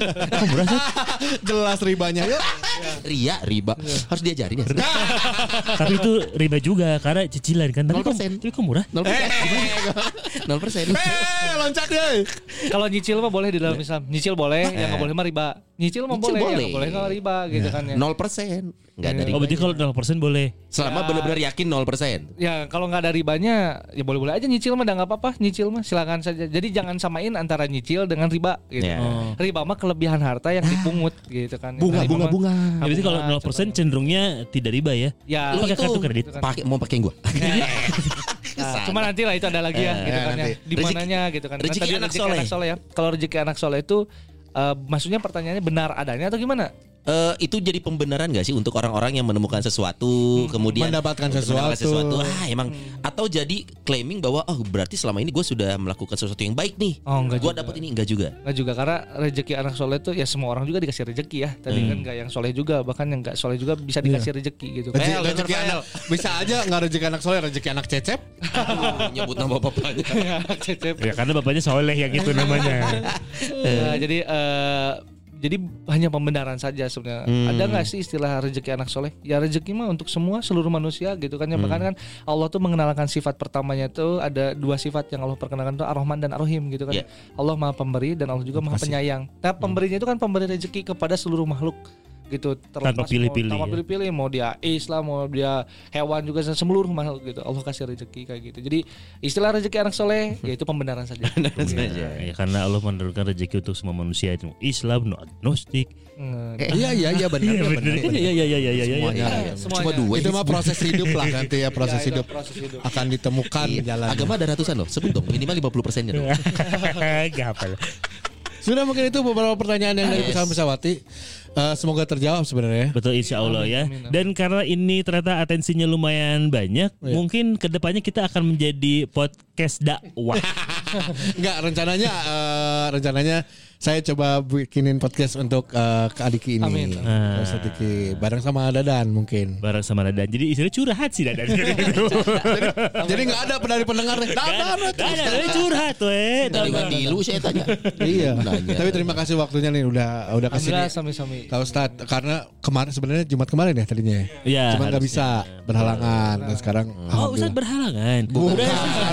Jelas ribanya. Yuk. Ria, riba. Harus diajarin ya. Tapi itu riba juga karena cicilan kan. Tapi nol persen. kok, tapi kok murah? nol persen. nol persen. Eh, loncat deh. Kalau nyicil mah boleh di dalam Islam. Nyicil boleh, yang nggak boleh mah riba. Nyicil mah Nyicil boleh, yang boleh. nggak boleh nggak riba gitu kan ya. nol persen. Enggak ada Oh berarti ribanya. kalau nol persen boleh. Selama Ya. benar-benar yakin nol persen. Ya kalau nggak ada ribanya ya boleh-boleh aja nyicil mah, nggak apa-apa nyicil mah silakan saja. Jadi jangan samain antara nyicil dengan riba gitu. Ya. Oh. Riba mah kelebihan harta yang dipungut gitu kan. Bunga, Riba bunga, mah- bunga. Ya, berarti kalau bunga, nol persen cenderungnya tidak riba ya. Ya, Lu pakai itu. kartu kredit. Pakai mau pakai gua. Nah, cuma nanti lah itu ada lagi ya, gitu ya, kan ya. nanti. Di Rezeki- mananya gitu kan. Kan rezeki tadi anak rezeki soleh. anak soleh ya. Kalau rezeki anak soleh itu eh, maksudnya pertanyaannya benar adanya atau gimana? Eh, itu jadi pembenaran gak sih untuk orang-orang yang menemukan sesuatu kemudian Mendapatkan mendapatkan sesuatu. ah emang atau jadi claiming bahwa oh berarti selama ini gue sudah melakukan sesuatu yang baik nih, Oh, enggak gue juga. dapat ini enggak juga. Nggak juga, karena rezeki anak soleh itu ya semua orang juga dikasih rezeki ya. Tadi kan nggak yang soleh juga, bahkan yang nggak soleh juga bisa dikasih rezeki gitu. Rezeki, Fel, rezeki denger, Fel. anak bisa aja nggak rezeki anak soleh, rezeki anak cecep. Aduh, nyebut nama bapaknya. Cecep. Ya karena bapaknya soleh yang itu namanya. Nah, jadi eh, jadi hanya pembenaran saja sebenarnya. Hmm. Ada nggak sih istilah rezeki anak soleh? Ya rezeki mah untuk semua seluruh manusia gitu kan. Ya, Hmm. bahkan kan Allah tuh mengenalkan sifat pertamanya tuh ada dua sifat yang Allah perkenalkan tuh Ar-Rahman dan Ar-Rahim gitu kan. Yeah. Allah Maha Pemberi dan Allah juga Maha Penyayang. Nah pemberinya itu kan pemberi rezeki kepada seluruh makhluk gitu, Tanpa pilih-pilih, mau, tanpa ya. pilih-pilih mau dia Islam mau dia hewan juga seluruh makhluk gitu Allah kasih rezeki kayak gitu. Jadi istilah rezeki anak soleh yaitu pembenaran saja. Ya, karena Allah menurunkan rezeki untuk semua manusia itu Islam, no agnostik. Hmm. Iya iya iya benar Iya benar. benar. Iya iya iya iya iya. Semuanya. Iya, Cuma semuanya. dua. Itu mah proses hidup lah nanti ya proses Iya, itu hidup proses hidup. akan ditemukan Iya. jalan. Agama ada ratusan loh. Sebut dong minimal lima puluh persennya dong. Gak apa. Sudah mungkin itu beberapa pertanyaan yang dari Yes. Pesawat Pesawati. Uh, semoga terjawab sebenarnya. Betul insya Allah ya. Amin, amin. Dan karena ini ternyata atensinya lumayan banyak, Iya. mungkin kedepannya kita akan menjadi podcast dakwah. Enggak rencananya uh, rencananya saya coba bikinin podcast untuk uh, ke Adiki ini. Amin. Uh, Adiki bareng sama Dadan mungkin. Bareng sama Dadan. Jadi istilahnya curhat sih Dadan. Jadi nggak ada dari pendengarnya. Dadan. Dadan ini curhat weh. Dari mandi lu saya tanya. Iya. Nanya. Tapi terima kasih waktunya nih udah udah kasih. Alhamdulillah sami-sami. Kak Ustadz karena kemarin sebenarnya Jumat kemarin ya tadinya ya. Iya, Cuma nggak bisa harusnya. berhalangan dan sekarang Oh Ustadz berhalangan. Bukan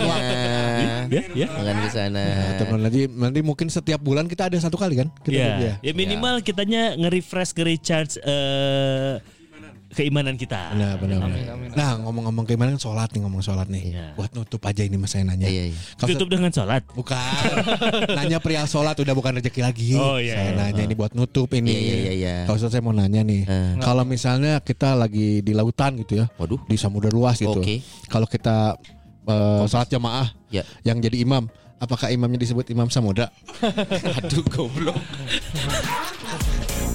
Ya, ya. Bukan ke sana. Nah, teman nanti nanti mungkin setiap bulan kita ada satu kali kan? Kita Ya, ya minimal kitanya nge-refresh, nge-recharge eh, keimanan kita. Benar, benar, benar. Amin, amin. Nah ngomong-ngomong keimanan sholat nih ngomong sholat nih. Iya. Buat nutup aja ini mas saya nanya. Iya, iya. Kau Tutup dengan sholat. bukan nanya perihal sholat udah bukan rezeki lagi. Oh, iya, Saya iya. nanya ini buat nutup ini. Iya, iya, iya. Kau Ustadz saya mau nanya nih. Eh. Kalau misalnya kita lagi di lautan gitu ya, Waduh. di samudra luas gitu. Oke. Kalau kita eh, sholat jamaah Ya. yang jadi imam, apakah imamnya disebut imam samudra? Aduh goblok.